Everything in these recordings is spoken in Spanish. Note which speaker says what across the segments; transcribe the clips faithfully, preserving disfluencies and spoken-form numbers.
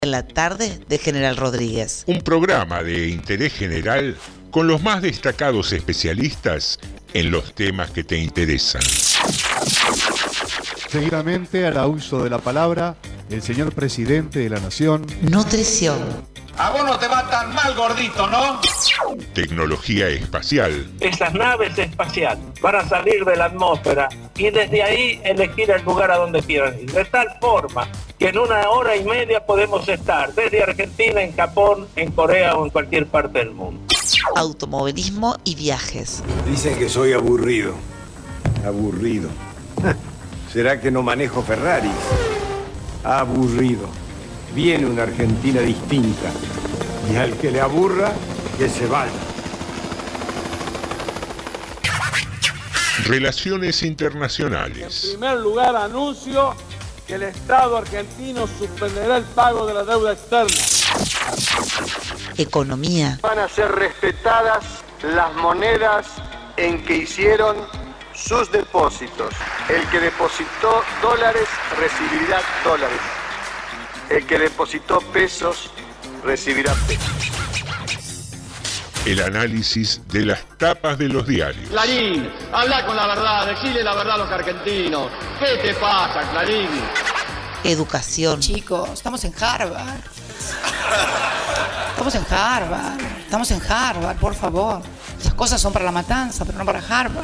Speaker 1: en la tarde de General Rodríguez.
Speaker 2: Un programa de interés general con los más destacados especialistas en los temas que te interesan.
Speaker 3: Seguidamente hará uso de la palabra el señor presidente de la Nación.
Speaker 1: Nutrición.
Speaker 4: A vos no te va tan mal, gordito, ¿no?
Speaker 2: Tecnología espacial.
Speaker 5: Esas naves espaciales van a salir de la atmósfera y desde ahí elegir el lugar a donde quieran ir. De tal forma que en una hora y media podemos estar desde Argentina, en Japón, en Corea o en cualquier parte del mundo.
Speaker 1: Automovilismo y viajes.
Speaker 6: Dicen que soy aburrido. Aburrido. ¿Será que no manejo Ferraris? Aburrido. Viene una Argentina distinta. Y al que le aburra, que se vaya.
Speaker 2: Relaciones internacionales.
Speaker 7: En primer lugar, anuncio que el Estado argentino suspenderá el pago de la deuda externa.
Speaker 1: Economía.
Speaker 8: Van a ser respetadas las monedas en que hicieron sus depósitos. El que depositó dólares recibirá dólares. El que depositó pesos recibirá pesos.
Speaker 2: El análisis de las tapas de los diarios.
Speaker 9: Clarín, habla con la verdad, decile la verdad a los argentinos. ¿Qué te pasa, Clarín?
Speaker 1: Educación.
Speaker 10: Chicos, estamos en Harvard. Estamos en Harvard. Estamos en Harvard, por favor. Las cosas son para la matanza, pero no para Harvard.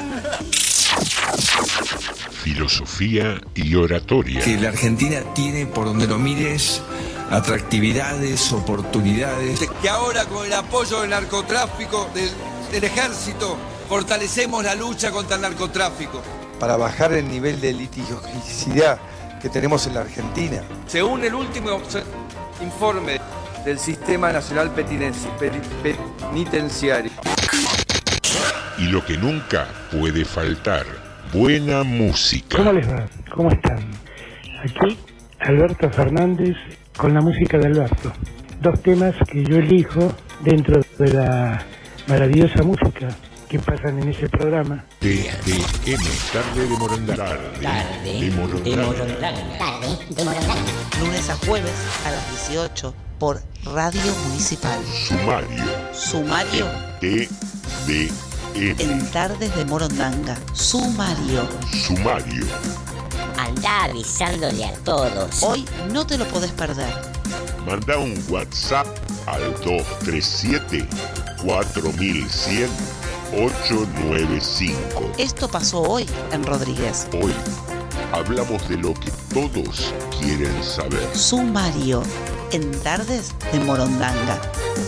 Speaker 2: Filosofía y oratoria.
Speaker 11: Que la Argentina tiene, por donde lo mires, atractividades, oportunidades.
Speaker 12: Que ahora con el apoyo del narcotráfico, del, del ejército, fortalecemos la lucha contra el narcotráfico.
Speaker 13: Para bajar el nivel de litigiosidad que tenemos en la Argentina.
Speaker 12: Según el último informe del Sistema Nacional Penitenciario.
Speaker 2: Y lo que nunca puede faltar, buena música.
Speaker 14: ¿Cómo les va? ¿Cómo están? Aquí Alberto Fernández con la música de Alberto. Dos temas que yo elijo dentro de la maravillosa música que pasan en ese programa.
Speaker 2: T D M, Tarde de Morondanga.
Speaker 1: Tarde de Morondanga. Tarde de Morondanga. Lunes a jueves a las dieciocho por Radio Municipal.
Speaker 2: Sumario.
Speaker 1: Sumario.
Speaker 2: T D M.
Speaker 1: En Tardes de Morondanga. Sumario.
Speaker 2: Sumario.
Speaker 15: Andá avisándole a todos.
Speaker 1: Hoy no te lo podés perder.
Speaker 2: Manda un WhatsApp al dos tres siete, cuatro mil cien, ocho nueve cinco.
Speaker 1: Esto pasó hoy en Rodríguez.
Speaker 2: Hoy hablamos de lo que todos quieren saber.
Speaker 1: Sumario. En Tardes de Morondanga.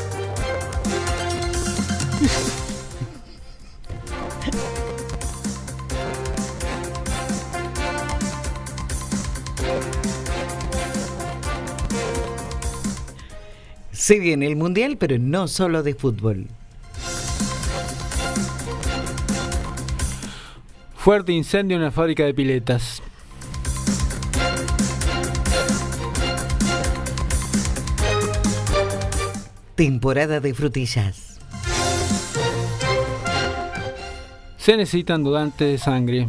Speaker 16: Se viene el Mundial, pero no solo de fútbol.
Speaker 17: Fuerte incendio en una fábrica de piletas.
Speaker 16: Temporada de frutillas.
Speaker 17: Se necesitan donantes de sangre.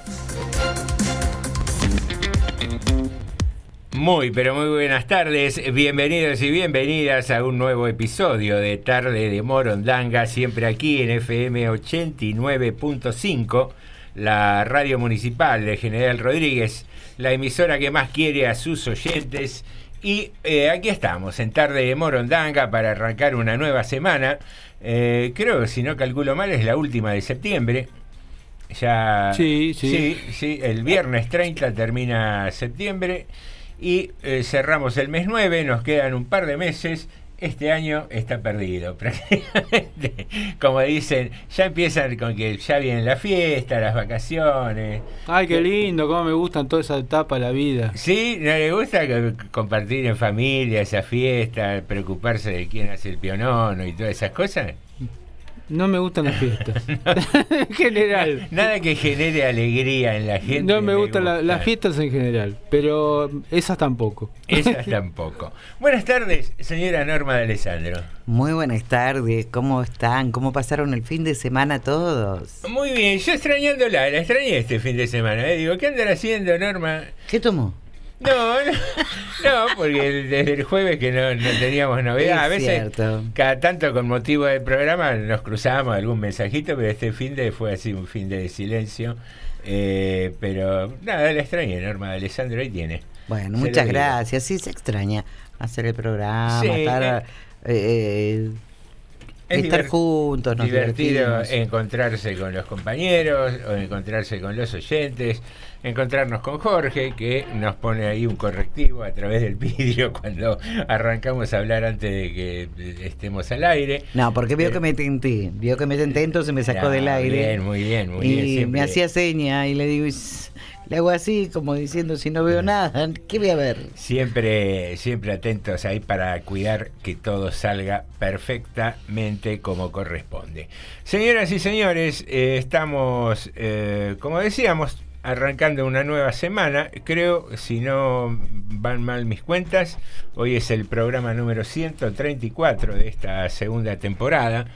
Speaker 18: Muy, pero muy buenas tardes, bienvenidos y bienvenidas a un nuevo episodio de Tarde de Morondanga, siempre aquí en F M ochenta y nueve punto cinco, la radio municipal de General Rodríguez, la emisora que más quiere a sus oyentes. Y eh, aquí estamos, en Tarde de Morondanga, para arrancar una nueva semana. Eh, creo que si no calculo mal es la última de septiembre. Ya,
Speaker 17: sí, sí.
Speaker 18: Sí, sí, el viernes treinta termina septiembre. Y eh, cerramos el mes nueve, nos quedan un par de meses. Este año está perdido prácticamente. Como dicen, ya empiezan con que ya vienen la fiesta, las vacaciones.
Speaker 17: Ay, qué lindo, cómo me gustan toda esa etapa de la vida.
Speaker 18: Sí, ¿no le gusta compartir en familia esa fiesta, preocuparse de quién hace el pionono y todas esas cosas?
Speaker 17: No me gustan las fiestas. En general.
Speaker 18: Nada que genere alegría en la gente.
Speaker 17: No me, me gustan la, las fiestas en general, pero esas tampoco.
Speaker 18: Esas tampoco. Buenas tardes, señora Norma de Alessandro.
Speaker 16: Muy buenas tardes, ¿cómo están? ¿Cómo pasaron el fin de semana todos?
Speaker 18: Muy bien, yo extrañándola, la extrañé este fin de semana. ¿eh? Digo, ¿qué andan haciendo, Norma?
Speaker 16: ¿Qué tomó?
Speaker 18: No, no, no, porque desde el jueves que no, no teníamos novedad. A veces, cierto. Cada tanto con motivo del programa nos cruzábamos algún mensajito, pero este fin de fue así un fin de silencio. Eh, pero nada, la extraña, Norma de Alessandro, ahí tiene.
Speaker 16: Bueno, se muchas gracias. Sí, se extraña hacer el programa, sí, estar... Eh, eh,
Speaker 18: Es
Speaker 16: estar
Speaker 18: divert-
Speaker 16: juntos, nos
Speaker 18: divertido
Speaker 16: divertimos.
Speaker 18: Encontrarse con los compañeros, o encontrarse con los oyentes, encontrarnos con Jorge, que nos pone ahí un correctivo a través del vidrio cuando arrancamos a hablar antes de que estemos al aire.
Speaker 16: No, porque vio eh, que me tenté, vio que me tenté, entonces me sacó no, del aire.
Speaker 18: Bien, muy bien, muy
Speaker 16: y
Speaker 18: bien.
Speaker 16: Y me hacía seña y le digo... Le hago así, como diciendo, si no veo nada, ¿qué voy a ver?
Speaker 18: Siempre, siempre atentos ahí para cuidar que todo salga perfectamente como corresponde. Señoras y señores, eh, estamos, eh, como decíamos, arrancando una nueva semana. Creo, si no van mal mis cuentas, hoy es el programa número ciento treinta y cuatro de esta segunda temporada.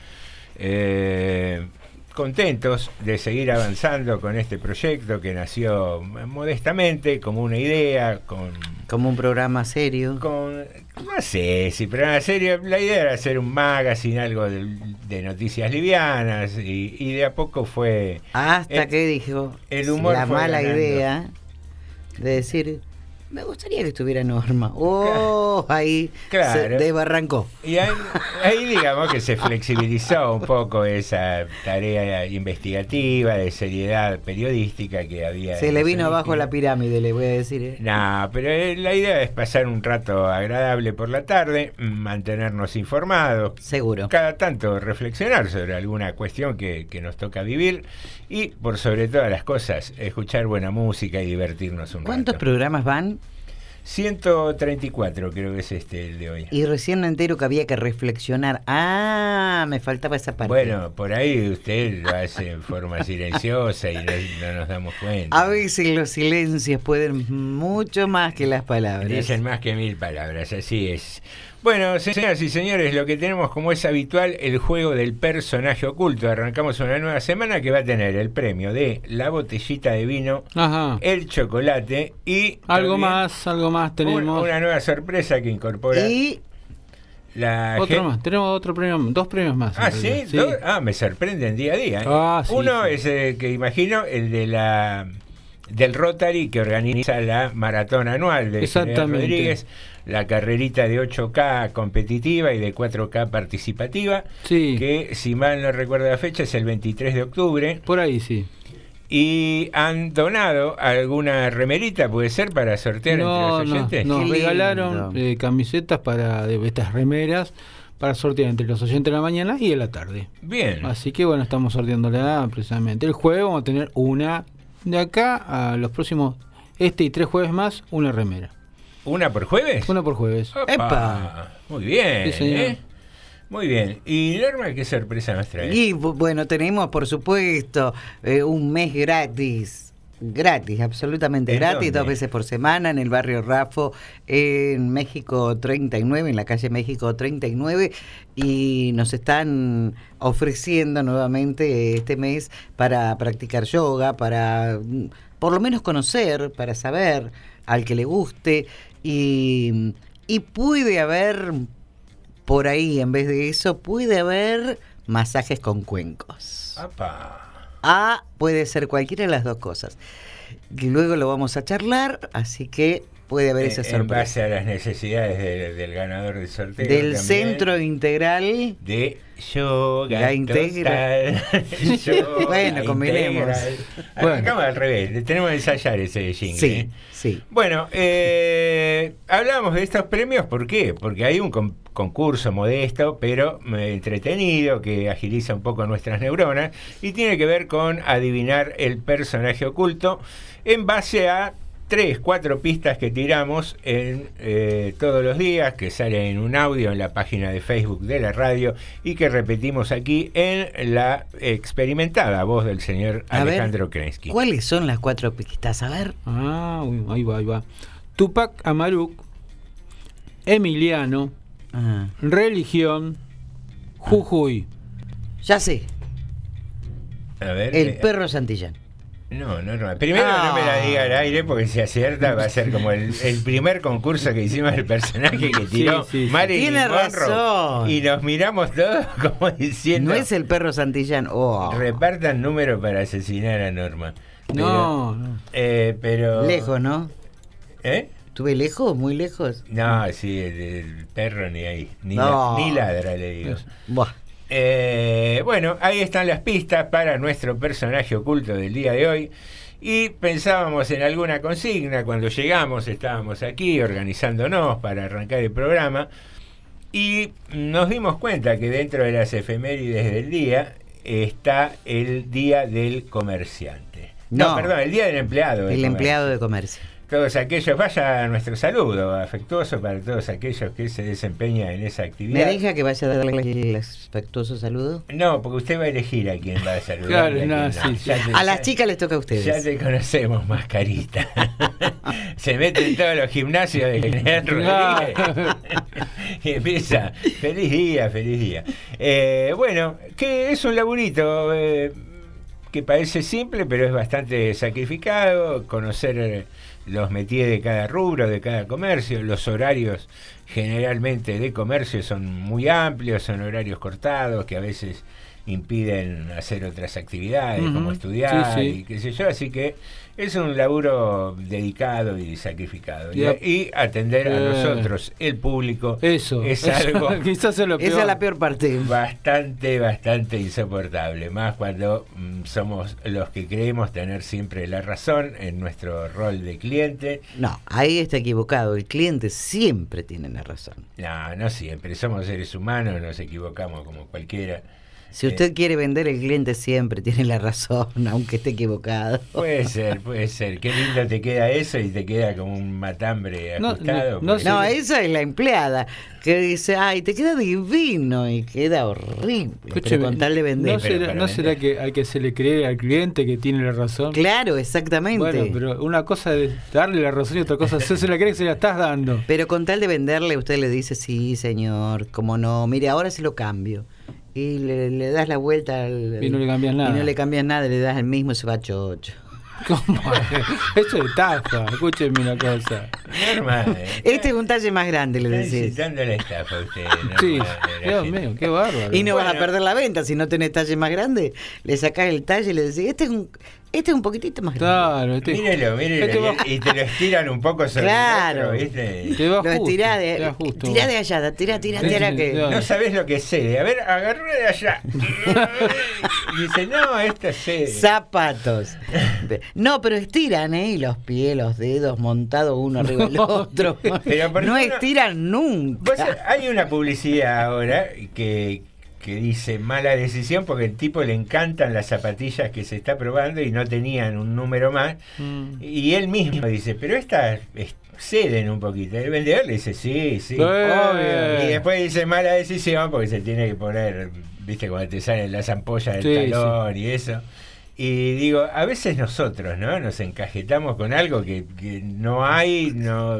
Speaker 18: Eh... Contentos de seguir avanzando con este proyecto que nació modestamente, como una idea, con
Speaker 16: como un programa serio.
Speaker 18: Con, no sé si programa serio, la idea era hacer un magazine, algo de, de noticias livianas, y, y de a poco fue...
Speaker 16: Hasta el, que dijo
Speaker 18: el humor
Speaker 16: la
Speaker 18: fue
Speaker 16: mala
Speaker 18: ganando.
Speaker 16: idea de decir... Me gustaría que estuviera Norma. Oh, ahí
Speaker 18: claro.
Speaker 16: se desbarrancó.
Speaker 18: Y ahí, ahí digamos que se flexibilizó un poco esa tarea investigativa, de seriedad periodística que había.
Speaker 16: Se le vino abajo la pirámide, le voy a decir. ¿eh?
Speaker 18: No, pero la idea es pasar un rato agradable por la tarde, mantenernos informados.
Speaker 16: Seguro.
Speaker 18: Cada tanto reflexionar sobre alguna cuestión que, que nos toca vivir y, por sobre todas las cosas, escuchar buena música y divertirnos un rato.
Speaker 16: ¿Cuántos programas van?
Speaker 18: ciento treinta y cuatro creo que es este el de hoy.
Speaker 16: Y recién me entero que había que reflexionar. Ah, me faltaba esa parte.
Speaker 18: Bueno, por ahí usted lo hace en forma silenciosa y no, no nos damos cuenta.
Speaker 16: A veces los silencios pueden mucho más que las palabras.
Speaker 18: Dicen más que mil palabras, así es. Bueno, señoras y señores, lo que tenemos como es habitual, el juego del personaje oculto. Arrancamos una nueva semana que va a tener el premio de la botellita de vino,
Speaker 17: Ajá.
Speaker 18: el chocolate y...
Speaker 17: Algo más, algo más tenemos.
Speaker 18: Una, una nueva sorpresa que incorpora...
Speaker 16: Y...
Speaker 18: La
Speaker 17: otro
Speaker 18: gen...
Speaker 17: más, tenemos otro premio, dos premios más.
Speaker 18: Ah, ¿sí? ¿sí? Ah, me sorprenden día a día. ¿eh?
Speaker 17: Ah, sí,
Speaker 18: Uno
Speaker 17: sí.
Speaker 18: es el que imagino, el de la del Rotary, que organiza la maratón anual de General Rodríguez, la carrerita de ocho K competitiva y de cuatro K participativa,
Speaker 17: sí.
Speaker 18: que si mal no recuerdo la fecha es el veintitrés de octubre.
Speaker 17: Por ahí sí.
Speaker 18: Y han donado alguna remerita, puede ser, para sortear
Speaker 17: no,
Speaker 18: entre los oyentes.
Speaker 17: No, nos regalaron eh, camisetas para de estas remeras para sortear entre los oyentes de la mañana y de la tarde.
Speaker 18: Bien.
Speaker 17: Así que bueno, estamos sorteándola precisamente. El jueves vamos a tener una de acá a los próximos, este y tres jueves más, una remera.
Speaker 18: ¿Una por jueves?
Speaker 17: Una por jueves.
Speaker 18: ¡Epa! ¡Epa! Muy bien, sí, ¿eh? Muy bien. ¿Y Norma qué sorpresa nos trae?
Speaker 16: Y bueno, tenemos por supuesto eh, un mes gratis. Gratis, absolutamente gratis,
Speaker 18: dónde?
Speaker 16: Dos veces por semana en el barrio Rafo, en México treinta y nueve, en la calle México treinta y nueve, y nos están ofreciendo nuevamente este mes para practicar yoga, para por lo menos conocer, para saber al que le guste, y, y puede haber, por ahí en vez de eso, puede haber masajes con cuencos.
Speaker 18: ¡Apa!
Speaker 16: Ah, puede ser cualquiera de las dos cosas. Y luego lo vamos a charlar, así que puede haber esa sorpresa.
Speaker 18: En base a las necesidades de, del ganador del sorteo.
Speaker 16: Del
Speaker 18: también,
Speaker 16: Centro Integral
Speaker 18: de Yoga
Speaker 16: La Integral.
Speaker 18: Yoga
Speaker 16: bueno, combinemos.
Speaker 18: Arrancamos bueno. al revés, tenemos que ensayar ese jingle.
Speaker 16: Sí,
Speaker 18: ¿eh?
Speaker 16: sí.
Speaker 18: Bueno, eh, hablamos de estos premios, ¿por qué? Porque hay un con, concurso modesto, pero eh, entretenido, que agiliza un poco nuestras neuronas, y tiene que ver con adivinar el personaje oculto en base a tres, cuatro pistas que tiramos en eh, todos los días, que salen en un audio en la página de Facebook de la radio y que repetimos aquí en la experimentada voz del señor a Alejandro Krensky.
Speaker 16: ¿Cuáles son las cuatro pistas? A ver.
Speaker 17: Ah, uy, ahí va, ahí va. Tupac Amaru, Emiliano,
Speaker 16: ah.
Speaker 17: Religión, Jujuy.
Speaker 16: Ya sé.
Speaker 18: A ver,
Speaker 16: el
Speaker 18: eh,
Speaker 16: perro Santillán.
Speaker 18: No, no, no. Primero no. no me la diga al aire porque si acierta va a ser como el, el primer concurso que hicimos del personaje que tiró sí, sí, sí. Marilyn
Speaker 16: Tiene
Speaker 18: Monroe.
Speaker 16: Razón.
Speaker 18: Y nos miramos todos como diciendo...
Speaker 16: No es el perro Santillán. Oh.
Speaker 18: Repartan números para asesinar a Norma. Pero,
Speaker 17: no, no.
Speaker 18: Eh, pero...
Speaker 16: Lejos, ¿no?
Speaker 18: ¿Eh?
Speaker 16: ¿Estuve lejos? ¿Muy lejos?
Speaker 18: No, sí, el, el perro ni ahí. Ni,
Speaker 16: no.
Speaker 18: la, ni ladra, le digo.
Speaker 16: Buah.
Speaker 18: Eh, bueno, ahí están las pistas para nuestro personaje oculto del día de hoy. Y pensábamos en alguna consigna cuando llegamos, estábamos aquí organizándonos para arrancar el programa y nos dimos cuenta que dentro de las efemérides del día está el Día del Comerciante. No, no perdón, el Día del Empleado.
Speaker 16: El empleado de comercio.
Speaker 18: Todos aquellos, vaya nuestro saludo afectuoso para todos aquellos que se desempeñan en esa actividad.
Speaker 16: ¿Me deja que vaya a darle el afectuoso saludo?
Speaker 18: No, porque usted va a elegir a quién va a saludar.
Speaker 17: Claro, no, no. Sí,
Speaker 16: sí. Te, a las chicas les toca a ustedes.
Speaker 18: Ya te conocemos, mascarita. Se mete en todos los gimnasios de General Rodríguez y empieza, feliz día, feliz día. Eh, bueno, que es un laburito eh, que parece simple, pero es bastante sacrificado, conocer... Eh, los métiers de cada rubro, de cada comercio. Los horarios generalmente de comercio son muy amplios, son horarios cortados que a veces impiden hacer otras actividades uh-huh. como estudiar sí, sí. y qué sé yo, así que es un laburo dedicado y sacrificado yep. y, y atender a eh, nosotros, el público,
Speaker 17: eso
Speaker 18: es
Speaker 17: eso,
Speaker 18: algo
Speaker 17: quizás es lo peor.
Speaker 16: Esa es la peor parte,
Speaker 18: bastante bastante insoportable, más cuando mm, somos los que creemos tener siempre la razón en nuestro rol de cliente.
Speaker 16: No, ahí está equivocado, el cliente siempre tiene la razón.
Speaker 18: No, no siempre, somos seres humanos, nos equivocamos como cualquiera.
Speaker 16: Si usted eh, quiere vender, el cliente siempre tiene la razón, aunque esté equivocado.
Speaker 18: Puede ser, puede ser. Qué lindo te queda eso y te queda como un matambre ajustado.
Speaker 16: No, no, no, esa es la empleada que dice, ay, te queda divino y queda horrible.
Speaker 17: Escúcheme,
Speaker 16: pero con tal de vender.
Speaker 17: ¿No será, ¿no será que hay que hacerle creer al cliente que tiene la razón?
Speaker 16: Claro, exactamente.
Speaker 17: Bueno, pero una cosa es darle la razón y otra cosa es hacerse la creer que se la estás dando.
Speaker 16: Pero con tal de venderle, usted le dice, sí, señor, como no, mire, ahora sí lo cambio. Y le, le das la vuelta al,
Speaker 17: y no le cambias nada.
Speaker 16: Y no le cambias nada, le das el mismo y se va chocho.
Speaker 17: ¿Cómo? Eso es estafa, escúcheme una cosa.
Speaker 18: Normal.
Speaker 16: Este es un talle más grande, le decís.
Speaker 18: Está incitando la estafa usted.
Speaker 17: Sí, Dios mío, qué bárbaro.
Speaker 16: Y no bueno. vas a perder la venta, si no tenés talle más grande, le sacás el talle y le decís, este es un... Este es un poquitito más grande.
Speaker 17: Claro, este,
Speaker 18: mírelo, mírelo. Este va... Y te lo estiran un poco sobre
Speaker 16: claro.
Speaker 18: el otro, ¿viste?
Speaker 17: Te va
Speaker 16: lo
Speaker 17: justo,
Speaker 16: estirá de, tirá de allá, tira, tira, tira que...
Speaker 18: No sabés lo que cede. A ver, agarré de allá. Y dice, no, esto cede.
Speaker 16: Zapatos. No, pero estiran, ¿eh? Y los pies, los dedos montados uno arriba del otro. Pero no estiran nunca.
Speaker 18: Vos, hay una publicidad ahora que... que dice mala decisión porque el tipo le encantan las zapatillas que se está probando y no tenían un número más mm. y él mismo dice, pero estas ceden un poquito. El vendedor le dice, sí, sí,
Speaker 17: eh.
Speaker 18: obvio. Y después dice mala decisión porque se tiene que poner, viste, cuando te salen las ampollas del sí, talón sí. y eso. Y digo, a veces nosotros, ¿no? Nos encajetamos con algo que, que no hay, no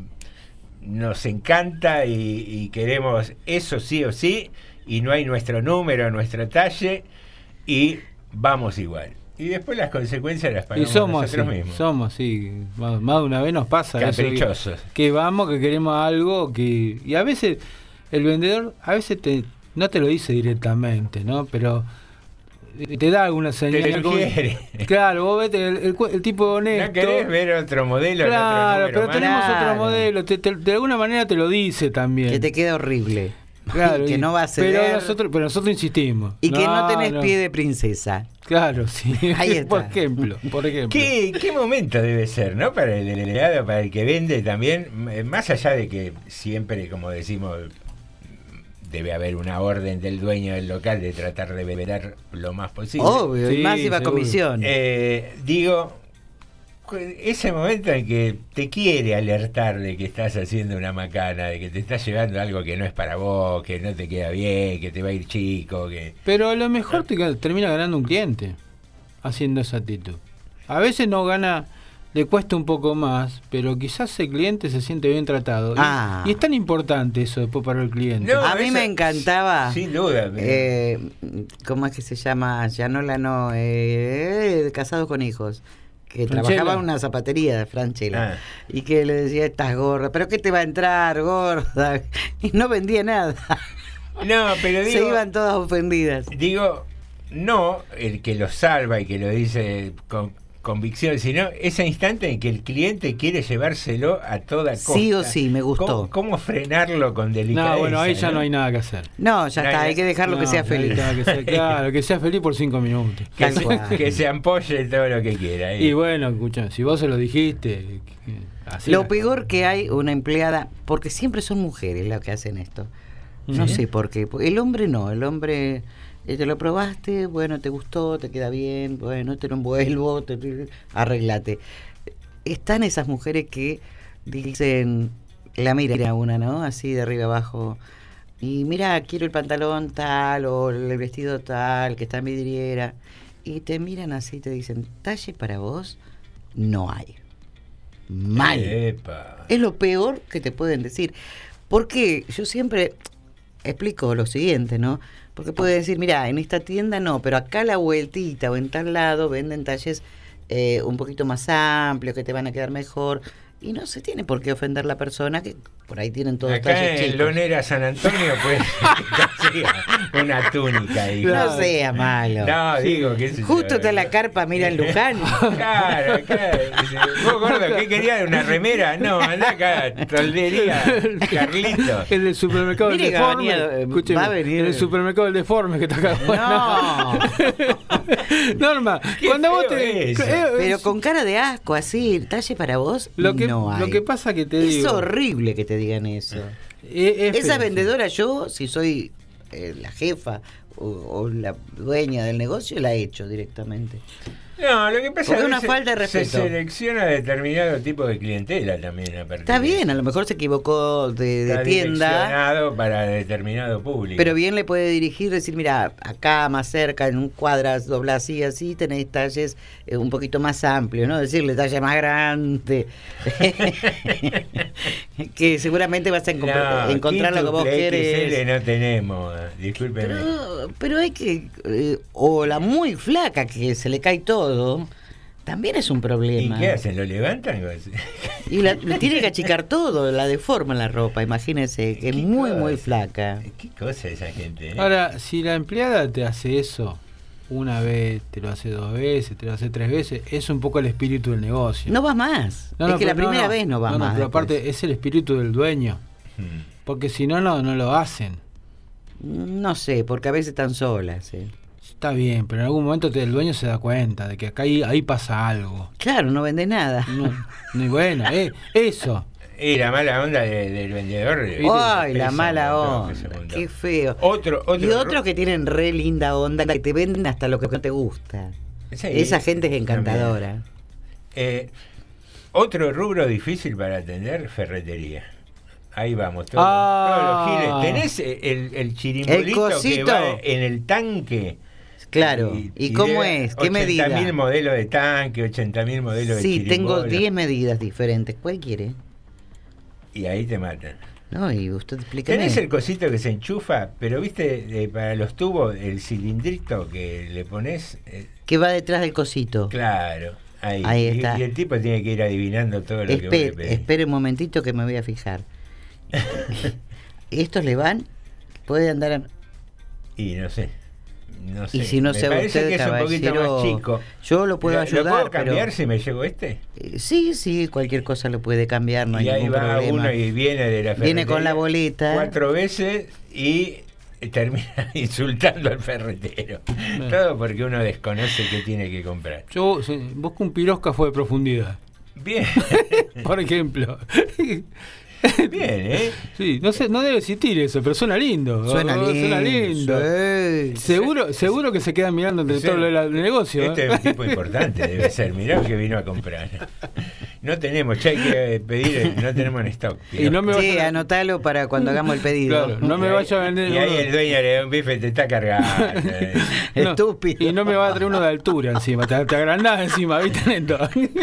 Speaker 18: nos encanta y, y queremos eso sí o sí, y no hay nuestro número, nuestro talle, y vamos igual. Y después las consecuencias las pagamos
Speaker 17: y somos
Speaker 18: nosotros
Speaker 17: así,
Speaker 18: mismos.
Speaker 17: Somos, sí. Más, más de una vez nos pasa
Speaker 18: caprichosos.
Speaker 17: Eso, que, que vamos, que queremos algo, que y a veces el vendedor, a veces te, no te lo dice directamente, ¿no? Pero te da alguna señal.
Speaker 18: Te lo quiere.
Speaker 17: Claro, vos ves el, el, el tipo honesto.
Speaker 18: No querés ver otro modelo.
Speaker 17: Claro,
Speaker 18: otro
Speaker 17: pero
Speaker 18: más.
Speaker 17: tenemos
Speaker 16: claro.
Speaker 17: otro modelo. Te, te, de alguna manera te lo dice también.
Speaker 16: Que te queda horrible.
Speaker 17: Claro,
Speaker 16: que
Speaker 17: y,
Speaker 16: no va a ceder.
Speaker 17: Pero nosotros, pero nosotros insistimos.
Speaker 16: Y que no, no tenés
Speaker 17: no.
Speaker 16: pie de princesa.
Speaker 17: Claro, sí.
Speaker 16: Ahí está.
Speaker 17: Por ejemplo, por ejemplo.
Speaker 18: ¿Qué, qué momento debe ser, ¿no? Para el delegado, para el que vende también, más allá de que siempre, como decimos, debe haber una orden del dueño del local de tratar de vender lo más posible.
Speaker 16: Obvio, sí, y más iba comisión.
Speaker 18: Eh, digo, ese momento en que te quiere alertar de que estás haciendo una macana, de que te estás llevando algo que no es para vos, que no te queda bien, que te va a ir chico, que...
Speaker 17: Pero a lo mejor te termina ganando un cliente haciendo esa actitud. A veces no gana le cuesta un poco más, pero quizás el cliente se siente bien tratado.
Speaker 16: Ah.
Speaker 17: Y, y es tan importante eso después para el cliente.
Speaker 16: No, a mí me encantaba.
Speaker 18: Sin duda.
Speaker 16: Eh, ¿Cómo es que se llama? Yanola no, eh, Casados con Hijos. Que
Speaker 17: Franchella.
Speaker 16: Trabajaba en una zapatería de Franchella.
Speaker 18: Ah.
Speaker 16: Y que le decía, estás gorda. ¿Pero qué te va a entrar, gorda? Y no vendía nada.
Speaker 18: No, pero digo...
Speaker 16: Se iban todas ofendidas.
Speaker 18: Digo, no el que lo salva y que lo dice con convicción, sino ese instante en que el cliente quiere llevárselo a toda costa.
Speaker 16: Sí o sí, me gustó.
Speaker 18: ¿Cómo, cómo frenarlo con delicadeza?
Speaker 17: No, bueno, ahí ya
Speaker 18: ¿no?
Speaker 17: no hay nada que hacer.
Speaker 16: No, ya
Speaker 18: No,
Speaker 16: está,
Speaker 18: hay-
Speaker 16: hay que dejarlo
Speaker 17: No,
Speaker 16: que sea feliz.
Speaker 17: ahí está, que sea- claro, que sea feliz por cinco minutos.
Speaker 18: Que,
Speaker 16: Tal
Speaker 18: se,
Speaker 16: cual.
Speaker 18: que se ampolle todo lo que quiera. ¿eh?
Speaker 17: Y bueno, escucha, si vos se lo dijiste, que- así
Speaker 16: Lo
Speaker 17: la-
Speaker 16: peor que hay, una empleada, porque siempre son mujeres las que hacen esto. No
Speaker 17: ¿Sí?
Speaker 16: sé por qué. El hombre no, el hombre, eh, te lo probaste, bueno, te gustó, te queda bien, bueno, te lo envuelvo, te, te- arreglate. Están esas mujeres que dicen, la mira una, ¿no? Así de arriba abajo. Y mira, quiero el pantalón tal o el vestido tal, que está en vidriera. Y te miran así y te dicen, talle para vos, no hay. Mal.
Speaker 18: Epa.
Speaker 16: Es lo peor que te pueden decir. Porque yo siempre explico lo siguiente, ¿no? Porque puede decir, mira, en esta tienda no, pero acá a la vueltita o en tal lado venden talles eh, un poquito más amplios que te van a quedar mejor. Y no se tiene por qué ofender la persona, que por ahí tienen todos
Speaker 18: Acá
Speaker 16: talles
Speaker 18: en
Speaker 16: chicos.
Speaker 18: Lonera San Antonio, pues, una túnica ahí.
Speaker 16: No sea malo.
Speaker 18: No, digo que es
Speaker 16: Justo está la carpa, mira en Luján.
Speaker 18: Claro, claro. Dice, vos, gordo, ¿qué querías? ¿Una remera? No, andá acá, toldería, Carlito.
Speaker 17: El del supermercado del
Speaker 16: Mire que
Speaker 17: deforme.
Speaker 16: va a venir, eh,
Speaker 17: Escúcheme,
Speaker 16: va a venir.
Speaker 17: el del supermercado del deforme que está acá.
Speaker 16: No.
Speaker 17: Norma,
Speaker 18: Qué
Speaker 17: cuando vos
Speaker 18: feo
Speaker 17: te.
Speaker 18: eso.
Speaker 17: eh,
Speaker 16: Pero con cara de asco, así, talle para vos,
Speaker 17: Lo que,
Speaker 16: no hay.
Speaker 17: lo que pasa que te
Speaker 16: Es
Speaker 17: digo.
Speaker 16: horrible que te digan eso.
Speaker 17: eh, es
Speaker 16: Esa
Speaker 17: feo,
Speaker 16: vendedora, yo, si soy eh, la jefa o, o la dueña del negocio, la he hecho directamente.
Speaker 18: No, lo que pasa
Speaker 16: Porque
Speaker 18: es
Speaker 16: es una
Speaker 18: que
Speaker 16: falta de
Speaker 18: se
Speaker 16: respeto.
Speaker 18: selecciona determinado tipo de clientela también. A partir
Speaker 16: Está
Speaker 18: de
Speaker 16: bien,
Speaker 18: eso.
Speaker 16: a lo mejor se equivocó de, de
Speaker 18: Está
Speaker 16: tienda,
Speaker 18: direccionado para determinado público.
Speaker 16: pero bien le puede dirigir, decir, mira, acá más cerca, en un cuadra, dobla así, así, tenéis talles eh, un poquito más amplios, ¿no? Decirle talle más grande, que seguramente vas a enco-
Speaker 18: No,
Speaker 16: encontrar lo que vos
Speaker 18: quíntuple
Speaker 16: querés.
Speaker 18: X L no tenemos, discúlpeme.
Speaker 16: Pero, pero hay que... eh, o la muy flaca, que se le cae todo, también es un
Speaker 18: ¿Y
Speaker 16: problema.
Speaker 18: qué hacen? ¿Lo levantan?
Speaker 16: Y la, le tiene que achicar todo, la deforma la ropa, imagínense, que es muy,
Speaker 18: cosa?
Speaker 16: muy flaca.
Speaker 18: ¿Qué cosa esa gente? ¿eh?
Speaker 17: Ahora, si la empleada te hace eso una vez, te lo hace dos veces, te lo hace tres veces, es un poco el espíritu del negocio.
Speaker 16: No vas más.
Speaker 17: No,
Speaker 16: es
Speaker 17: no,
Speaker 16: que la
Speaker 17: pero no,
Speaker 16: primera
Speaker 17: no.
Speaker 16: vez no vas
Speaker 17: No, no,
Speaker 16: más.
Speaker 17: pero
Speaker 16: después.
Speaker 17: aparte es el espíritu del dueño.
Speaker 18: Hmm.
Speaker 17: Porque si no, no, no lo hacen.
Speaker 16: No sé, porque a veces están solas. ¿eh?
Speaker 17: Está bien, pero en algún momento te- el dueño se da cuenta de que acá ahí, ahí pasa algo.
Speaker 16: Claro, no vende nada.
Speaker 17: No, no, y bueno, eh, eso.
Speaker 18: Y la mala onda de- del vendedor. eh,
Speaker 16: Ay,
Speaker 18: pesa
Speaker 16: la
Speaker 18: un
Speaker 16: mala
Speaker 18: montón,
Speaker 16: onda,
Speaker 18: pesa un montón.
Speaker 16: qué feo.
Speaker 18: Otro, otro
Speaker 16: y otros que tienen re linda onda, que te venden hasta lo que no te gusta.
Speaker 18: Sí,
Speaker 16: Esa gente es encantadora.
Speaker 18: Eh, otro rubro difícil para atender, ferretería. Ahí vamos, todos,
Speaker 17: Ah.
Speaker 18: todos los giles. ¿Tenés el, el chirimbolito
Speaker 16: El
Speaker 18: que
Speaker 16: cosito.
Speaker 18: va en el tanque?
Speaker 16: Claro. ¿Y cómo
Speaker 18: debe
Speaker 16: es? ¿Qué medida?
Speaker 18: ochenta mil modelos de tanque, ochenta mil modelos
Speaker 16: Sí,
Speaker 18: de
Speaker 16: tengo
Speaker 18: chirimbolo.
Speaker 16: diez medidas diferentes. ¿Cuál quiere?
Speaker 18: Y ahí te matan.
Speaker 16: No, y usted explíqueme.
Speaker 18: Tenés el cosito que se enchufa, pero viste, eh, para los tubos, el cilindrito que le pones. eh,
Speaker 16: Que va detrás del cosito.
Speaker 18: claro, ahí.
Speaker 16: Ahí
Speaker 18: Y-
Speaker 16: está.
Speaker 18: Y, el tipo tiene que ir adivinando todo lo que vos le
Speaker 16: Espe-
Speaker 18: pedís.
Speaker 16: espere un momentito que me voy a fijar. ¿Estos le van? ¿Puede andar? a-
Speaker 18: Y no sé. No sé.
Speaker 16: Y si no
Speaker 18: Me
Speaker 16: sea
Speaker 18: parece
Speaker 16: usted,
Speaker 18: que es un poquito
Speaker 16: caballero,
Speaker 18: más chico.
Speaker 16: yo lo puedo
Speaker 18: ¿Lo-
Speaker 16: ayudar,
Speaker 18: ¿Lo puedo
Speaker 16: pero-
Speaker 18: cambiar si me llevo este?
Speaker 16: Eh, Sí, sí, cualquier cosa lo puede cambiar, no hay
Speaker 18: y ahí
Speaker 16: ningún
Speaker 18: va
Speaker 16: problema.
Speaker 18: uno y viene de la
Speaker 16: Viene con la
Speaker 18: ferretería
Speaker 16: boleta.
Speaker 18: cuatro veces y termina insultando al ferretero. Todo porque uno desconoce qué tiene que comprar.
Speaker 17: Yo sí, busco un piroscafo fue de profundidad.
Speaker 18: Bien.
Speaker 17: Por ejemplo.
Speaker 18: Bien, ¿eh?
Speaker 17: Sí, no sé, no debe existir eso, pero suena lindo.
Speaker 16: Suena
Speaker 17: Oh,
Speaker 16: lindo,
Speaker 17: Suena lindo.
Speaker 16: sí.
Speaker 17: Seguro, seguro que se quedan mirando entre
Speaker 18: Sí.
Speaker 17: todo el, el negocio.
Speaker 18: Este
Speaker 17: ¿eh?
Speaker 18: es un tipo importante, debe ser. Mirá lo que vino a comprar. No tenemos, ya hay que pedir, no tenemos en stock.
Speaker 16: Y no me sí, a... anotalo para cuando hagamos el pedido.
Speaker 17: Claro, no me vaya a vender.
Speaker 18: Y ahí el dueño le da un bife, te está cargando.
Speaker 17: No, estúpido. Y no me va a traer uno de altura encima, te, te agrandás encima, ¿viste, Neto?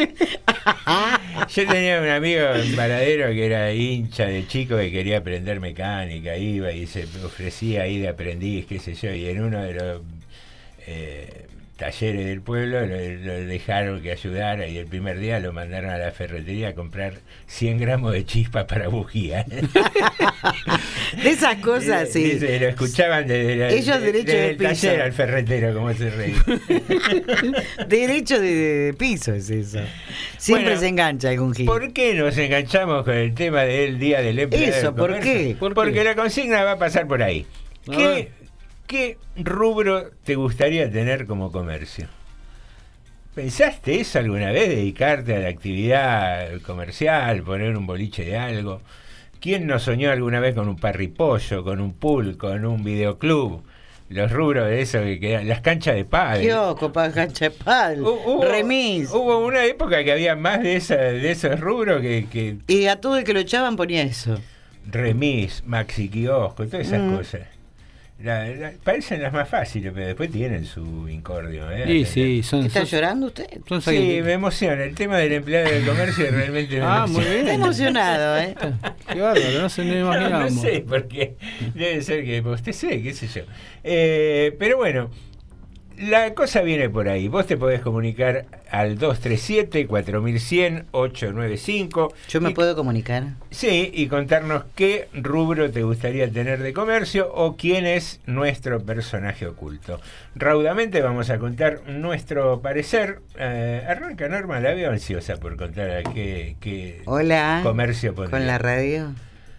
Speaker 18: Yo tenía un amigo embaladero que era hincha de chico que quería aprender mecánica, iba y se ofrecía ahí de aprendiz, qué sé yo, y en uno de los eh, talleres del pueblo lo, lo dejaron que ayudara y el primer día lo mandaron a la ferretería a comprar cien gramos de chispa para bujía.
Speaker 16: De esas cosas, sí.
Speaker 18: Dice, lo escuchaban desde, la,
Speaker 16: ellos
Speaker 18: de,
Speaker 16: derecho
Speaker 18: desde
Speaker 16: de
Speaker 18: el
Speaker 16: piso.
Speaker 18: taller al ferretero, como se reí.
Speaker 16: Derecho de, de piso es eso. Siempre bueno, se engancha algún gil.
Speaker 18: ¿Por qué nos enganchamos con el tema del Día del Empleado?
Speaker 16: Eso, ¿por qué?
Speaker 18: ¿Por Porque qué? La consigna va a pasar por ahí. ¿Qué, ¿Qué rubro te gustaría tener como comercio? ¿Pensaste eso alguna vez, dedicarte a la actividad comercial, poner un boliche de algo? ¿Quién no soñó alguna vez con un parripollo, con un pool, con un videoclub? Los rubros de eso que quedan, las canchas de pádel.
Speaker 16: Kiosco, para cancha de pádel,
Speaker 18: hubo,
Speaker 16: remis.
Speaker 18: Hubo una época que había más de, esa, de esos rubros que, que...
Speaker 16: Y a todo el que lo echaban ponía eso.
Speaker 18: Remis, maxi kiosco, todas esas mm. cosas. La, la, parecen las más fáciles, pero después tienen su incordio. ¿eh?
Speaker 17: Sí, sí, son,
Speaker 16: ¿Está
Speaker 17: son,
Speaker 16: llorando usted?
Speaker 18: Son sí, me emociona. El tema del empleado del comercio realmente me
Speaker 16: ah, muy bien. Está emocionado, ¿eh?
Speaker 17: Qué bárbaro, no se me imaginamos.
Speaker 18: No, no sé, porque debe ser que usted sé, qué sé yo. Eh, pero bueno, la cosa viene por ahí. Vos te podés comunicar al dos tres siete, cuatro mil cien, ocho nueve cinco.
Speaker 16: ¿Yo me y, puedo comunicar?
Speaker 18: Sí, y contarnos qué rubro te gustaría tener de comercio o quién es nuestro personaje oculto. Raudamente vamos a contar nuestro parecer. Eh, arranca Norma, la veo ansiosa por contar a qué, qué
Speaker 16: Hola,
Speaker 18: comercio pondría.
Speaker 16: ¿Con la radio?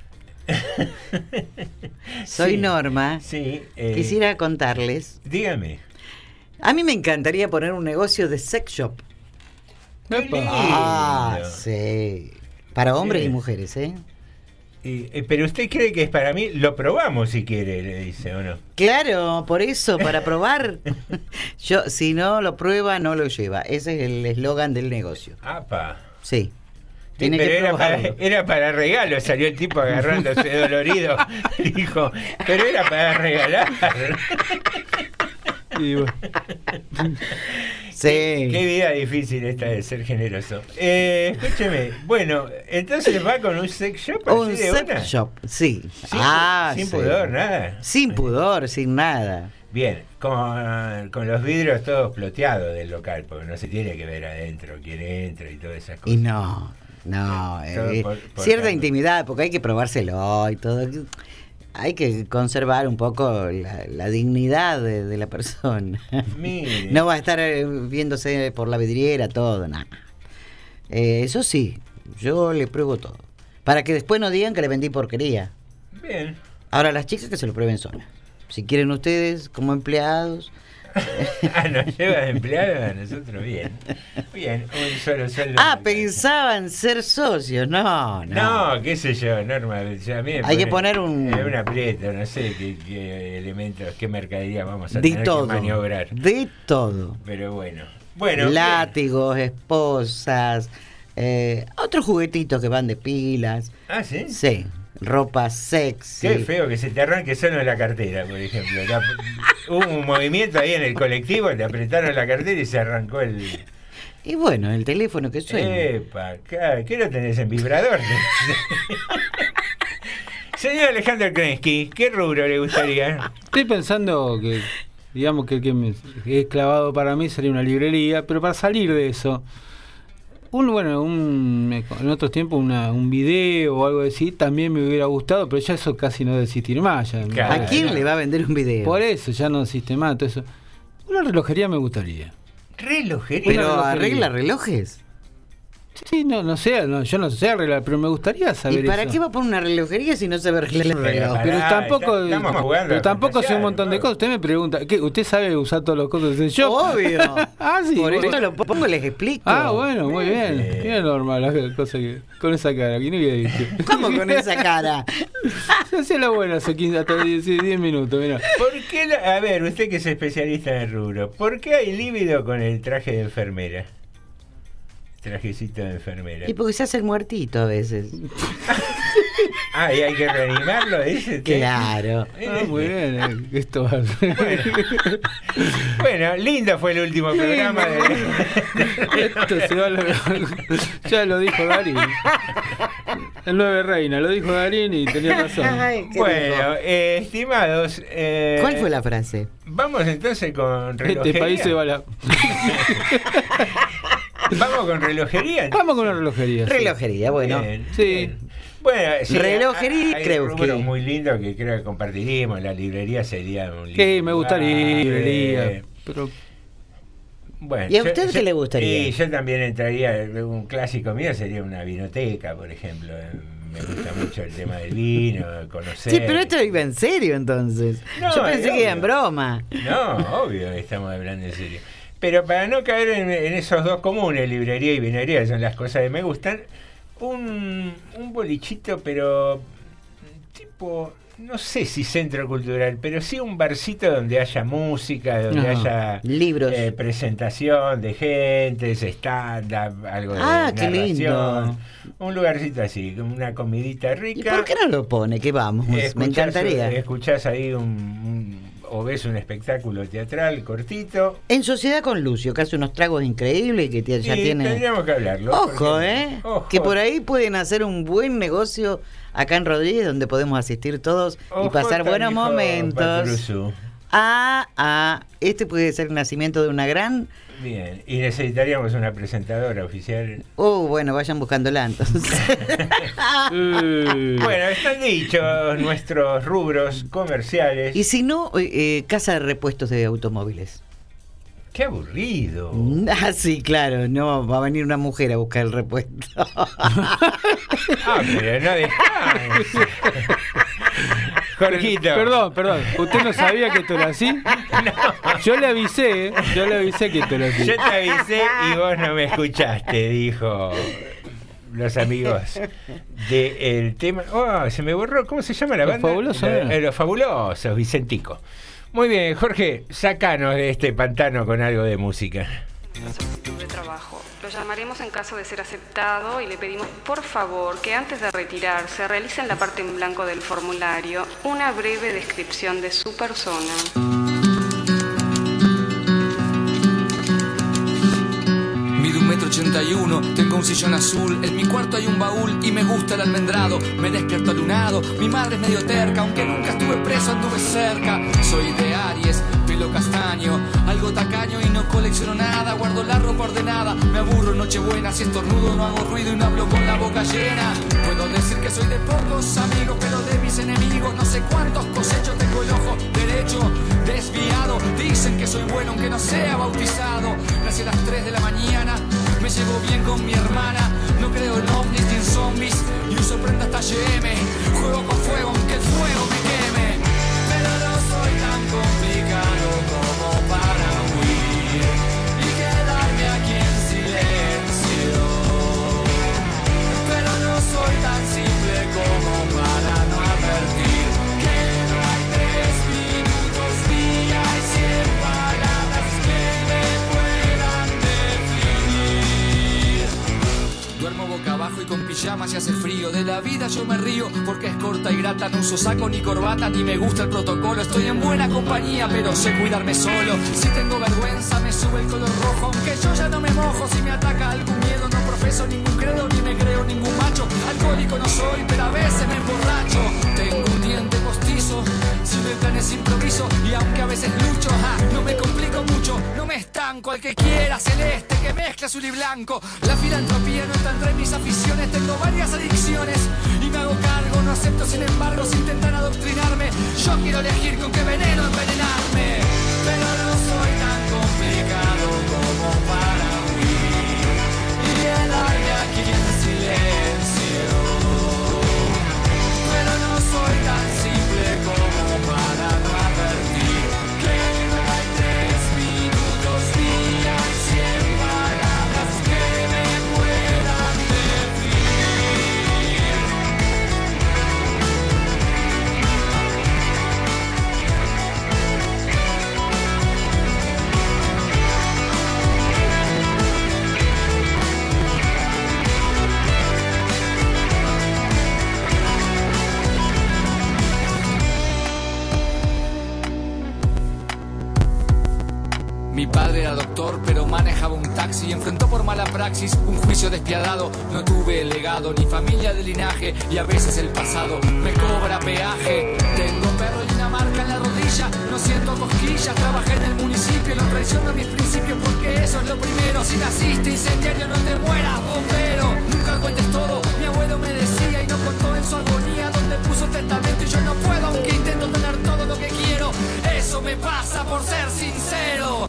Speaker 16: Soy
Speaker 18: sí,
Speaker 16: Norma.
Speaker 18: Sí, eh,
Speaker 16: quisiera contarles.
Speaker 18: Dígame.
Speaker 16: A mí me encantaría poner un negocio de sex shop. Ah, sí. Para hombres sí. y mujeres, ¿eh?
Speaker 18: Y, eh, pero usted cree que es para mí, lo probamos si quiere, le dice, ¿o no?
Speaker 16: Claro, por eso, para probar. Yo, si no lo prueba, no lo lleva. Ese es el eslogan del negocio.
Speaker 18: ¡Apa!
Speaker 16: Sí.
Speaker 18: Sí, pero que era, para, era para regalo, salió el tipo agarrándose dolorido. Dijo, pero era para regalar.
Speaker 16: Sí.
Speaker 18: Qué, qué vida difícil esta de ser generoso. Eh, escúcheme, bueno, entonces va con un sex shop.
Speaker 16: Un
Speaker 18: así de
Speaker 16: sex
Speaker 18: una?
Speaker 16: shop, sí.
Speaker 18: Sin,
Speaker 16: ah,
Speaker 18: sin
Speaker 16: sí.
Speaker 18: pudor, nada.
Speaker 16: Sin pudor, sin nada.
Speaker 18: Bien, con, con los vidrios todos ploteados del local, porque no se tiene que ver adentro quién entra y todas esas cosas.
Speaker 16: Y no, no, eh, por, por cierta tanto. Intimidad, porque hay que probárselo y todo. Hay que conservar un poco la, la dignidad de, de la persona.
Speaker 18: Mire.
Speaker 16: No va a estar viéndose por la vidriera todo, nada. Eh, eso sí, yo le pruebo todo. Para que después no digan que le vendí porquería.
Speaker 18: Bien.
Speaker 16: Ahora las chicas que se lo prueben solas. Si quieren ustedes como empleados.
Speaker 18: Ah, nos lleva de empleados a nosotros, bien. Bien, un solo sueldo.
Speaker 16: Ah, pensaban ser socios, no,
Speaker 18: no. No, qué sé yo, Norma. A mí
Speaker 16: Hay
Speaker 18: pone,
Speaker 16: que poner un.
Speaker 18: Un aprieto, no sé qué, qué elementos, qué mercadería vamos a
Speaker 16: de
Speaker 18: tener
Speaker 16: todo,
Speaker 18: que maniobrar.
Speaker 16: De todo.
Speaker 18: Pero bueno. bueno
Speaker 16: Látigos, bien. Esposas, eh, otros juguetitos que van de pilas.
Speaker 18: Ah, sí.
Speaker 16: Sí. Ropa sexy.
Speaker 18: Qué feo que se te arranque solo en la cartera, por ejemplo. La, hubo un movimiento ahí en el colectivo, le apretaron la cartera y se arrancó el...
Speaker 16: Y bueno, el teléfono que suena.
Speaker 18: Epa, ¿qué lo tenés en vibrador? Señor Alejandro Krensky, ¿qué rubro le gustaría?
Speaker 17: Estoy pensando que, digamos que el que me es clavado para mí sería una librería, pero para salir de eso... Un, bueno, un, en otros tiempos una, un video o algo así también me hubiera gustado, pero ya eso casi no debe existir más. Ya,
Speaker 16: claro, ¿a quién ya, le va a vender un video?
Speaker 17: Por eso, ya no existe más todo eso. Una relojería me gustaría.
Speaker 18: ¿Relojería?
Speaker 16: ¿Pero relojería. Arregla relojes?
Speaker 17: Sí, no, no sé, no, yo no sé arreglar, pero me gustaría saber.
Speaker 16: ¿Y para
Speaker 17: eso.
Speaker 16: qué va a poner una relojería si no sabe arreglar el reloj?
Speaker 17: Pero tampoco, pero tampoco sé un montón de cosas. Usted me pregunta, ¿qué? ¿Usted sabe usar todas las cosas del shop?
Speaker 16: Obvio.
Speaker 17: Ah, sí.
Speaker 16: Por eso lo pongo y les explico.
Speaker 17: Ah, bueno, muy bien. Bien normal la cosa que con esa cara, que no había dicho.
Speaker 16: ¿Cómo con esa cara?
Speaker 17: Se hacía la buena hace quince, hasta diez minutos, mira.
Speaker 18: ¿Por qué la, a ver, usted que es especialista en el rubro, ¿por qué hay líbido con el traje de enfermera? trajecito de enfermera.
Speaker 16: Y porque se hace el muertito a veces.
Speaker 18: Ah, y hay que reanimarlo, dice.
Speaker 16: Claro.
Speaker 17: Ah, muy bien, eh, esto va a
Speaker 18: ser. Bueno. Bueno, lindo fue el último programa de...
Speaker 17: Esto se va a lo... Ya lo dijo Darín. El nueve reina, lo dijo Darín y tenía razón.
Speaker 18: Ay, bueno, eh, estimados. Eh,
Speaker 16: ¿Cuál fue la frase?
Speaker 18: Vamos entonces con relojería.
Speaker 17: Este país se va a la...
Speaker 18: Vamos con relojería.
Speaker 17: Vamos con la relojería.
Speaker 16: Relojería, sí. Bueno.
Speaker 18: Bien,
Speaker 17: sí.
Speaker 18: Bien. Bueno, sí,
Speaker 16: relojería,
Speaker 18: hay,
Speaker 16: creo
Speaker 18: hay
Speaker 16: que.
Speaker 18: muy lindo que creo que compartiríamos. La librería sería un lindo.
Speaker 17: Sí, me gustaría
Speaker 18: lugar,
Speaker 17: librería.
Speaker 18: Eh,
Speaker 17: pero...
Speaker 16: Bueno, ¿y a usted yo, qué yo, le gustaría?
Speaker 18: Sí, yo también entraría. Un clásico mío sería una vinoteca, por ejemplo. Me gusta mucho el tema del vino, conocer.
Speaker 16: Sí, pero esto iba en serio entonces. No, yo pensé que iba en broma.
Speaker 18: No, obvio, estamos hablando en serio. Pero para no caer en, en esos dos comunes, librería y vinería, son las cosas que me gustan. Un, un bolichito, pero tipo, no sé si centro cultural, pero sí un barcito donde haya música, donde no, haya
Speaker 16: libros,
Speaker 18: eh, presentación de gente, stand-up, algo
Speaker 16: ah,
Speaker 18: de
Speaker 16: qué
Speaker 18: narración.
Speaker 16: Lindo.
Speaker 18: Un lugarcito así, una comidita rica.
Speaker 16: ¿Y por qué no lo pone? Que vamos, escuchás, me encantaría.
Speaker 18: Escuchás ahí un, un o ves un espectáculo teatral cortito.
Speaker 16: En sociedad con Lucio, que hace unos tragos increíbles que ya
Speaker 18: sí,
Speaker 16: tiene.
Speaker 18: Tendríamos que hablarlo.
Speaker 16: Ojo,
Speaker 18: porque...
Speaker 16: ¿eh?
Speaker 18: Ojo.
Speaker 16: Que por ahí pueden hacer un buen negocio acá en Rodríguez, donde podemos asistir todos Ojo, y pasar buenos momentos. Ah, ah, este puede ser el nacimiento de una gran.
Speaker 18: Bien, y necesitaríamos una presentadora oficial.
Speaker 16: Oh, bueno, vayan buscándola entonces.
Speaker 18: Bueno, están dichos nuestros rubros comerciales.
Speaker 16: Y si no, eh, casa de repuestos de automóviles.
Speaker 18: ¡Qué aburrido!
Speaker 16: Ah, sí, claro, no, va a venir una mujer a buscar el repuesto.
Speaker 18: Ah, pero no descansa. Jorgito.
Speaker 17: Perdón, perdón. ¿Usted no sabía que esto era así?
Speaker 18: No.
Speaker 17: Yo le avisé, yo le avisé que esto era así.
Speaker 18: Yo te avisé y vos no me escuchaste, dijo los amigos del tema. Oh, se me borró. ¿Cómo se llama la
Speaker 17: los
Speaker 18: banda?
Speaker 17: Fabulosos,
Speaker 18: la, eh, los Fabulosos, Vicentico. Muy bien, Jorge, sacanos de este pantano con algo de música.
Speaker 19: De trabajo. Lo llamaremos en caso de ser aceptado y le pedimos por favor que antes de retirarse realice en la parte en blanco del formulario una breve descripción de su persona.
Speaker 20: Mido un metro ochenta y uno, tengo un sillón azul, en mi cuarto hay un baúl y me gusta el almendrado. Me despierto lunado, mi madre es medio terca, aunque nunca estuve preso anduve cerca. Soy de Aries, pelo castaño, algo tacaño y no colecciono nada. Guardo la ropa ordenada, me aburro en Nochebuena, si estornudo no hago ruido y no hablo con la boca llena. Puedo decir que soy de pocos amigos, pero de mis enemigos no sé cuántos cosecho. Tengo el ojo derecho desviado, dicen que soy bueno aunque no sea bautizado. Nací a las tres de la mañana, me llevo bien con mi hermana. No creo en ovnis ni en zombies y uso prenda hasta H M. Juego con fuego aunque el fuego me queme, pero no soy tan complicado como para huir y quedarme aquí en silencio. Pero no soy tan simple como para no advertir que no hay tres minutos ni hay cien palabras que me puedan definir. Duermo boca abajo y con pijama si hace frío. De la vida yo me río porque es corta y grata. No uso saco ni corbata ni me gusta el protocolo. Estoy en buena compañía pero sé cuidarme solo. Si tengo vergüenza me sube el color rojo, aunque yo ya no me mojo. Si me ataca algún miedo no profeso ningún credo ni me creo ningún macho. Alcohólico no soy pero a veces me emborracho. Tengo un diente postizo, si me planes improviso y aunque a veces lucho, ja, no me complico mucho. No me estanco, al que quiera celeste que mezcla azul y blanco. La filantropía no está entre mis aficiones. Tengo varias adicciones y me hago cargo. No acepto sin embargo si intentan adoctrinarme. Yo quiero elegir con qué veneno envenenarme, pero no soy tan complicado como para huir y quedarme aquí en silencio. Pero no soy tan simple como para no advertir que no hay tres minutos ni hay cien palabras que me puedan definir. Mi padre era doctor, pero manejaba un taxi y enfrentó por mala praxis un juicio despiadado. No tuve legado ni familia de linaje y a veces el pasado me cobra peaje. Tengo perro y una marca en la rodilla, no siento cosquillas. Trabajé en el municipio, no traiciono mis principios porque eso es lo primero. Si naciste incendiario, no te mueras, bombero. Nunca cuentes todo, mi abuelo me decía y no contó en su agonía donde puso testamento y yo no puedo aunque intento tener todo lo que quiero. Eso me pasa por ser sincero.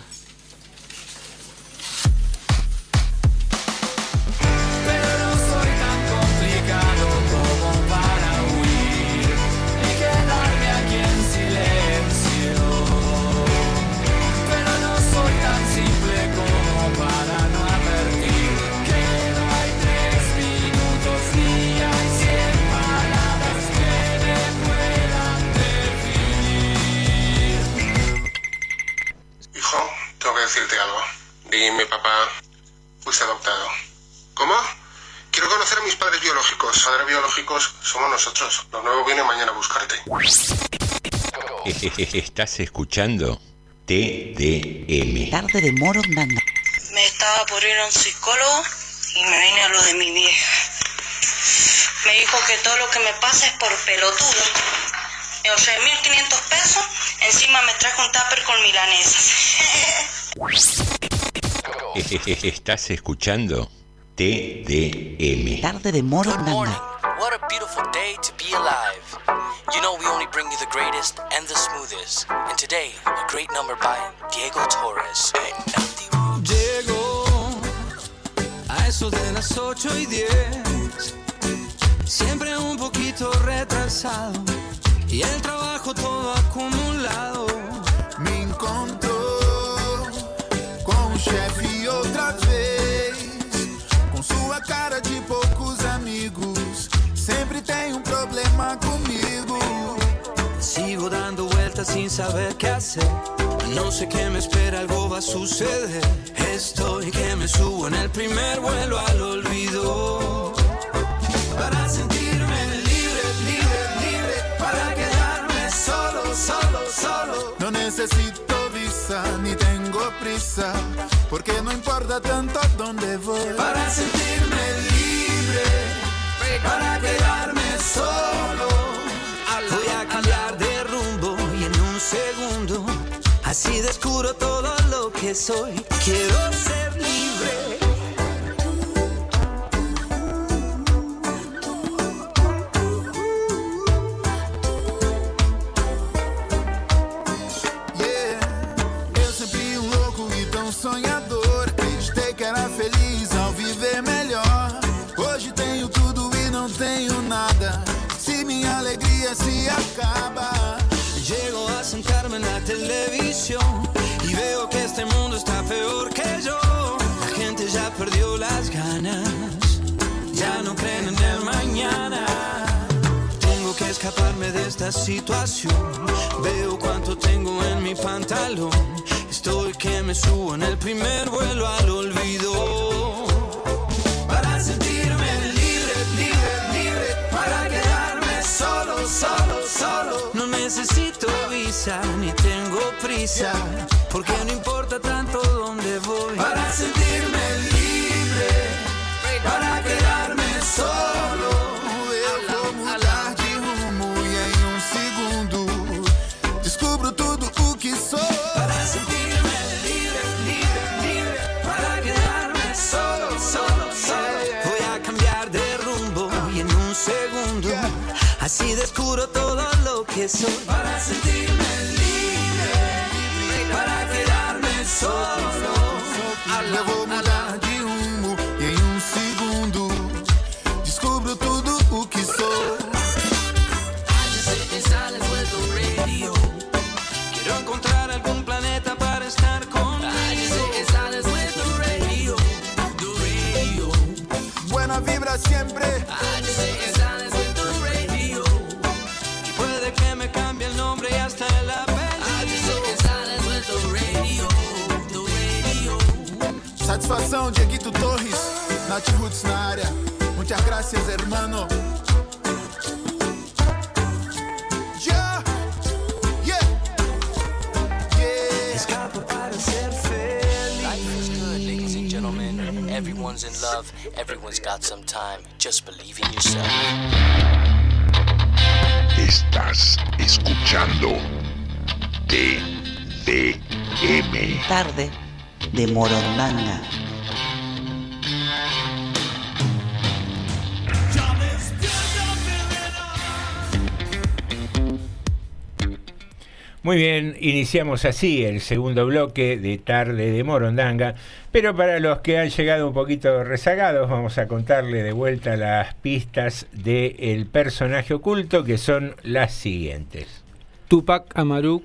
Speaker 21: Decirte algo. Dime, papá, fuiste adoptado. ¿Cómo? Quiero conocer a mis padres biológicos. Padres biológicos somos nosotros. Los nuevos vienen mañana a buscarte.
Speaker 18: Estás escuchando T D M.
Speaker 1: Tarde de Moro Danga.
Speaker 22: Me estaba por ir a un psicólogo y me vine a lo de mi vieja. Me dijo que todo lo que me pasa es por pelotudo. Me ahorré mil quinientos pesos, encima me trajo un tupper con milanesas.
Speaker 18: Estás escuchando T D M.
Speaker 1: Tarde de Moro Danga.
Speaker 23: What a beautiful day to be alive. You know we only bring you the greatest and the smoothest. And today, a great number by Diego Torres.
Speaker 24: Llego a eso de las ocho y diez, siempre un poquito retrasado y el trabajo todo acumulado.
Speaker 25: Me encontró com o chefe outra vez, com sua cara de poucos amigos, sempre tem um problema comigo.
Speaker 24: Sigo dando vueltas sin saber qué hacer, no sé qué me espera, algo va a suceder. Estoy que me subo en el primer vuelo al olvido, para sentirme libre, libre, libre, para quedarme solo, solo, solo.
Speaker 25: No necesito visa ni tengo prisa, porque no importa tanto dónde voy.
Speaker 24: Para sentirme libre, para quedarme solo, voy a cambiar de rumbo y en un segundo así descubro todo lo que soy. Quiero ser libre.
Speaker 25: Sonhador, acreditei que era feliz ao viver melhor. Hoje tenho tudo e não tenho nada. Se minha alegria se acaba.
Speaker 24: Llego a sentarme en la televisión y veo que este mundo está peor que yo. La gente ya perdió las ganas, ya no creen en el mañana. Tengo que escaparme de esta situación. Veo cuánto tengo en mi pantalón. Estoy que me subo en el primer vuelo al olvido,
Speaker 25: para sentirme libre, libre, libre, para quedarme solo, solo, solo.
Speaker 24: No necesito visa ni tengo prisa, porque no importa tanto dónde voy.
Speaker 25: Para sentirme libre, para quedarme solo. Eu vou mudar de rumo e em um segundo descubro tudo o que sou.
Speaker 24: Para sentirme libre, libre, libre, para quedarme solo, solo, solo. Voy a cambiar de rumbo y en un segundo así descubro todo lo que soy.
Speaker 25: Para sentirme libre, para quedarme solo. Eu vou mudar de rumo e em um segundo descubro tudo o que sou.
Speaker 24: Quiero encontrar algún planeta para estar contigo.
Speaker 25: Buena vibra siempre.
Speaker 24: Y puede que me cambie el nombre y hasta el apellido.
Speaker 25: Satisfação, Dieguito Torres, Nath Roots na área. Muchas gracias, hermano.
Speaker 24: Escapo para ser
Speaker 23: everyone's in love, everyone's got some time. Just believe in yourself.
Speaker 2: Estás escuchando T D M.
Speaker 1: Tarde de Morondanga.
Speaker 18: Muy bien, iniciamos así el segundo bloque de Tarde de Morondanga, pero para los que han llegado un poquito rezagados, vamos a contarle de vuelta las pistas del personaje oculto, que son las siguientes.
Speaker 17: Tupac Amaru,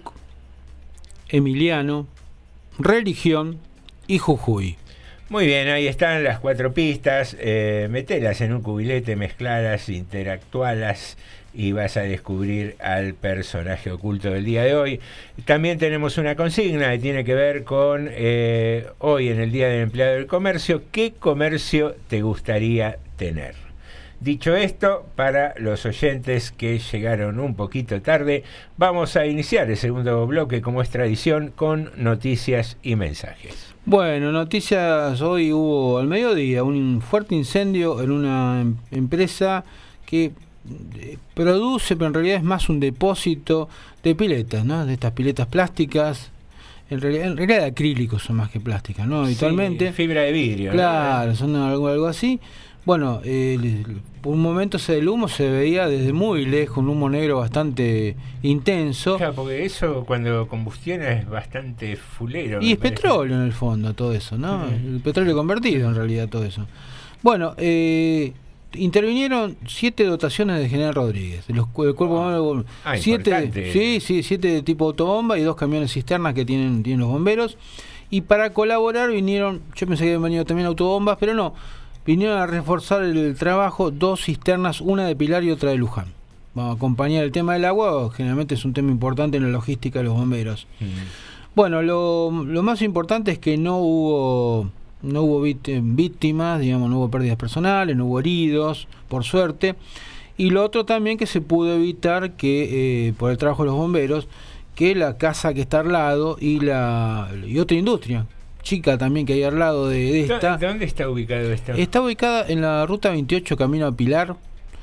Speaker 17: Emiliano, religión y Jujuy.
Speaker 18: Muy bien, ahí están las cuatro pistas, eh, metelas en un cubilete, mezclalas, interactualas, y vas a descubrir al personaje oculto del día de hoy. También tenemos una consigna que tiene que ver con eh, hoy, en el Día del Empleado del Comercio. ¿Qué comercio te gustaría tener? Dicho esto, para los oyentes que llegaron un poquito tarde, vamos a iniciar el segundo bloque, como es tradición, con noticias y mensajes.
Speaker 17: Bueno, noticias. Hoy hubo al mediodía un fuerte incendio en una em- empresa que produce, pero en realidad es más un depósito de piletas, ¿no? De estas piletas plásticas, en realidad, en realidad de acrílicos son más que plásticas, ¿no? Habitualmente.
Speaker 18: Sí, fibra de vidrio.
Speaker 17: Claro,
Speaker 18: ¿no?
Speaker 17: Son algo, algo así. Bueno, eh, por un momento ese del humo se veía desde muy lejos, un humo negro bastante intenso.
Speaker 18: Claro, porque eso cuando combustiona es bastante fulero.
Speaker 17: Y es
Speaker 18: parece.
Speaker 17: petróleo en el fondo todo eso, ¿no?
Speaker 18: Sí.
Speaker 17: El petróleo convertido en realidad todo eso. Bueno, eh... intervinieron siete dotaciones de General Rodríguez, de los del cuerpo humano.
Speaker 18: Ah,
Speaker 17: siete,
Speaker 18: importante.
Speaker 17: sí, sí, siete de tipo autobomba y dos camiones cisternas que tienen, tienen los bomberos. Y para colaborar vinieron, yo pensé que habían venido también autobombas, pero no, vinieron a reforzar el trabajo dos cisternas, una de Pilar y otra de Luján. Vamos a acompañar el tema del agua, generalmente es un tema importante en la logística de los bomberos. Mm. Bueno, lo, lo más importante es que no hubo no hubo víctimas, digamos, no hubo pérdidas personales, no hubo heridos, por suerte. Y lo otro también que se pudo evitar que, eh, por el trabajo de los bomberos, que la casa que está al lado y la y otra industria chica también que hay al lado de, de esta.
Speaker 18: ¿Dónde está ubicado esto?
Speaker 17: Está ubicada en la ruta veintiocho, camino a Pilar,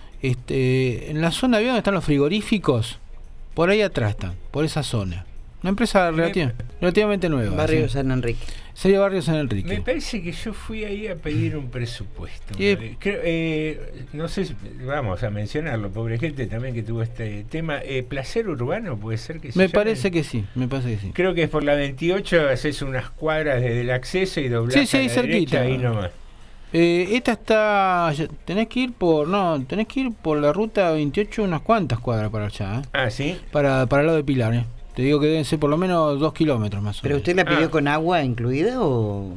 Speaker 17: este, en la zona de donde están los frigoríficos, por ahí atrás están, por esa zona. Una empresa relativa, relativamente nueva.
Speaker 16: Barrio
Speaker 17: ¿sí?
Speaker 16: San Enrique.
Speaker 17: Sería Barrio San Enrique.
Speaker 18: Me parece que yo fui ahí a pedir un presupuesto.
Speaker 17: Eh,
Speaker 18: Creo, eh, no sé, si, vamos a mencionarlo, pobre gente también que tuvo este tema. Eh, Placer Urbano, puede ser que se
Speaker 17: Me
Speaker 18: llame?
Speaker 17: parece que sí, me parece que sí.
Speaker 18: Creo que es por la veintiocho, haces unas cuadras desde el acceso y doblás
Speaker 17: sí, sí,
Speaker 18: a la
Speaker 17: cerquita.
Speaker 18: derecha, ahí nomás.
Speaker 17: Eh, esta está, tenés que ir por, no, tenés que ir por la ruta veintiocho unas cuantas cuadras para allá, ¿eh?
Speaker 18: Ah, ¿sí?
Speaker 17: Para, para el lado de Pilar, ¿eh? Te digo que deben ser por lo menos dos kilómetros más o menos.
Speaker 16: ¿Pero usted la pidió
Speaker 18: Ah.
Speaker 16: con agua incluida o...?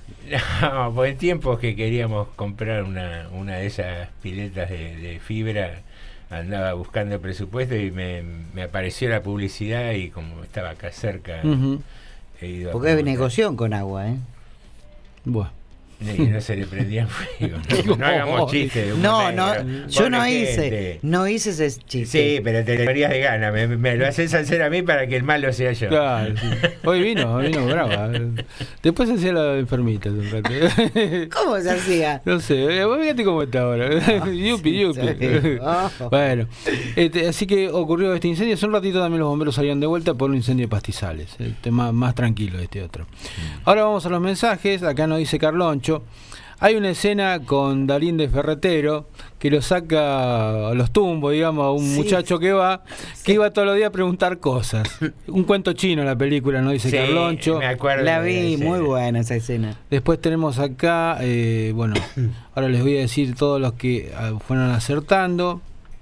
Speaker 18: No, pues en tiempos que queríamos comprar una, una de esas piletas de, de fibra, andaba buscando presupuesto y me, me apareció la publicidad y como estaba acá cerca,
Speaker 17: uh-huh.
Speaker 18: he ido a
Speaker 16: Porque es
Speaker 18: preguntar.
Speaker 16: negoción con agua, ¿eh?
Speaker 17: Bueno.
Speaker 18: Y no se le prendían fuego. No, no hagamos chistes. de humor
Speaker 16: No,
Speaker 18: negro.
Speaker 16: no, yo no
Speaker 18: Pobre
Speaker 16: hice,
Speaker 18: gente.
Speaker 16: no hice ese chiste.
Speaker 18: Sí, pero te lo harías de gana. Me, me lo haces hacer a mí para que el malo sea yo.
Speaker 17: Claro, sí. Hoy vino, hoy vino brava. Después se hacía la enfermita un rato.
Speaker 16: ¿Cómo se hacía?
Speaker 17: No sé, vos fíjate cómo está ahora. Yupi, yupi.
Speaker 16: Oh.
Speaker 17: Bueno, este, así que ocurrió este incendio. Hace un ratito también los bomberos salían de vuelta por un incendio de pastizales. El tema más tranquilo este otro. Ahora vamos a los mensajes. Acá nos dice Carloncho. Hay una escena con Darín de Ferretero que lo saca a los tumbos, digamos, a un sí, muchacho que va, sí. que iba todos los días a preguntar cosas. Un cuento chino la película, ¿no? Dice sí, Carloncho.
Speaker 18: Me acuerdo.
Speaker 16: La vi, muy buena esa escena.
Speaker 17: Después tenemos acá, eh, bueno, ahora les voy a decir todos los que uh, fueron acertando.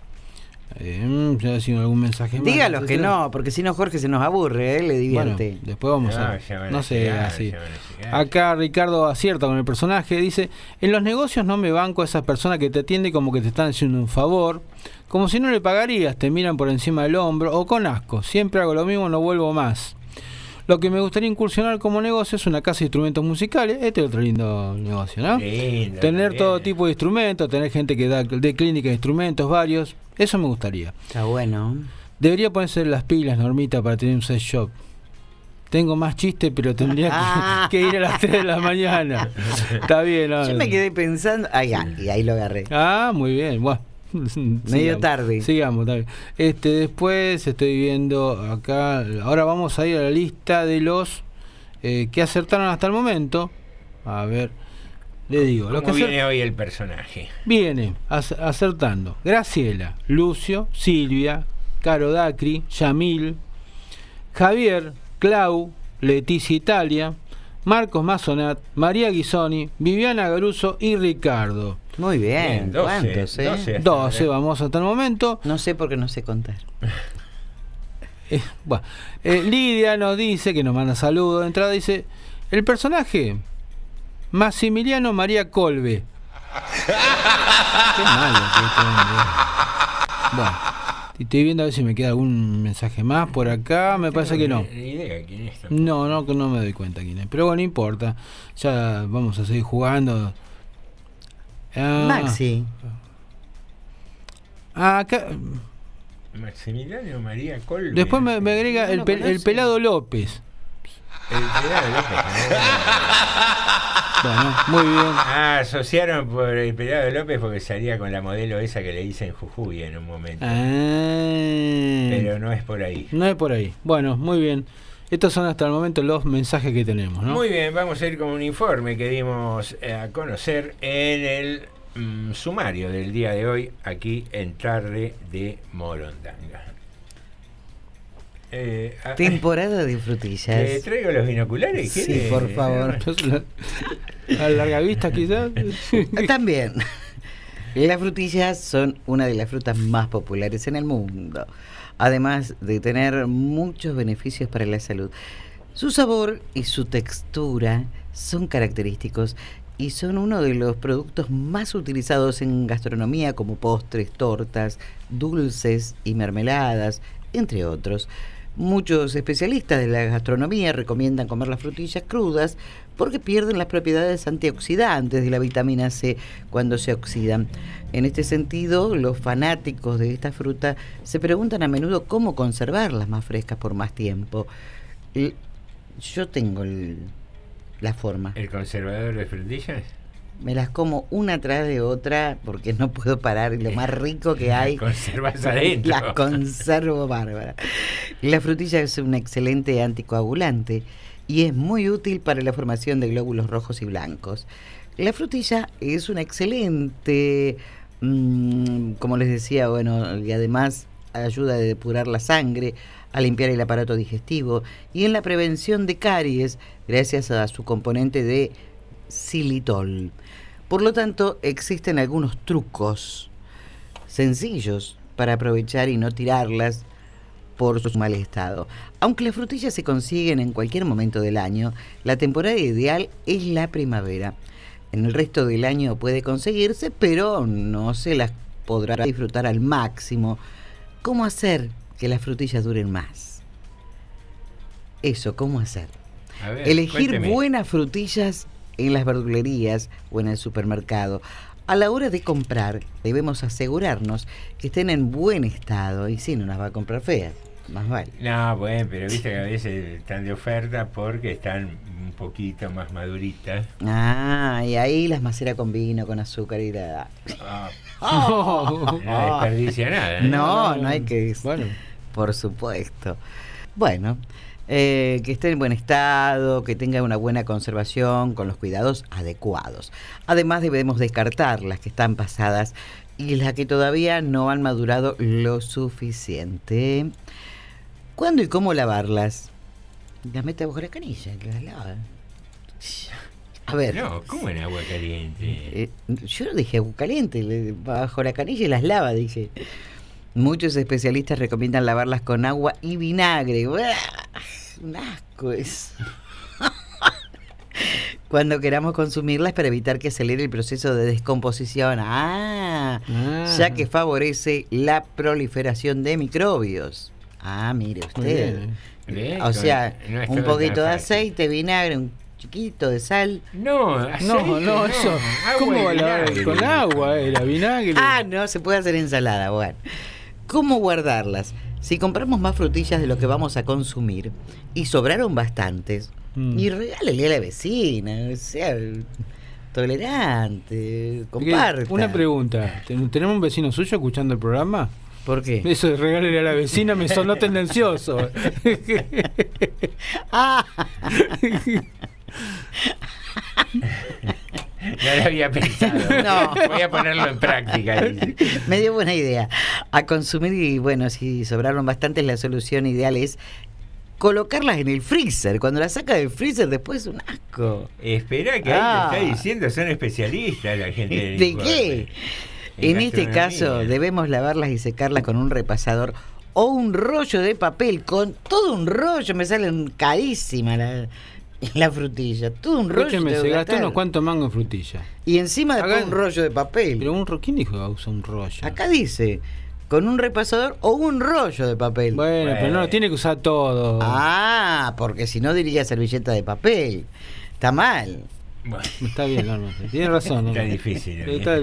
Speaker 17: Eh, ya ha sido algún mensaje más.
Speaker 16: Dígalos que no, porque si no Jorge se nos aburre, ¿eh? Le divierte.
Speaker 17: Bueno, después vamos a,
Speaker 18: no,
Speaker 17: no sé,
Speaker 18: llegar,
Speaker 17: así. Acá Ricardo acierta con el personaje, dice: en los negocios no me banco a esas personas que te atienden como que te están haciendo un favor, como si no le pagarías, te miran por encima del hombro o con asco. Siempre hago lo mismo, no vuelvo más. Lo que me gustaría incursionar como negocio es una casa de instrumentos musicales. Este es otro lindo negocio, ¿no?
Speaker 18: Lindo,
Speaker 17: tener
Speaker 18: bien.
Speaker 17: todo tipo de instrumentos, tener gente que da de clínica de instrumentos varios. Eso me gustaría.
Speaker 16: Está bueno.
Speaker 17: Debería ponerse las pilas, Normita, para tener un sex shop. Tengo más chiste, pero tendría
Speaker 16: Ah.
Speaker 17: que, que ir a las tres de la mañana. Está bien, ¿no?
Speaker 16: Yo me quedé pensando. Ah, ya, y ahí lo agarré.
Speaker 17: Ah, muy bien. Bueno,
Speaker 16: Medio
Speaker 17: sigamos,
Speaker 16: tarde.
Speaker 17: Sigamos, está bien. Este, después estoy viendo acá. Ahora vamos a ir a la lista de los eh, que acertaron hasta el momento. A ver, le digo.
Speaker 18: ¿Cómo
Speaker 17: Lo que
Speaker 18: viene
Speaker 17: acer-
Speaker 18: hoy el personaje?
Speaker 17: Viene ac- acertando Graciela, Lucio, Silvia, Caro Dacri, Yamil, Javier, Clau, Leticia Italia, Marcos Mazonat, María Guisoni, Viviana Garuso y Ricardo.
Speaker 16: Muy bien.
Speaker 18: Bien, doce,
Speaker 16: ¿Cuántos, eh?
Speaker 18: doce.
Speaker 17: doce vamos hasta el momento.
Speaker 16: No sé por qué no sé contar.
Speaker 17: Eh, bueno, eh, Lidia nos dice, que nos manda saludos de entrada, dice, el personaje Maximiliano María Colbe. Qué malo que este hombre. Bueno, estoy viendo a ver si me queda algún mensaje más por acá. Me parece que no.
Speaker 18: Ni idea quién es tampoco.
Speaker 17: No, no, que no me doy cuenta quién es. Pero bueno, no importa. Ya vamos a seguir jugando. Ah,
Speaker 16: Maxi.
Speaker 17: ah, acá.
Speaker 18: Maximiliano María Colbe.
Speaker 17: Después me, me agrega
Speaker 16: ¿No
Speaker 17: el,
Speaker 16: lo
Speaker 17: pe- el
Speaker 16: conoce?
Speaker 17: pelado López.
Speaker 18: El pelado López.
Speaker 17: Bueno, muy bien.
Speaker 18: Ah, asociaron por el pelado López porque salía con la modelo esa que le hice en Jujuy en un momento.
Speaker 17: Ah,
Speaker 18: Pero no es por ahí.
Speaker 17: no es por ahí. Bueno, muy bien. Estos son hasta el momento los mensajes que tenemos, ¿no?
Speaker 18: Muy bien, vamos a ir con un informe que dimos eh, a conocer en el mm, sumario del día de hoy, aquí en Tarde de Morondanga. Eh, a-
Speaker 16: Temporada de frutillas.
Speaker 18: ¿Le traigo los binoculares?
Speaker 16: Sí,
Speaker 18: ¿Quiere?
Speaker 16: por favor.
Speaker 17: A larga vista, quizás.
Speaker 16: También. Las frutillas son una de las frutas más populares en el mundo, además de tener muchos beneficios para la salud. Su sabor y su textura son característicos y son uno de los productos más utilizados en gastronomía, como postres, tortas, dulces y mermeladas, entre otros. Muchos especialistas de la gastronomía recomiendan comer las frutillas crudas porque pierden las propiedades antioxidantes de la vitamina C cuando se oxidan. En este sentido, los fanáticos de esta fruta se preguntan a menudo cómo conservarlas más frescas por más tiempo. Y yo tengo el- la forma.
Speaker 18: ¿El conservador de frutillas?
Speaker 16: Me las como una tras de otra porque no puedo parar, y lo más rico que hay.
Speaker 18: Conservas adentro.
Speaker 16: Las conservo bárbara. La frutilla es un excelente anticoagulante y es muy útil para la formación de glóbulos rojos y blancos. La frutilla es una excelente, mmm, como les decía, bueno, y además ayuda a depurar la sangre, a limpiar el aparato digestivo y en la prevención de caries gracias a su componente de xilitol. Por lo tanto, existen algunos trucos sencillos para aprovechar y no tirarlas por su mal estado. Aunque las frutillas se consiguen en cualquier momento del año, la temporada ideal es la primavera. En el resto del año puede conseguirse, pero no se las podrá disfrutar al máximo. ¿Cómo hacer que las frutillas duren más? Eso, ¿cómo hacer?
Speaker 18: A ver,
Speaker 16: Elegir
Speaker 18: cuénteme.
Speaker 16: buenas frutillas en las verdulerías o en el supermercado. A la hora de comprar, debemos asegurarnos que estén en buen estado y si no las va a comprar feas, más vale.
Speaker 18: No, bueno, pero viste que a veces están de oferta porque están un poquito más maduritas.
Speaker 16: Ah, y ahí las macera con vino, con azúcar y la...
Speaker 18: Ah,
Speaker 16: Oh.
Speaker 18: no desperdicia nada. ¿eh?
Speaker 16: No, no hay que... Bueno, por supuesto. Bueno, eh, que esté en buen estado, que tenga una buena conservación con los cuidados adecuados. Además debemos descartar las que están pasadas y las que todavía no han madurado lo suficiente. ¿Cuándo y cómo lavarlas? Las mete bajo la canilla, que las lava. A ver.
Speaker 18: No, ¿cómo en agua caliente?
Speaker 16: Eh, yo dije agua caliente, le- bajo la canilla y las lava, dije. Muchos especialistas recomiendan lavarlas con agua y vinagre. ¡Uah! Un asco es. Cuando queramos consumirlas para evitar que acelere el proceso de descomposición. Ah,
Speaker 17: Ah.
Speaker 16: ya que favorece la proliferación de microbios. Ah, mire
Speaker 17: Muy
Speaker 16: usted.
Speaker 17: bien.
Speaker 18: Bien,
Speaker 16: O sea,
Speaker 18: no es
Speaker 16: un
Speaker 18: todo
Speaker 16: poquito
Speaker 18: tan
Speaker 16: de
Speaker 18: fácil.
Speaker 16: aceite, vinagre, un chiquito de sal.
Speaker 18: No,
Speaker 17: No,
Speaker 18: aceite,
Speaker 17: no, eso.
Speaker 18: agua
Speaker 17: ¿Cómo
Speaker 18: y
Speaker 17: va a lavar?
Speaker 18: vinagre.
Speaker 17: Con agua, era vinagre.
Speaker 16: Ah, no, se puede hacer ensalada. Bueno, ¿cómo guardarlas? Si compramos más frutillas de lo que vamos a consumir y sobraron bastantes, mm. y regálele a la vecina, sea tolerante, comparta.
Speaker 17: Una pregunta, ¿tenemos un vecino suyo escuchando el programa?
Speaker 16: ¿Por qué?
Speaker 17: Eso de regálele a la vecina me sonó tendencioso.
Speaker 16: Ah.
Speaker 18: No lo había pensado.
Speaker 16: No.
Speaker 18: Voy a ponerlo en práctica.
Speaker 16: Me dio buena idea. A consumir, y bueno, si sobraron bastantes, la solución ideal es colocarlas en el freezer. Cuando las saca del freezer, después es un asco.
Speaker 18: Espera, que
Speaker 16: Ah.
Speaker 18: ahí me está diciendo, son especialistas la gente del
Speaker 16: ¿De
Speaker 18: informe.
Speaker 16: qué?
Speaker 18: En
Speaker 16: En este
Speaker 18: gastronomía.
Speaker 16: caso, debemos lavarlas y secarlas con un repasador o un rollo de papel, con todo un rollo. Me salen carísima la, la frutilla. Todo un rollo.
Speaker 17: Escúcheme,
Speaker 16: tengo
Speaker 17: se
Speaker 16: que
Speaker 17: gastó
Speaker 16: gastar.
Speaker 17: unos cuantos mangos en frutilla.
Speaker 16: Y encima después
Speaker 17: Acá-
Speaker 16: un rollo de papel.
Speaker 17: Pero un ro- ¿quién dijo que va a usar un rollo?
Speaker 16: Acá dice, con un repasador o un rollo de papel.
Speaker 17: Bueno, pero no lo tiene que usar todo.
Speaker 16: Ah, porque si no diría servilleta de papel. Está mal.
Speaker 18: Bueno,
Speaker 17: Está bien, Norma. Tiene razón.
Speaker 18: está
Speaker 17: Norma.
Speaker 18: difícil. ¿eh?
Speaker 17: Está-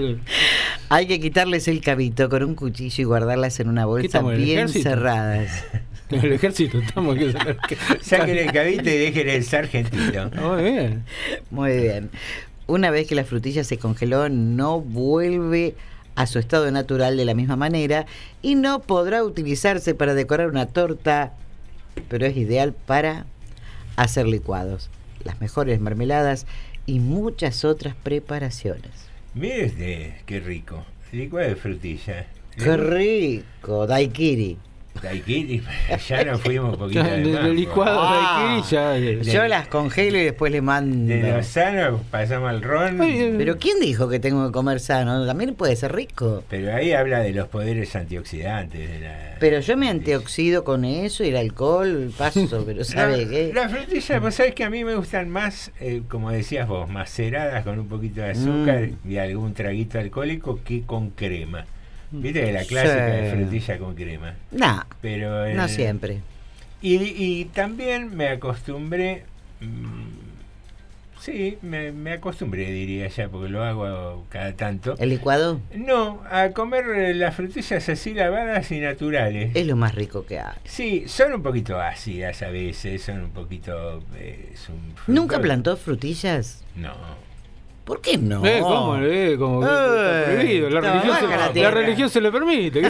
Speaker 16: Hay que quitarles el cabito con un cuchillo y guardarlas en una bolsa
Speaker 17: estamos, en el
Speaker 16: bien
Speaker 17: ejército?
Speaker 16: cerradas.
Speaker 17: En el ejército estamos. Que sacar-
Speaker 18: Saquen el cabito y dejen el sargentito.
Speaker 17: Muy bien.
Speaker 16: Muy bien. Una vez que la frutilla se congeló, no vuelve a su estado natural de la misma manera y no podrá utilizarse para decorar una torta, pero es ideal para hacer licuados, las mejores mermeladas y muchas otras preparaciones.
Speaker 18: Mire usted, qué rico. Licuado de frutilla.
Speaker 16: ¡Qué rico! Daiquiri.
Speaker 18: Daiquiri, ya nos fuimos un poquito de
Speaker 17: De- de
Speaker 18: mambo.
Speaker 17: licuado
Speaker 16: Ah,
Speaker 17: daiquiri ya. de-
Speaker 16: Yo las congelo y después le mando.
Speaker 18: De lo sano pasamos al ron.
Speaker 16: Pero ¿quién dijo que tengo que comer sano? También puede ser rico.
Speaker 18: Pero ahí habla de los poderes antioxidantes. De la...
Speaker 16: Pero yo me antioxido con eso y el alcohol paso, pero ¿sabe
Speaker 18: la,
Speaker 16: qué?
Speaker 18: La frutilla, vos sabés que a mí me gustan más, eh, como decías vos, maceradas con un poquito de azúcar
Speaker 16: Mm.
Speaker 18: y algún traguito alcohólico que con crema. Viste que la clásica
Speaker 16: Sí.
Speaker 18: de frutilla con crema.
Speaker 16: No,
Speaker 18: Pero
Speaker 16: no
Speaker 18: eh,
Speaker 16: siempre.
Speaker 18: Y, y también me acostumbré, mm, sí, me, me acostumbré diría ya, porque lo hago cada tanto.
Speaker 16: ¿El licuado?
Speaker 18: No, a comer eh, las frutillas así lavadas y naturales.
Speaker 16: Es lo más rico que hay.
Speaker 18: Sí, son un poquito ácidas a veces, son un poquito... eh, es un fruto-
Speaker 16: ¿Nunca plantó frutillas?
Speaker 18: No.
Speaker 16: ¿Por qué no?
Speaker 17: Eh, ¿cómo? Eh, como que está
Speaker 16: Eh,
Speaker 17: prohibido. La,
Speaker 16: está
Speaker 17: religión,
Speaker 16: baja
Speaker 17: se,
Speaker 16: la
Speaker 17: la
Speaker 16: tierra.
Speaker 17: religión se lo permite.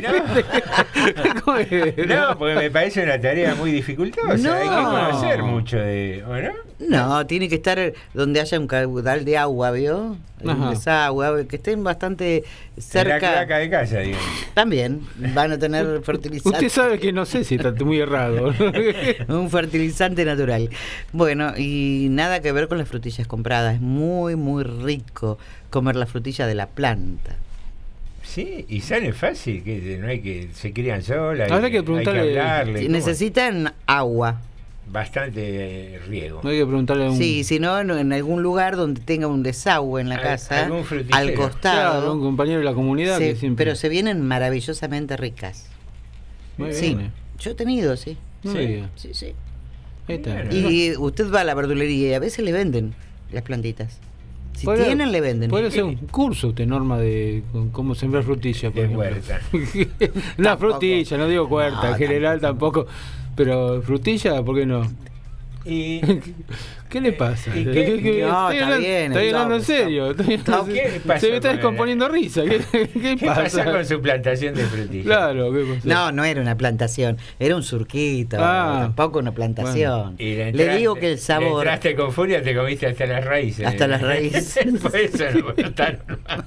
Speaker 17: ¿Cómo es?
Speaker 18: No, porque me parece una tarea muy dificultosa.
Speaker 16: No.
Speaker 18: Hay que conocer mucho de... ¿O no?
Speaker 16: No, tiene que estar donde haya un caudal de agua, ¿vio? Un
Speaker 17: Ajá.
Speaker 16: desagüe, que estén bastante
Speaker 18: En la
Speaker 16: cerca.
Speaker 18: cloaca de casa, digamos.
Speaker 16: También van a tener fertilizante.
Speaker 17: Usted sabe que no sé si está muy errado.
Speaker 16: Un fertilizante natural. Bueno, y nada que ver con las frutillas compradas. Es muy, muy rico comer la frutilla de la planta.
Speaker 18: Sí, y sale fácil, que no hay que... Se crían solas.
Speaker 17: Habrá
Speaker 18: y
Speaker 17: que preguntarle-
Speaker 18: Hay que hablarle.
Speaker 16: Si
Speaker 18: ¿cómo?
Speaker 16: necesitan agua.
Speaker 18: Bastante eh, riego.
Speaker 17: No hay que preguntarle a un,
Speaker 16: Sí, si no, en, en algún lugar donde tenga un desagüe en la
Speaker 18: Al-
Speaker 16: casa,
Speaker 18: algún frutillero.
Speaker 16: al costado.
Speaker 17: claro, un compañero de la comunidad.
Speaker 16: se-
Speaker 17: que siempre...
Speaker 16: Pero se vienen maravillosamente ricas.
Speaker 17: Muy
Speaker 16: Sí,
Speaker 17: bien.
Speaker 16: yo he tenido, sí.
Speaker 17: No
Speaker 18: Sí.
Speaker 17: me diga.
Speaker 16: Sí, sí.
Speaker 17: Ahí está.
Speaker 16: Y usted va a la verdulería y a veces le venden las plantitas. Si
Speaker 17: Podría-
Speaker 16: tienen, le venden.
Speaker 17: Podría hacer un curso usted, Norma, de con cómo sembrar frutilla, por
Speaker 18: De
Speaker 17: ejemplo.
Speaker 18: huerta.
Speaker 17: No,
Speaker 16: Tampoco.
Speaker 17: frutilla, no digo huerta,
Speaker 16: No,
Speaker 17: en general tampoco. Pero frutilla, ¿por qué no?
Speaker 18: Y...
Speaker 17: ¿Qué le pasa?
Speaker 18: ¿Y qué?
Speaker 17: ¿Qué- qué-
Speaker 16: No,
Speaker 17: estoy
Speaker 16: está
Speaker 17: hablando-
Speaker 16: bien,
Speaker 17: Estoy
Speaker 16: está-
Speaker 17: hablando en serio. estoy hablando-
Speaker 18: ¿Qué le pasa
Speaker 17: Se me está
Speaker 18: con
Speaker 17: descomponiendo risa. ¿Qué, qué
Speaker 18: ¿Qué
Speaker 17: pasa?
Speaker 18: pasa con su plantación de frutillas?
Speaker 17: Claro, ¿qué pasa?
Speaker 16: No, no era una plantación, era un surquito,
Speaker 17: Ah.
Speaker 16: tampoco una plantación.
Speaker 18: Y
Speaker 16: Le
Speaker 18: entraste-
Speaker 16: digo que el
Speaker 18: le
Speaker 16: sabor,
Speaker 18: entraste con furia, te comiste hasta las raíces.
Speaker 16: Hasta las raíces.
Speaker 18: Por eso no votaron.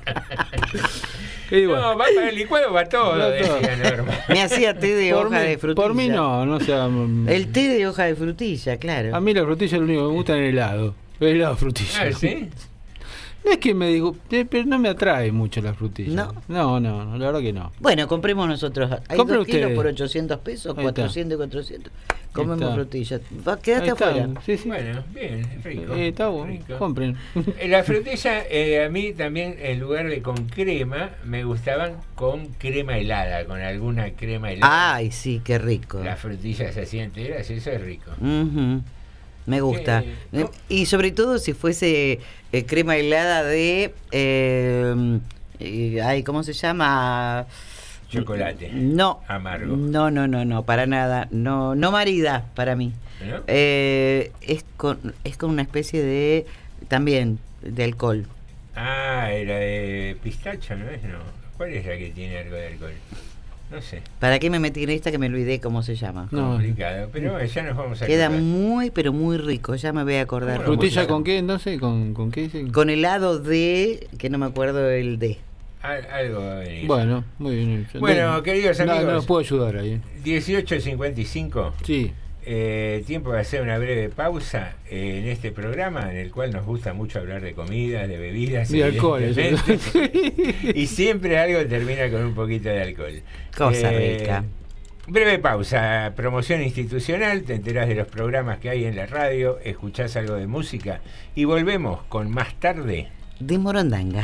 Speaker 17: Y bueno,
Speaker 18: No, va para el licuado, va todo,
Speaker 17: Va todo.
Speaker 18: decía Norma.
Speaker 16: me hacía té de
Speaker 17: por,
Speaker 16: hoja
Speaker 17: mí,
Speaker 16: de frutilla.
Speaker 17: por mí no, no sea. mm,
Speaker 16: El té de hoja de frutilla, claro.
Speaker 17: A mí la frutilla es lo único que me gusta en el helado. El helado de frutilla.
Speaker 18: Ah, ¿sí?
Speaker 17: No es que me digo, eh, pero no me atrae mucho la frutilla.
Speaker 16: ¿No?
Speaker 17: No, no, no, la verdad que no.
Speaker 16: Bueno, compremos nosotros. Hay
Speaker 17: Compre
Speaker 16: dos kilos
Speaker 17: usted.
Speaker 16: por ochocientos pesos,
Speaker 17: Ahí
Speaker 16: cuatrocientos y cuatrocientos. Comemos
Speaker 17: está.
Speaker 16: frutillas. Va, quédate
Speaker 17: Ahí está.
Speaker 16: afuera.
Speaker 17: Sí, sí.
Speaker 18: Bueno, bien, rico.
Speaker 17: Eh, está bueno,
Speaker 18: rico.
Speaker 17: compren.
Speaker 18: Eh, La frutilla, eh, a mí también, en lugar de con crema, me gustaban con crema helada, con alguna crema helada.
Speaker 16: Ay, sí, qué rico.
Speaker 18: Las frutillas así enteras, eso es rico.
Speaker 16: Ujú. Me gusta.
Speaker 18: Eh,
Speaker 16: Eh, y sobre todo si fuese eh, crema helada de... Eh, eh, ay, ¿cómo se llama?
Speaker 18: chocolate.
Speaker 16: No.
Speaker 18: Amargo.
Speaker 16: No, no, no, no, para nada. No, no marida para mí.
Speaker 18: ¿No?
Speaker 16: Eh, es con es con una especie de también de alcohol.
Speaker 18: Ah, era de pistacho, ¿no es? No. ¿Cuál es la que tiene algo de alcohol? No sé.
Speaker 16: ¿Para qué me metí en esta que me olvidé cómo se llama?
Speaker 18: No. Complicado, pero bueno, ya nos vamos a
Speaker 16: Queda
Speaker 18: acordar.
Speaker 16: muy, pero muy rico, ya me voy a acordar.
Speaker 17: ¿Frutilla con qué entonces? ¿Con, con qué dice?
Speaker 16: Con helado de, que no me acuerdo el de.
Speaker 18: Al, algo va a venir.
Speaker 17: Bueno, muy bien.
Speaker 18: Bueno,
Speaker 17: no,
Speaker 18: queridos amigos.
Speaker 17: No, no los puedo ayudar ahí.
Speaker 18: dieciocho cincuenta y cinco.
Speaker 17: Sí.
Speaker 18: Eh, tiempo de hacer una breve pausa eh, en este programa en el cual nos gusta mucho hablar de comida, de bebidas
Speaker 17: de alcohol.
Speaker 18: Y siempre algo termina con un poquito de alcohol.
Speaker 16: Cosa
Speaker 18: eh,
Speaker 16: rica.
Speaker 18: Breve pausa, promoción institucional, te enterás de los programas que hay en la radio, escuchás algo de música y volvemos con más tarde
Speaker 16: de Morondanga.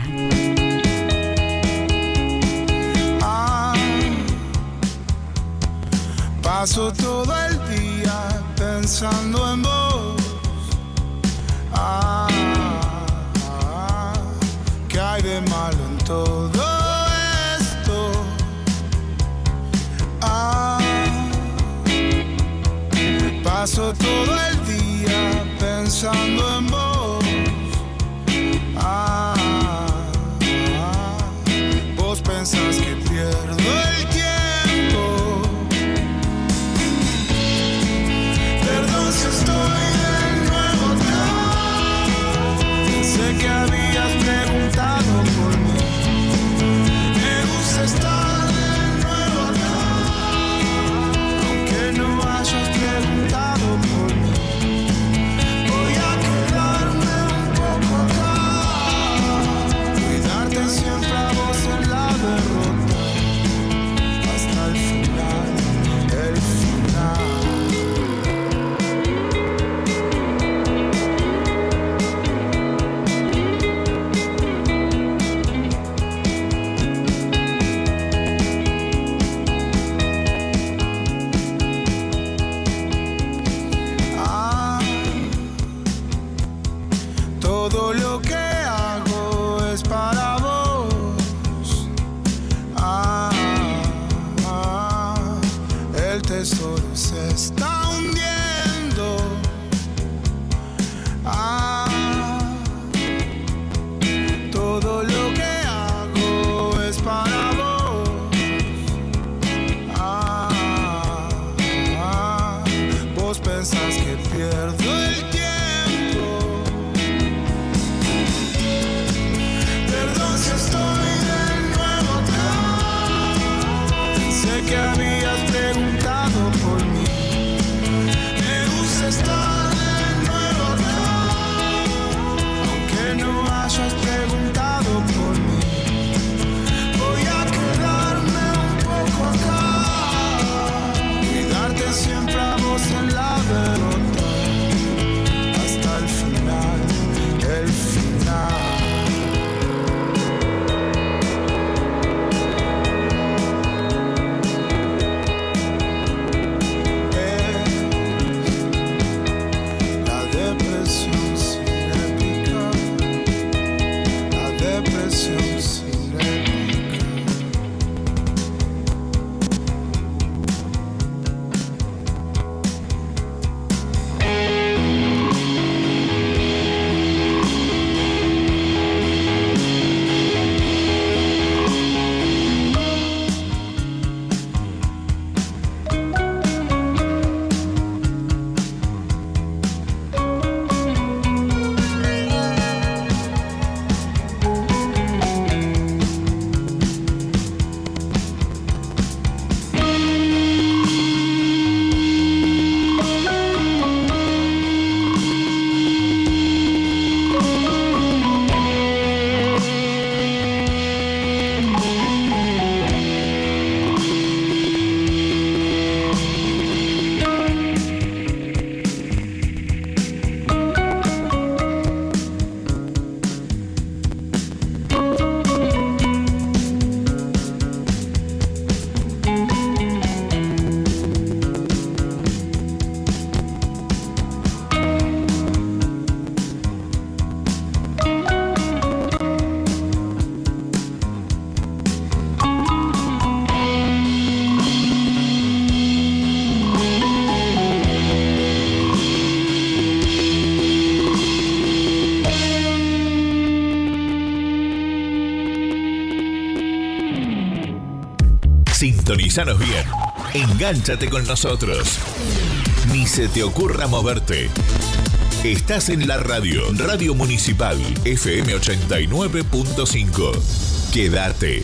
Speaker 25: Paso todo el día pensando en vos. Ah, ah, ¿qué hay de malo en todo esto? Ah, paso todo el día pensando en vos. Ah, ah, vos pensás que pierdo el tiempo. Si estoy de nuevo acá, sé que habías preguntado por mí. Me gusta estar de nuevo acá, aunque no hayas preguntado por mí. Voy a quedarme un poco acá, cuidarte siempre a vos en la derrota, hasta el final, el final. Todo lo que hago es para vos. Ah, ah, el tesoro se está hundiendo. Ah, todo lo que hago es para vos. Ah, ah, vos pensás que pierdo el tiempo. Si estoy de nuevo acá, sé que habías preguntado por mí. Me gusta estar de nuevo acá, aunque no hayas preguntado por mí. Voy a quedarme un poco acá, cuidarte siempre a vos en la derrota, hasta el final, el final.
Speaker 3: Sintonizanos bien. Engánchate con nosotros. Ni se te ocurra moverte. Estás en la radio, Radio Municipal, F M ochenta y nueve punto cinco. Quédate.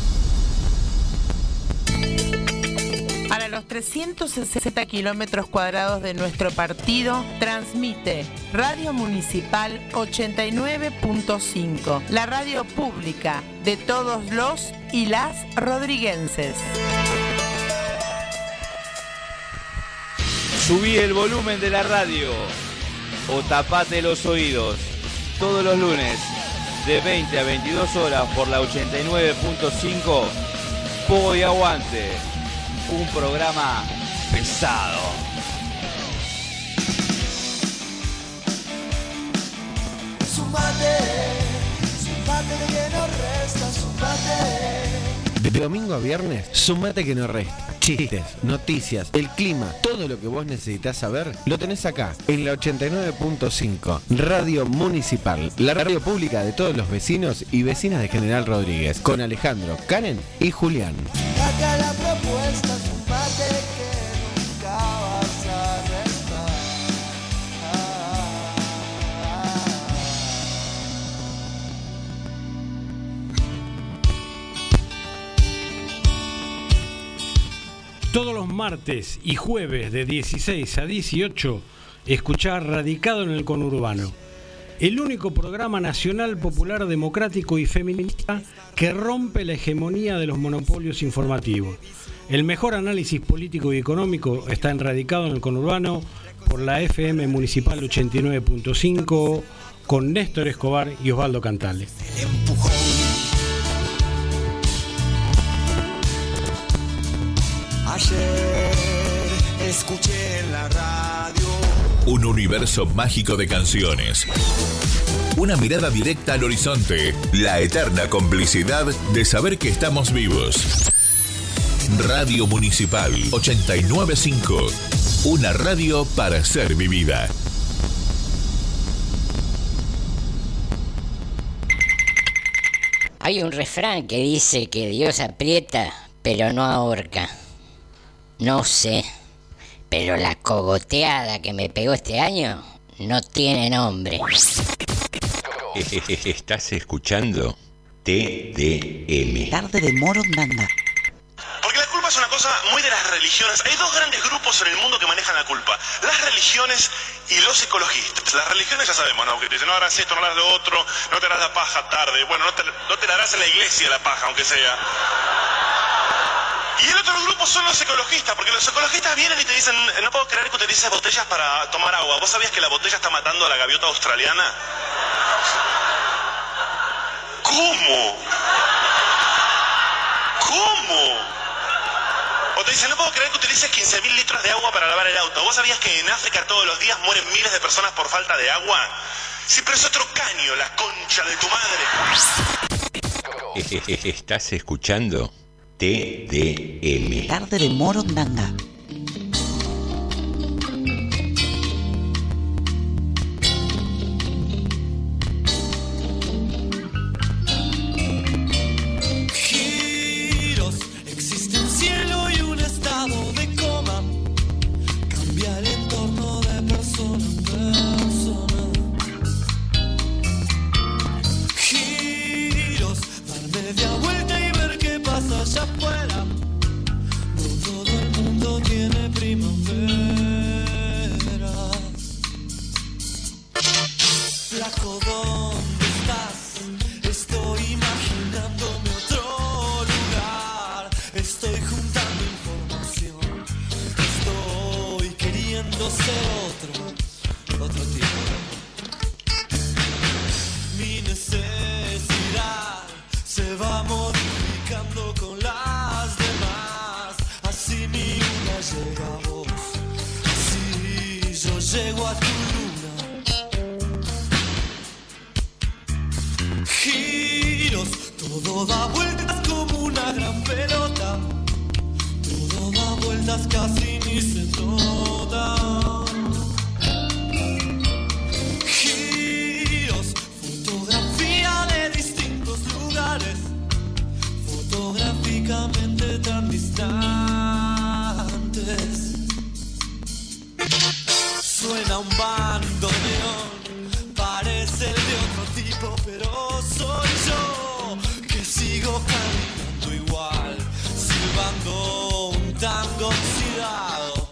Speaker 4: Para los trescientos sesenta kilómetros cuadrados de nuestro partido, transmite Radio Municipal ochenta y nueve punto cinco, la radio pública de todos los y las rodriguenses.
Speaker 5: Subí el volumen de la radio o tapate los oídos todos los lunes de veinte a veintidós horas por la ochenta y nueve punto cinco. Pogo y Aguante, un programa pesado.
Speaker 25: Sumate, sumate de que no resta, sumate.
Speaker 6: De domingo a viernes, sumate que no resta. Chistes, noticias, el clima, todo lo que vos necesitas saber, lo tenés acá, en la ochenta y nueve punto cinco, Radio Municipal, la radio pública de todos los vecinos y vecinas de General Rodríguez, con Alejandro, Karen y Julián.
Speaker 25: Acá la propuesta, sumate que nunca vas a restar.
Speaker 7: Todos los martes y jueves de dieciséis a dieciocho, escuchar Radicado en el Conurbano, el único programa nacional, popular, democrático y feminista que rompe la hegemonía de los monopolios informativos. El mejor análisis político y económico está en Radicado en el Conurbano por la F M Municipal ochenta y nueve punto cinco con Néstor Escobar y Osvaldo Cantale.
Speaker 25: Ayer escuché en la radio
Speaker 3: un universo mágico de canciones. Una mirada directa al horizonte. La eterna complicidad de saber que estamos vivos. Radio Municipal ochenta y nueve punto cinco. Una radio para ser vivida.
Speaker 15: Hay un refrán que dice que Dios aprieta, pero no ahorca. No sé, pero la cogoteada que me pegó este año no tiene nombre.
Speaker 18: Estás escuchando T D M.
Speaker 1: Tarde de Morondanga.
Speaker 26: Porque la culpa es una cosa muy de las religiones. Hay dos grandes grupos en el mundo que manejan la culpa: las religiones y los ecologistas. Las religiones ya sabemos, ¿no? Que te dicen, no harás esto, no harás lo otro, no te harás la paja tarde. Bueno, no te, no te la harás en la iglesia la paja, aunque sea. Y el otro grupo son los ecologistas, porque los ecologistas vienen y te dicen, no puedo creer que utilices botellas para tomar agua. ¿Vos sabías que la botella está matando a la gaviota australiana? ¿Cómo? ¿Cómo? O te dicen, no puedo creer que utilices quince mil litros de agua para lavar el auto. ¿Vos sabías que en África todos los días mueren miles de personas por falta de agua? Sí, pero es otro caño, la concha de tu madre.
Speaker 18: Estás escuchando T D M.
Speaker 1: Tarde de Morondanga.
Speaker 25: giros. Existe un cielo y un estado de coma. Cambia el entorno de persona en persona. Giros, dar media vuelta y ver qué pasa allá afuera. No todo el mundo tiene primavera. Flaco, ¿dónde estás? Estoy imaginándome otro lugar. Estoy juntando información. Estoy queriendo ser otro, otro tipo. Mi necesidad se va modificando con las demás. Así mi luna llega a vos. Así yo llego a tu luna. Giros, todo da vueltas como una gran pelota. Todo da vueltas casi ni se nota. Giros, fotografía de distintos lugares. Fotográficamente tan distantes.
Speaker 24: Suena un bandoneón, parece el de otro tipo, pero soy yo que sigo caminando igual, silbando un tango oxidado.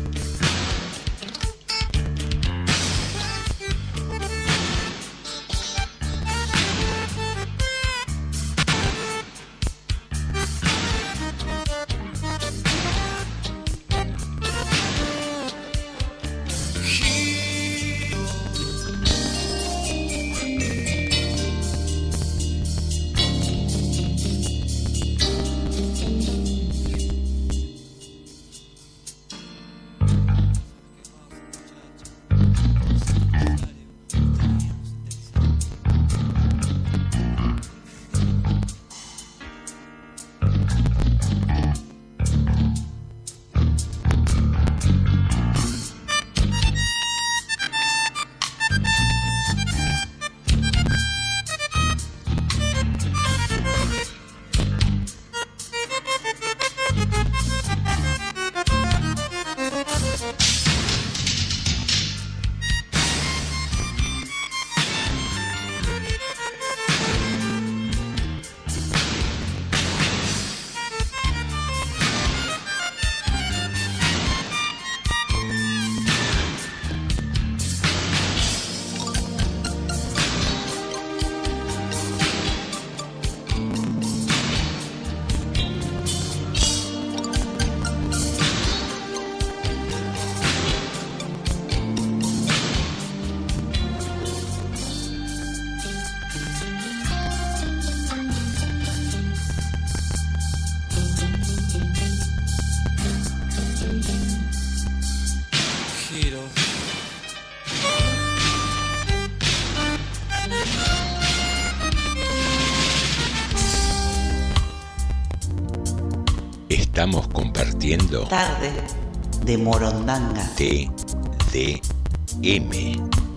Speaker 18: Estamos compartiendo
Speaker 1: Tarde de Morondanga.
Speaker 18: T D M.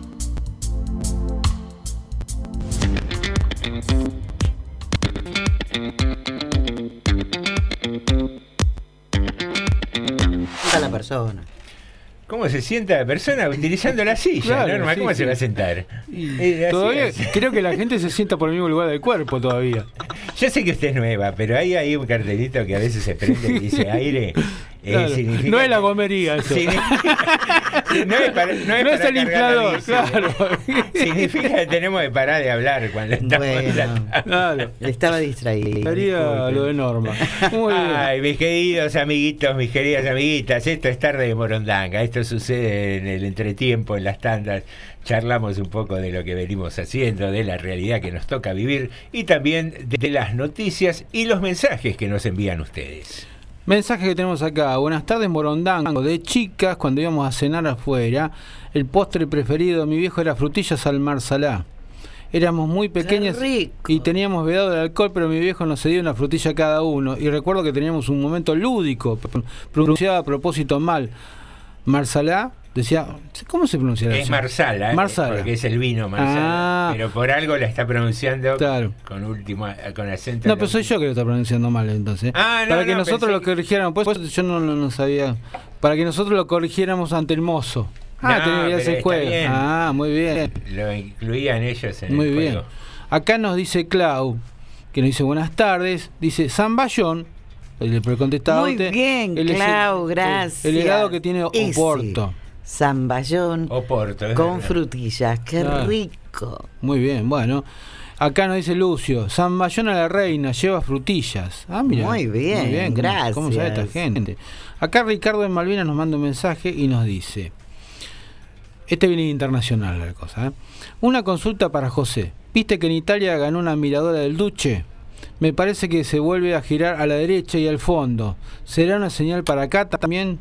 Speaker 16: A la persona.
Speaker 18: ¿Cómo se sienta la persona utilizando la silla,
Speaker 17: Claro,
Speaker 18: Norma?
Speaker 17: sí,
Speaker 18: ¿Cómo
Speaker 17: sí.
Speaker 18: se va a sentar? Eh, así
Speaker 17: Todavía
Speaker 18: es.
Speaker 17: creo que la gente se sienta por el mismo lugar del cuerpo todavía.
Speaker 18: Yo sé que usted es nueva, pero ahí hay un cartelito que a veces se prende y dice aire. eh,
Speaker 17: Claro,
Speaker 18: significa-
Speaker 17: no es la gomería eso.
Speaker 18: Significa- no es para, no es
Speaker 17: No es
Speaker 18: para
Speaker 17: el
Speaker 18: cargar
Speaker 17: inflador,
Speaker 18: la bici.
Speaker 17: claro.
Speaker 18: Significa que tenemos que parar de hablar cuando estamos
Speaker 16: Bueno,
Speaker 17: Claro.
Speaker 16: estaba distraído.
Speaker 17: Estaría
Speaker 16: disculpe.
Speaker 17: lo de Norma. Muy bien.
Speaker 18: Ay, mis queridos amiguitos, mis queridas amiguitas, esto es Tarde de Morondanga, esto sucede en el entretiempo, en las tandas, charlamos un poco de lo que venimos haciendo, de la realidad que nos toca vivir y también de las noticias y los mensajes que nos envían ustedes.
Speaker 17: Mensaje que tenemos acá. Buenas tardes, Morondango. De chicas, cuando íbamos a cenar afuera, el postre preferido de mi viejo era frutillas al marsalá. Éramos muy pequeños y teníamos vedado el alcohol, pero mi viejo nos cedió una frutilla a cada uno. Y recuerdo que teníamos un momento lúdico, pronunciado a propósito mal. Marsalá, decía, ¿cómo se pronuncia?
Speaker 18: Es Marsala, ¿eh?
Speaker 17: Marsala.
Speaker 18: Porque es el vino Marsala,
Speaker 17: Ah.
Speaker 18: pero por algo la está pronunciando
Speaker 17: Claro.
Speaker 18: con último con acento.
Speaker 17: No, pero soy yo que lo está pronunciando mal entonces.
Speaker 18: Ah, no,
Speaker 17: para que
Speaker 18: no,
Speaker 17: nosotros
Speaker 18: pensé
Speaker 17: lo corrigiéramos, pues yo no, no, no sabía. Para que nosotros lo corrigiéramos ante el mozo. Ah,
Speaker 18: No,
Speaker 17: tenía que ir a
Speaker 18: pero
Speaker 17: ese
Speaker 18: está
Speaker 17: juego.
Speaker 18: bien.
Speaker 17: Ah, muy bien.
Speaker 18: Lo incluían ellos en
Speaker 17: Muy
Speaker 18: el
Speaker 17: bien.
Speaker 18: juego.
Speaker 17: Acá nos dice Clau, que nos dice buenas tardes. Dice Zamballón, el precontestado.
Speaker 16: Muy bien,
Speaker 17: él es el-
Speaker 16: Clau,
Speaker 17: el-
Speaker 16: gracias.
Speaker 17: El helado que tiene
Speaker 16: Ese.
Speaker 17: Oporto.
Speaker 16: Zamballón
Speaker 18: Oporto, es
Speaker 16: con
Speaker 18: verdad.
Speaker 16: frutillas, qué
Speaker 17: Claro.
Speaker 16: rico.
Speaker 17: Muy bien, bueno. Acá nos dice Lucio, Zamballón a la reina, lleva frutillas. Ah, mira.
Speaker 16: Muy bien,
Speaker 17: ¿cómo-
Speaker 16: gracias.
Speaker 17: ¿Cómo sabe esta gente? Acá Ricardo en Malvinas nos manda un mensaje y nos dice, este viene internacional la cosa, ¿eh? Una consulta para José. ¿Viste que en Italia ganó una miradora del Duce? Me parece que se vuelve a girar a la derecha y al fondo. ¿Será una señal para acá también?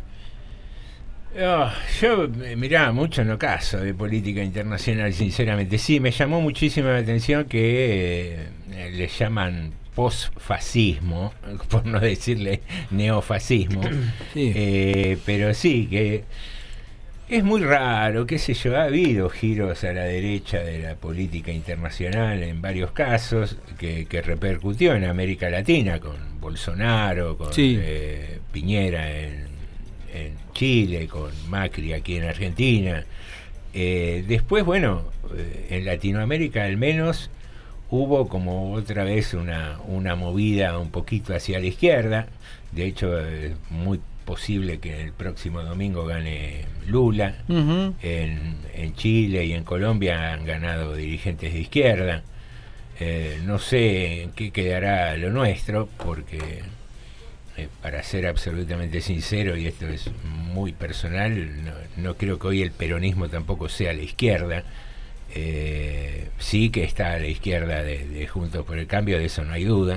Speaker 18: Oh, yo eh, mirá, mucho no caso de política internacional, sinceramente. Sí, me llamó muchísimo la atención que eh, le llaman posfascismo, por no decirle neofascismo.
Speaker 17: Sí.
Speaker 18: Eh, pero sí, que es muy raro, qué sé yo, ha habido giros a la derecha de la política internacional en varios casos que, que repercutió en América Latina con Bolsonaro, con
Speaker 17: Sí.
Speaker 18: eh, Piñera en en Chile, con Macri aquí en Argentina. Eh, después, bueno, eh, en Latinoamérica al menos hubo como otra vez una, una movida un poquito hacia la izquierda. De hecho, es muy posible que el próximo domingo gane Lula. Uh-huh. en, en Chile y en Colombia han ganado dirigentes de izquierda. Eh, no sé en qué quedará lo nuestro, porque eh, para ser absolutamente sincero, y esto es muy personal, no, no creo que hoy el peronismo tampoco sea la izquierda. Eh, sí que está a la izquierda de, de Juntos por el Cambio, de eso no hay duda.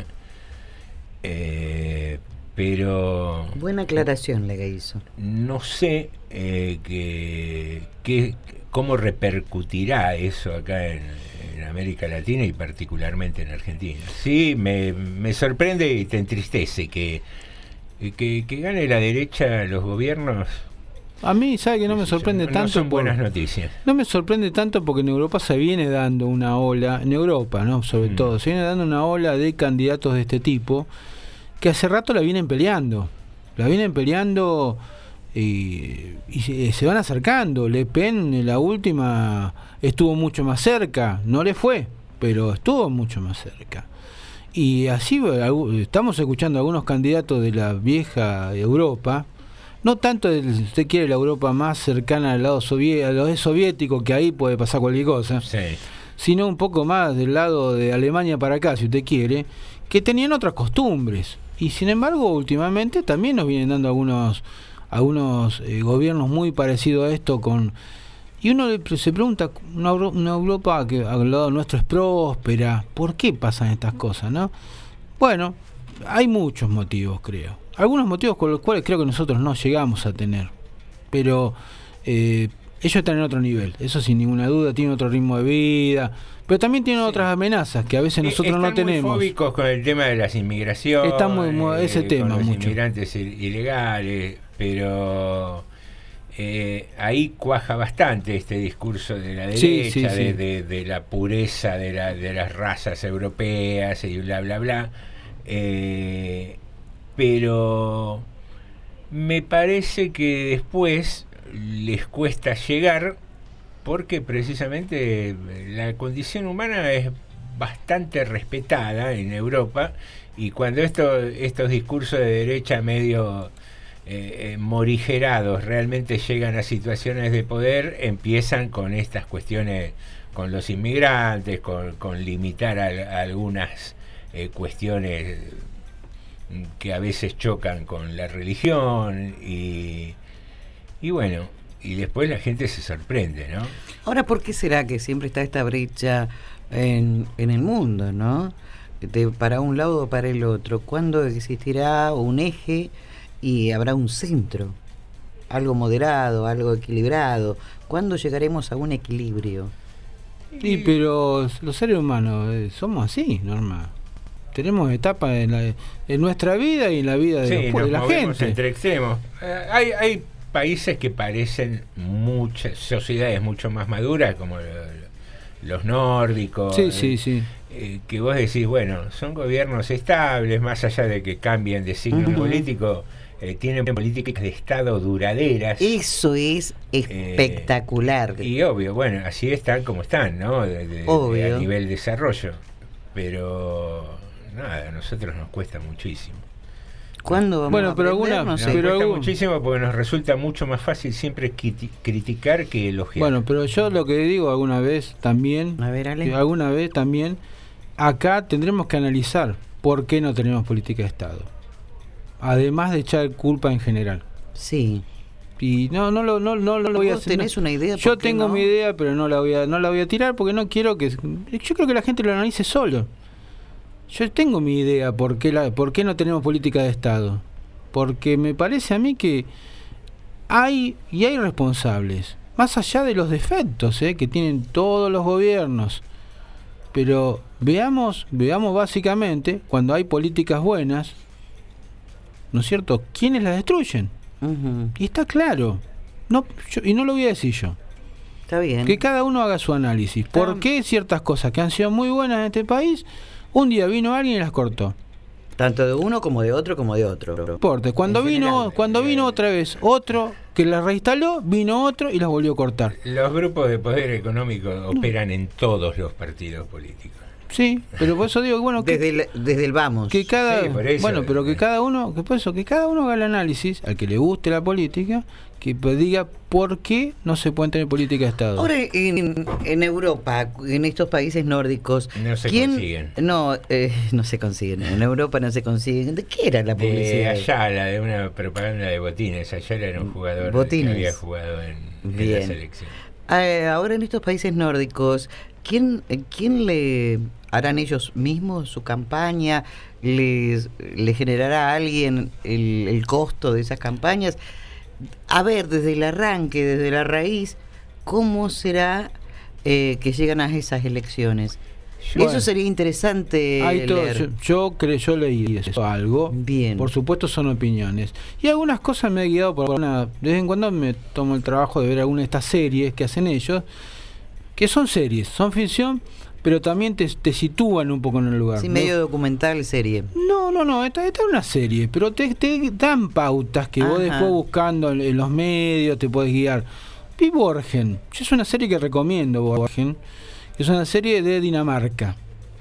Speaker 18: Eh, pero
Speaker 16: buena aclaración la que hizo.
Speaker 18: No sé eh, que, que cómo repercutirá eso acá en, en América Latina y particularmente en Argentina. Sí, me, me sorprende y te entristece que, que, que gane la derecha los gobiernos.
Speaker 17: A mí, ¿sabe que no me sorprende
Speaker 18: no,
Speaker 17: tanto?
Speaker 18: No son
Speaker 17: por,
Speaker 18: buenas noticias.
Speaker 17: No me sorprende tanto porque en Europa se viene dando una ola, en Europa, ¿no? Sobre mm. todo, se viene dando una ola de candidatos de este tipo que hace rato la vienen peleando. La vienen peleando y, y se, se van acercando. Le Pen, en la última, estuvo mucho más cerca. No le fue, pero estuvo mucho más cerca. Y así estamos escuchando a algunos candidatos de la vieja Europa. No tanto, de, si usted quiere, la Europa más cercana al lado soviético, al lado soviético, que ahí puede pasar cualquier cosa, sí. Sino un poco más del lado de Alemania para acá, si usted quiere, que tenían otras costumbres. Y sin embargo, últimamente también nos vienen dando algunos algunos eh, gobiernos muy parecidos a esto. Con Y uno se pregunta, una, una Europa que al lado nuestro es próspera, ¿por qué pasan estas cosas, no? Bueno, hay muchos motivos, creo. Algunos motivos con los cuales creo que nosotros no llegamos a tener, pero eh, ellos están en otro nivel, eso sin ninguna duda, tienen otro ritmo de vida, pero también tienen sí. otras amenazas que a veces nosotros
Speaker 18: están
Speaker 17: no tenemos.
Speaker 18: Están muy fóbicos con el tema de las inmigraciones,
Speaker 17: estamos en ese
Speaker 18: eh,
Speaker 17: tema
Speaker 18: con los
Speaker 17: mucho.
Speaker 18: Inmigrantes ilegales, pero eh, ahí cuaja bastante este discurso de la derecha,
Speaker 17: sí, sí,
Speaker 18: de,
Speaker 17: sí.
Speaker 18: De, de la pureza de, la, de las razas europeas y bla, bla, bla. Eh, pero me parece que después les cuesta llegar porque precisamente la condición humana es bastante respetada en Europa, y cuando esto, estos discursos de derecha medio eh, morigerados realmente llegan a situaciones de poder, empiezan con estas cuestiones, con los inmigrantes, con, con limitar a, a algunas eh, cuestiones que a veces chocan con la religión, y, y bueno, y después la gente se sorprende, ¿no?
Speaker 16: Ahora, ¿por qué será que siempre está esta brecha en, en el mundo, ¿no? De, para un lado o para el otro. ¿Cuándo existirá un eje y habrá un centro? Algo moderado, algo equilibrado. ¿Cuándo llegaremos a un equilibrio?
Speaker 17: Sí, pero los seres humanos eh, somos así, Norma. Tenemos etapas en, la, en nuestra vida y en la vida de,
Speaker 18: sí,
Speaker 17: los, de la gente.
Speaker 18: Entre extremos. Eh, hay, hay países que parecen muchas sociedades mucho más maduras, como lo, los nórdicos.
Speaker 17: Sí, sí, sí.
Speaker 18: Eh, que vos decís, bueno, son gobiernos estables, más allá de que cambien de signo uh-huh. político, eh, tienen políticas de Estado duraderas.
Speaker 16: Eso es espectacular.
Speaker 18: Eh, y obvio, bueno, así están como están, ¿no? De, de, de a nivel desarrollo. Pero nada, a nosotros nos cuesta muchísimo.
Speaker 16: ¿Cuándo vamos
Speaker 17: bueno,
Speaker 16: a
Speaker 17: pero alguna,
Speaker 18: nos
Speaker 17: pero
Speaker 18: cuesta
Speaker 17: algún...
Speaker 18: muchísimo porque nos resulta mucho más fácil siempre criti- criticar que elogiar.
Speaker 17: Bueno, pero yo lo que digo alguna vez también,
Speaker 16: a ver, Ale.
Speaker 17: alguna vez también, acá tendremos que analizar por qué no tenemos política de Estado. Además de echar culpa en general.
Speaker 16: Sí.
Speaker 17: Y no no lo no, no, no lo voy a hacer.
Speaker 16: ¿Tenés una idea?
Speaker 17: Yo tengo
Speaker 16: no?
Speaker 17: mi idea, pero no la voy a no la voy a tirar porque no quiero que yo creo que la gente lo analice solo. Yo tengo mi idea por qué la por qué no tenemos política de Estado. Porque me parece a mí que hay y hay responsables, más allá de los defectos ¿eh? que tienen todos los gobiernos. Pero veamos, veamos básicamente, cuando hay políticas buenas, ¿no es cierto?, ¿quiénes las destruyen? Uh-huh. Y está claro, no, yo, y no lo voy a decir yo.
Speaker 16: Está bien.
Speaker 17: Que cada uno haga su análisis. ¿Por qué ciertas cosas que han sido muy buenas en este país, un día vino alguien y las cortó?
Speaker 16: Tanto de uno como de otro como de otro.
Speaker 17: No importa. Cuando
Speaker 16: En
Speaker 17: vino,
Speaker 16: general.
Speaker 17: cuando vino otra vez otro que las reinstaló, vino otro y las volvió a cortar.
Speaker 18: Los grupos de poder económico operan en todos los partidos políticos.
Speaker 17: Sí, pero por eso digo, bueno, que,
Speaker 16: Desde el, desde el vamos.
Speaker 17: que cada
Speaker 18: Sí, por eso.
Speaker 17: bueno, pero que cada uno, que por eso que cada uno haga el análisis, al que le guste la política, que pues diga por qué no se puede tener política de Estado.
Speaker 16: Ahora en, en Europa, en estos países nórdicos,
Speaker 18: No se
Speaker 16: ¿quién?
Speaker 18: consiguen.
Speaker 16: No, eh, no se consiguen. En Europa no se consiguen. ¿De qué era la
Speaker 18: De
Speaker 16: publicidad?
Speaker 18: Ayala, de una propaganda de Botines. Ayala era un jugador
Speaker 16: Botines.
Speaker 18: que había jugado en, en
Speaker 16: Bien.
Speaker 18: la selección.
Speaker 16: Eh, ahora en estos países nórdicos, ¿quién, quién le harán ellos mismos su campaña? ¿Les, le generará a alguien el, el costo de esas campañas? A ver, desde el arranque, desde la raíz, ¿cómo será eh, que llegan a esas elecciones?
Speaker 17: Bueno,
Speaker 16: eso sería interesante
Speaker 17: Hay todo,
Speaker 16: leer.
Speaker 17: yo, yo, cre, yo leí eso, algo.
Speaker 16: Bien.
Speaker 17: Por supuesto son opiniones. Y algunas cosas me he guiado por alguna. De vez en cuando me tomo el trabajo de ver alguna de estas series que hacen ellos, que son series, son ficción, pero también te, te sitúan un poco en el lugar.
Speaker 16: Sí,
Speaker 17: ¿no?
Speaker 16: medio documental, serie.
Speaker 17: No, no, no, esta, esta es una serie, pero te, te dan pautas que vos
Speaker 16: Ajá.
Speaker 17: después buscando en, en los medios te podés guiar. Vi Borgen, es una serie que recomiendo, Borgen, que es una serie de Dinamarca.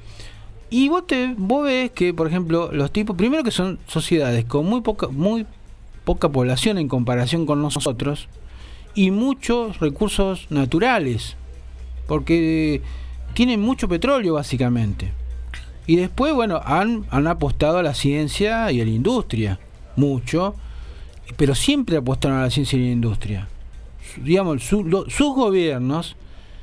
Speaker 17: Y vos te vos ves que, por ejemplo, los tipos, primero que son sociedades con muy poca, muy poca población en comparación con nosotros, y muchos recursos naturales, porque tienen mucho petróleo básicamente. Y después, bueno, han, han apostado a la ciencia y a la industria, mucho, pero siempre apostaron a la ciencia y a la industria. Su- Digamos, su- lo- sus gobiernos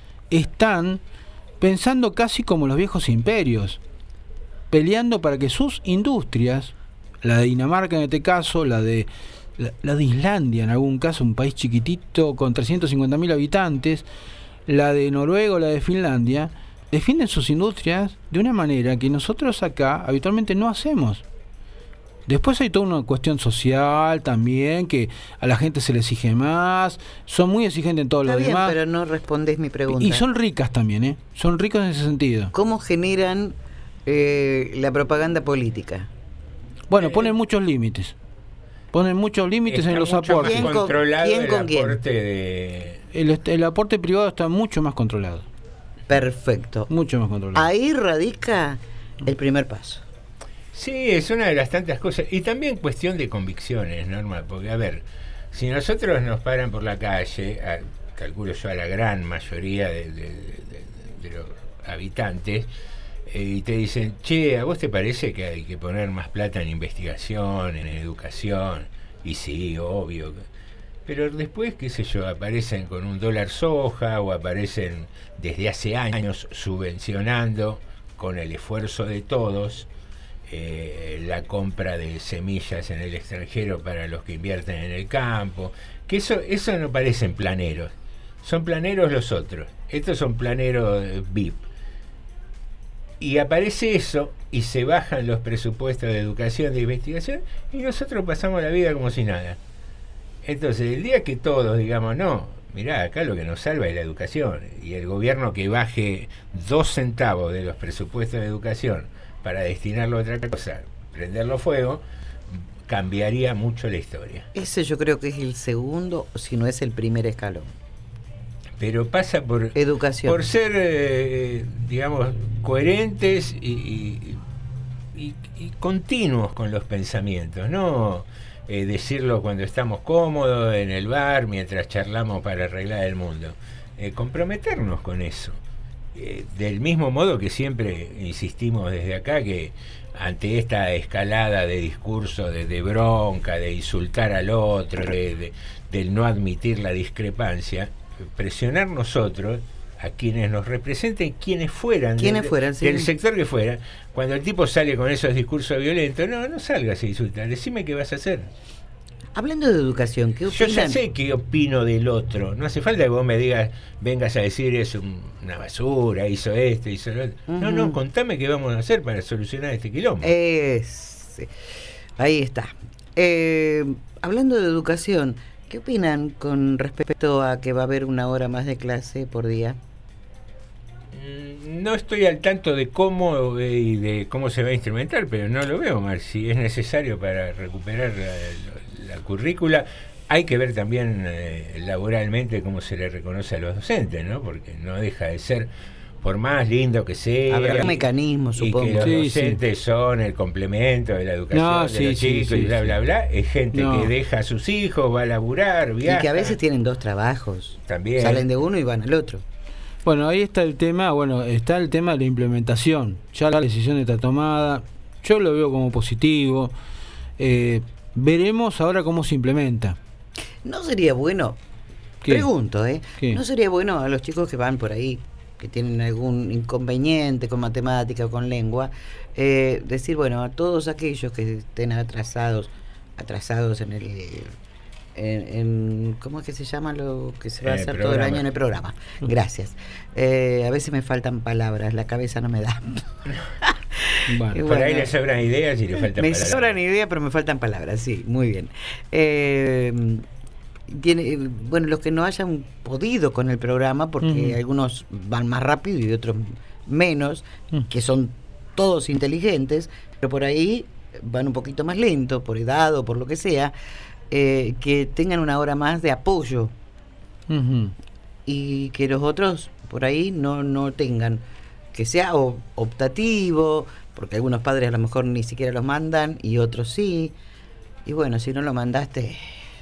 Speaker 17: están pensando casi como los viejos imperios, peleando para que sus industrias, la de Dinamarca en este caso, la de la, la de Islandia en algún caso, un país chiquitito con trescientos cincuenta mil habitantes, la de Noruega o la de Finlandia, defienden sus industrias de una manera que nosotros acá habitualmente no hacemos. Después hay toda una cuestión social también, que a la gente se le exige más, son muy exigentes en todo
Speaker 16: Está
Speaker 17: lo
Speaker 16: bien,
Speaker 17: demás.
Speaker 16: pero no respondés mi pregunta.
Speaker 17: Y son ricas también, ¿eh? Son ricos en ese sentido.
Speaker 16: ¿Cómo generan eh, la propaganda política?
Speaker 17: Bueno, ponen muchos límites. Ponen muchos límites
Speaker 18: Está
Speaker 17: en los
Speaker 18: mucho
Speaker 17: aportes.
Speaker 18: más
Speaker 16: ¿Quién con-
Speaker 18: controlado
Speaker 16: quién
Speaker 18: el
Speaker 16: con quién?
Speaker 18: aporte de...
Speaker 17: El, est- el aporte privado está mucho más controlado.
Speaker 16: Perfecto.
Speaker 17: Mucho más controlado.
Speaker 16: Ahí radica el primer paso.
Speaker 18: Sí, es una de las tantas cosas. Y también cuestión de convicciones, Norma, porque, a ver, si nosotros nos paran por la calle, a- calculo yo a la gran mayoría de, de- de- de los habitantes, eh, y te dicen, che, ¿a vos te parece que hay que poner más plata en investigación, en educación? Y sí, obvio. Pero después, qué sé yo, aparecen con un dólar soja o aparecen desde hace años subvencionando con el esfuerzo de todos eh, la compra de semillas en el extranjero para los que invierten en el campo, que eso, eso no parecen planeros, son planeros los otros, estos son planeros eh, V I P. Y aparece eso y se bajan los presupuestos de educación, de investigación, y nosotros pasamos la vida como si nada. Entonces, el día que todos digamos, no, mirá, acá lo que nos salva es la educación, y el gobierno que baje dos centavos de los presupuestos de educación para destinarlo a otra cosa, prenderlo fuego, cambiaría mucho la historia.
Speaker 16: Ese yo creo que es el segundo, si no es el primer escalón.
Speaker 18: Pero pasa por
Speaker 16: educación,
Speaker 18: por ser, eh, digamos, coherentes y, y, y, y continuos con los pensamientos, no eh, decirlo cuando estamos cómodos en el bar mientras charlamos para arreglar el mundo. Eh, comprometernos con eso. Eh, del mismo modo que siempre insistimos desde acá que ante esta escalada de discurso, de, de bronca, de insultar al otro, de, de, del no admitir la discrepancia, presionar nosotros a quienes nos representen, quienes fueran,
Speaker 16: ¿Quiénes
Speaker 18: del,
Speaker 16: fueran, sí?
Speaker 18: del sector que fuera, cuando el tipo sale con esos discursos violentos, no, no salgas a insultar, decime qué vas a hacer.
Speaker 16: Hablando de educación, ¿qué
Speaker 18: Yo
Speaker 16: opinan?
Speaker 18: ya sé qué opino del otro, no hace falta que vos me digas, vengas a decir es un, una basura, hizo esto, hizo lo otro. Uh-huh. No, no, contame qué vamos a hacer para solucionar este quilombo.
Speaker 16: Es, ahí está. Eh, hablando de educación, ¿qué opinan con respecto a que va a haber una hora más de clase por día?
Speaker 18: No estoy al tanto de cómo eh, y de cómo se va a instrumentar, pero no lo veo mal. Si es necesario para recuperar la, la currícula, hay que ver también eh, laboralmente cómo se le reconoce a los docentes, ¿no? Porque no deja de ser, por más lindo que sea,
Speaker 16: habrá mecanismos, supongo.
Speaker 18: Y que los
Speaker 16: sí,
Speaker 18: docentes sí. son el complemento de la educación
Speaker 16: no,
Speaker 18: de
Speaker 16: sí,
Speaker 18: los
Speaker 16: sí,
Speaker 18: chicos
Speaker 16: sí,
Speaker 18: y bla,
Speaker 16: sí.
Speaker 18: bla, bla. Es gente
Speaker 16: No.
Speaker 18: que deja a sus hijos, va a laburar, viaja.
Speaker 16: Y que a veces tienen dos trabajos.
Speaker 18: También.
Speaker 16: Salen de uno y van al otro.
Speaker 17: Bueno, ahí está el tema, bueno, está el tema de la implementación. Ya la decisión está tomada, yo lo veo como positivo. Eh, veremos ahora cómo se implementa.
Speaker 16: ¿No sería bueno,
Speaker 17: ¿Qué?
Speaker 16: pregunto, ¿eh?
Speaker 17: ¿Qué?
Speaker 16: ¿No sería bueno a los chicos que van por ahí, que tienen algún inconveniente con matemática o con lengua, eh, decir, bueno, a todos aquellos que estén atrasados, atrasados en el... En, en, ¿cómo es que se llama lo que se va a
Speaker 18: Eh,
Speaker 16: hacer
Speaker 18: programa.
Speaker 16: todo el año en el programa? Gracias. Eh, a veces me faltan palabras, la cabeza no me da.
Speaker 18: Bueno,
Speaker 16: Y
Speaker 18: por
Speaker 16: bueno,
Speaker 18: ahí le sobran ideas y le faltan
Speaker 16: me
Speaker 18: palabras.
Speaker 16: sobran ideas, pero me faltan palabras, sí, muy bien. Eh, tiene, bueno, los que no hayan podido con el programa, porque
Speaker 17: Ujú.
Speaker 16: algunos van más rápido y otros menos,
Speaker 17: Mm.
Speaker 16: que son todos inteligentes, pero por ahí van un poquito más lento, por edad o por lo que sea, eh, que tengan una hora más de apoyo
Speaker 17: Ujú.
Speaker 16: y que los otros por ahí no, no tengan, que sea o- optativo, porque algunos padres a lo mejor ni siquiera los mandan y otros sí, y bueno, si no lo mandaste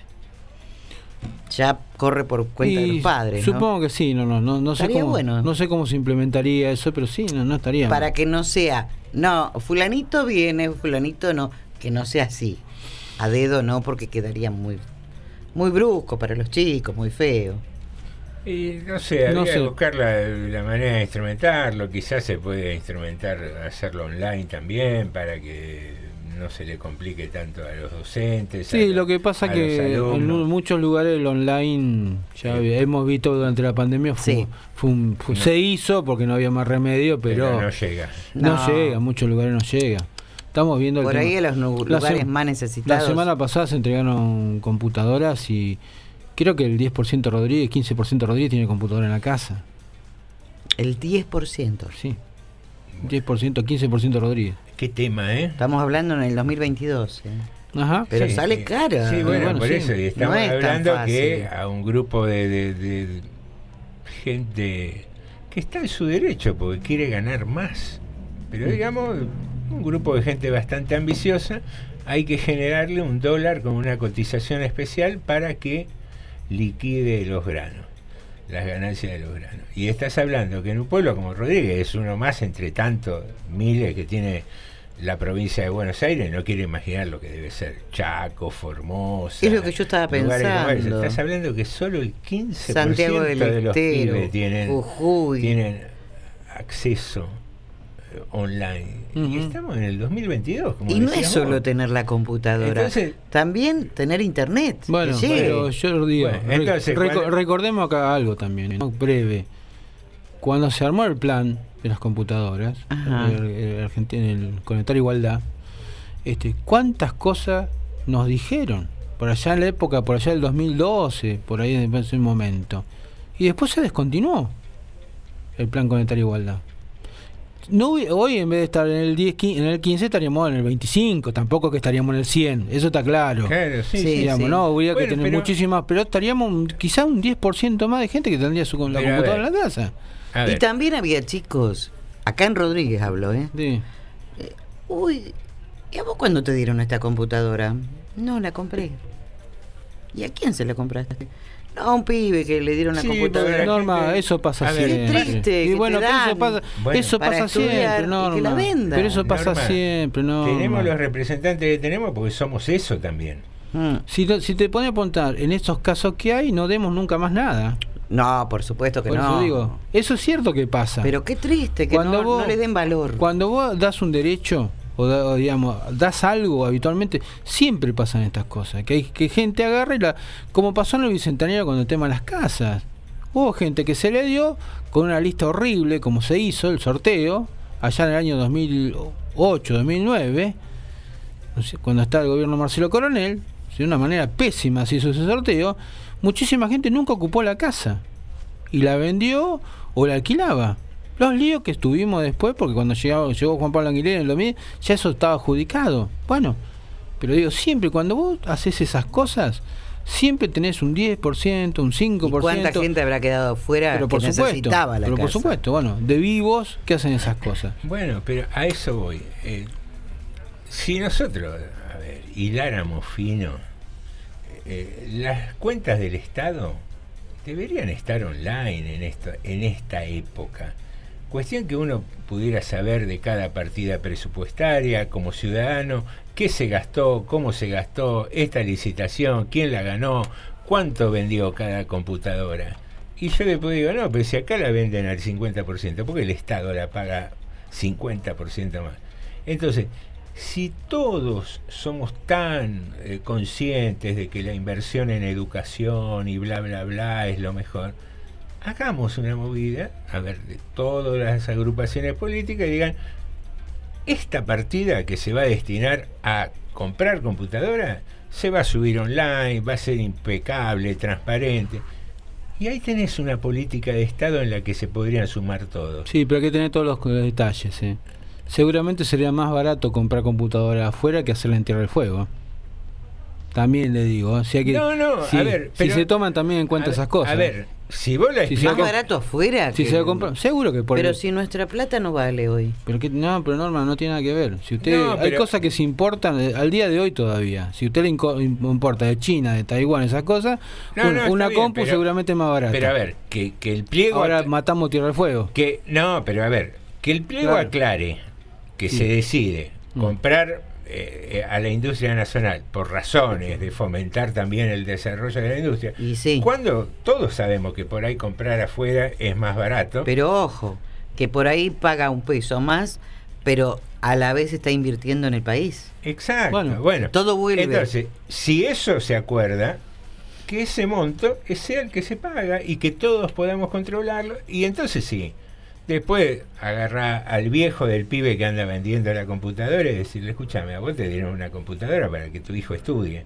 Speaker 16: ya corre por cuenta
Speaker 17: Y
Speaker 16: de los padres, ¿no?
Speaker 17: supongo que sí, no, no, no, no sé
Speaker 16: Estaría
Speaker 17: cómo,
Speaker 16: bueno.
Speaker 17: no sé cómo se implementaría eso, pero sí, no, no estaría mal.
Speaker 16: Para que no sea, no, fulanito viene, fulanito no, que no sea así, a dedo no, porque quedaría muy muy brusco para los chicos, muy feo.
Speaker 18: Y no sé, habría
Speaker 17: No
Speaker 18: que
Speaker 17: sé.
Speaker 18: buscar la, la manera de instrumentarlo. Quizás se puede instrumentar, hacerlo online también, para que no se le complique tanto a los docentes.
Speaker 17: Sí,
Speaker 18: a,
Speaker 17: lo que pasa
Speaker 18: a
Speaker 17: que
Speaker 18: los
Speaker 17: en
Speaker 18: alumnos.
Speaker 17: muchos lugares el online, ya hemos visto durante la pandemia, fue,
Speaker 16: Sí.
Speaker 17: fue un- fue-
Speaker 18: No.
Speaker 17: se hizo porque no había más remedio, pero,
Speaker 18: Pero no llega.
Speaker 17: No,
Speaker 16: No.
Speaker 17: llega, a muchos lugares no llega. Estamos viendo el
Speaker 16: Por
Speaker 17: tema.
Speaker 16: ahí a los nu-
Speaker 17: La
Speaker 16: lugares
Speaker 17: sem-
Speaker 16: más
Speaker 17: La
Speaker 16: necesitados.
Speaker 17: semana pasada se entregaron computadoras y creo que el diez por ciento Rodríguez, quince por ciento Rodríguez tiene computadora en la casa.
Speaker 16: El diez por ciento.
Speaker 17: Sí. diez por ciento, quince por ciento Rodríguez.
Speaker 18: Qué tema, ¿eh?
Speaker 16: Estamos hablando en el dos mil veintidós. ¿eh?
Speaker 17: Ajá.
Speaker 16: Pero
Speaker 18: Sí,
Speaker 16: sale
Speaker 18: sí.
Speaker 16: cara.
Speaker 18: Sí, bueno,
Speaker 17: Bueno,
Speaker 18: por
Speaker 17: sí.
Speaker 18: eso. Y estamos
Speaker 16: No es tan
Speaker 18: hablando
Speaker 16: fácil.
Speaker 18: que a un grupo de, de- de gente que está en su derecho porque quiere ganar más. Pero digamos, un grupo de gente bastante ambiciosa, hay que generarle un dólar con una cotización especial para que liquide los granos, las ganancias de los granos. Y estás hablando que en un pueblo como Rodríguez es uno más entre tantos miles que tiene la provincia de Buenos Aires, no quiero imaginar lo que debe ser Chaco, Formosa.
Speaker 16: Es lo que yo estaba
Speaker 18: lugares como
Speaker 16: pensando.
Speaker 18: esos. Estás hablando que solo el quince por ciento
Speaker 16: Santiago del
Speaker 18: de los
Speaker 16: Estero,
Speaker 18: pibes tienen,
Speaker 16: Jujuy.
Speaker 18: tienen acceso eh, online. Y
Speaker 17: Ujú.
Speaker 18: estamos en el dos mil veintidós. Como
Speaker 16: Y no es
Speaker 18: decías
Speaker 16: solo
Speaker 18: vos.
Speaker 16: tener la computadora,
Speaker 18: Entonces-
Speaker 16: también tener internet.
Speaker 17: Bueno,
Speaker 16: que llegue.
Speaker 17: pero yo lo digo,
Speaker 18: Bueno,
Speaker 17: re-
Speaker 18: entonces,
Speaker 17: reco-
Speaker 18: cuando-
Speaker 17: recordemos acá algo también, ¿no? breve. Cuando se armó el plan de las computadoras,
Speaker 16: Ajá.
Speaker 17: el, el Argentina, el Conectar Igualdad, este, ¿cuántas cosas nos dijeron? Por allá en la época, por allá del dos mil doce, por ahí en ese momento. Y después se descontinuó el plan Conectar Igualdad. No, hubi- hoy en vez de estar en el diez, quince, en el quince estaríamos en el veinticinco, tampoco que estaríamos en el cien, eso está claro.
Speaker 18: Claro, sí,
Speaker 16: Sí,
Speaker 18: sí.
Speaker 17: Digamos,
Speaker 16: sí.
Speaker 17: no, habría
Speaker 18: Bueno,
Speaker 17: que tener
Speaker 18: pero-
Speaker 17: muchísimas, pero estaríamos un- quizá un diez por ciento más de gente que tendría su con la
Speaker 18: Pero a
Speaker 17: computadora
Speaker 18: ver.
Speaker 17: en la casa.
Speaker 18: A
Speaker 16: Y
Speaker 18: ver,
Speaker 16: también había chicos, acá en Rodríguez hablo, ¿eh?
Speaker 17: Sí.
Speaker 16: Uy, ¿y a vos cuándo te dieron esta computadora? No, la compré. ¿Y a quién se la compraste? No, a un pibe que le dieron la
Speaker 18: Sí,
Speaker 16: computadora.
Speaker 18: pero la
Speaker 17: Norma,
Speaker 18: gente-
Speaker 17: eso pasa
Speaker 18: a ver,
Speaker 17: siempre.
Speaker 16: Qué triste
Speaker 17: y
Speaker 16: que
Speaker 17: bueno,
Speaker 16: te
Speaker 17: pero eso
Speaker 16: dan
Speaker 17: pasa,
Speaker 18: Bueno,
Speaker 17: eso
Speaker 16: para
Speaker 17: pasa
Speaker 16: estudiar
Speaker 17: siempre,
Speaker 16: y que
Speaker 17: Norma.
Speaker 16: la vendan.
Speaker 17: Pero eso pasa
Speaker 18: Norma,
Speaker 17: siempre, no.
Speaker 18: tenemos los representantes que tenemos porque somos eso también.
Speaker 16: Mm.
Speaker 17: Si, te- si te pones a apuntar en esos casos que hay, no demos nunca más nada.
Speaker 16: No, por supuesto que
Speaker 17: Por
Speaker 16: no.
Speaker 17: eso digo, eso es cierto que pasa.
Speaker 16: Pero qué triste que
Speaker 17: Cuando
Speaker 16: no,
Speaker 17: vos-
Speaker 16: no le den valor.
Speaker 17: Cuando vos das un derecho, o, da- o digamos, das algo habitualmente, siempre pasan estas cosas. Que hay que gente agarra y la. Como pasó en el Bicentenario con el tema de las casas. Hubo gente que se le dio con una lista horrible, como se hizo el sorteo, allá en el año dos mil ocho, dos mil nueve, no sé, cuando está el gobierno Marcelo Coronel, de una manera pésima se hizo ese sorteo. Muchísima gente nunca ocupó la casa y la vendió o la alquilaba. Los líos que estuvimos después, porque cuando llegó, llegó Juan Pablo Aguilera en el dos mil, ya eso estaba adjudicado. Bueno, pero digo, siempre cuando vos haces esas cosas, siempre tenés un diez por ciento, un cinco por ciento.
Speaker 16: ¿Y cuánta gente habrá quedado fuera
Speaker 17: pero
Speaker 16: que
Speaker 17: por supuesto,
Speaker 16: necesitaba la
Speaker 17: pero
Speaker 16: casa?
Speaker 17: por supuesto, bueno, de vivos que hacen esas cosas.
Speaker 18: Bueno, pero a eso voy. Eh, si nosotros, a ver, hiláramos fino, eh, las cuentas del Estado deberían estar online en esto, en esta época. Cuestión que uno pudiera saber de cada partida presupuestaria como ciudadano, qué se gastó, cómo se gastó, esta licitación, quién la ganó, cuánto vendió cada computadora. Y yo después digo, no, pero si acá la venden al cincuenta por ciento, ¿por qué el Estado la paga cincuenta por ciento más? Entonces, si todos somos tan eh, conscientes de que la inversión en educación y bla, bla, bla es lo mejor, hagamos una movida, a ver, de todas las agrupaciones políticas y digan, esta partida que se va a destinar a comprar computadora se va a subir online, va a ser impecable, transparente. Y ahí tenés una política de Estado en la que se podrían sumar todos.
Speaker 17: Sí, pero hay que tener todos los detalles. ¿eh? Seguramente sería más barato comprar computadora afuera que hacerla en Tierra del Fuego. También le digo, o sea que
Speaker 18: no, no,
Speaker 17: si,
Speaker 18: a ver,
Speaker 17: si
Speaker 18: pero,
Speaker 17: se toman también en cuenta
Speaker 18: a
Speaker 17: esas
Speaker 18: ver,
Speaker 17: cosas.
Speaker 18: A ver, si vos la
Speaker 17: si
Speaker 16: más barato afuera
Speaker 17: si
Speaker 16: que...
Speaker 17: se lo compra, seguro que por
Speaker 16: pero
Speaker 17: el,
Speaker 16: si nuestra plata no vale hoy.
Speaker 17: Pero que no, pero Norma no tiene nada que ver. Si usted
Speaker 18: No,
Speaker 17: hay
Speaker 18: pero-
Speaker 17: cosas que se importan eh, al día de hoy todavía. Si usted le inco- importa de China, de Taiwán, esas cosas,
Speaker 18: No,
Speaker 17: un-
Speaker 18: no, está
Speaker 17: una
Speaker 18: bien,
Speaker 17: compu
Speaker 18: pero-
Speaker 17: seguramente es más barata.
Speaker 18: Pero a ver, que, que el pliego...
Speaker 17: Ahora matamos Tierra del Fuego.
Speaker 18: Que, no, pero a ver, que el pliego
Speaker 17: Claro.
Speaker 18: aclare que
Speaker 17: Sí.
Speaker 18: se decide
Speaker 17: Mm.
Speaker 18: comprar eh, a la industria nacional por razones de fomentar también el desarrollo de la industria.
Speaker 16: Y sí.
Speaker 18: Cuando todos sabemos que por ahí comprar afuera es más barato.
Speaker 16: Pero ojo, que por ahí paga un peso más, pero a la vez está invirtiendo en el país.
Speaker 18: Exacto.
Speaker 16: Bueno,
Speaker 18: Bueno,
Speaker 16: todo vuelve.
Speaker 18: Entonces, si eso se acuerda, que ese monto sea el que se paga y que todos podamos controlarlo, y entonces sí. Después agarra al viejo del pibe que anda vendiendo la computadora y decirle, escúchame, a vos te dieron una computadora para que tu hijo estudie,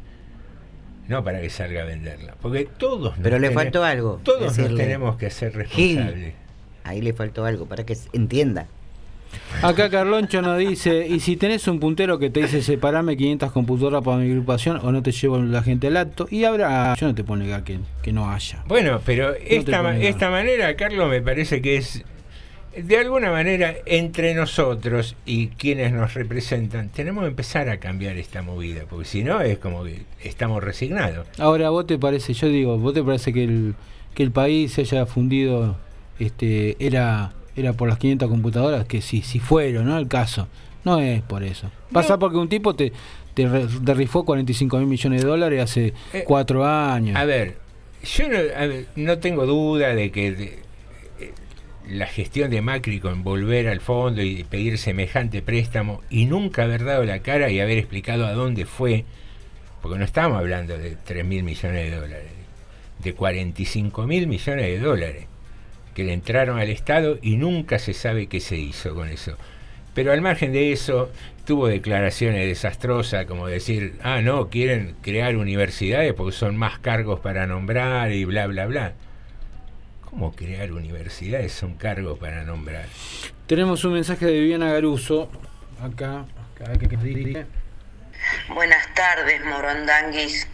Speaker 18: no para que salga a venderla. Porque todos nos
Speaker 16: Pero le
Speaker 18: tenemos-
Speaker 16: faltó algo.
Speaker 18: Todos nos
Speaker 16: decirle,
Speaker 18: tenemos que hacer
Speaker 16: Gil,
Speaker 18: responsables.
Speaker 16: ahí le faltó algo para que entienda.
Speaker 17: Acá Carloncho nos dice, y si tenés un puntero que te dice separame quinientas computadoras para mi agrupación o no te llevo la gente al acto, y habrá, yo no te puedo negar que, que no haya.
Speaker 18: Bueno, pero
Speaker 17: te
Speaker 18: esta, ma-
Speaker 17: puedo negar.
Speaker 18: esta manera, Carlos, me parece que es, de alguna manera, entre nosotros y quienes nos representan, tenemos que empezar a cambiar esta movida, porque si no es como que estamos resignados.
Speaker 17: Ahora, ¿vos te parece, yo digo, vos te parece que el, que el país se haya fundido, este, era, era por las quinientas computadoras? Que si, si fueron, ¿no? El caso. No es por eso. Pasa porque un tipo te, te, re- te rifó cuarenta y cinco mil millones de dólares hace
Speaker 18: Eh,
Speaker 17: cuatro años.
Speaker 18: A ver, yo no, a ver, no tengo duda de que de- eh, la gestión de Macri con volver al fondo y pedir semejante préstamo y nunca haber dado la cara y haber explicado a dónde fue, porque no estamos hablando de tres mil millones de dólares, de cuarenta y cinco mil millones de dólares que le entraron al Estado y nunca se sabe qué se hizo con eso. Pero al margen de eso, tuvo declaraciones desastrosas como decir, ah, no, quieren crear universidades porque son más cargos para nombrar y bla, bla, bla. ¿Cómo crear universidades son cargos para nombrar?
Speaker 17: Tenemos un mensaje de Viviana Garuso, acá, acá que, que dice.
Speaker 8: Buenas tardes, Morondanguis.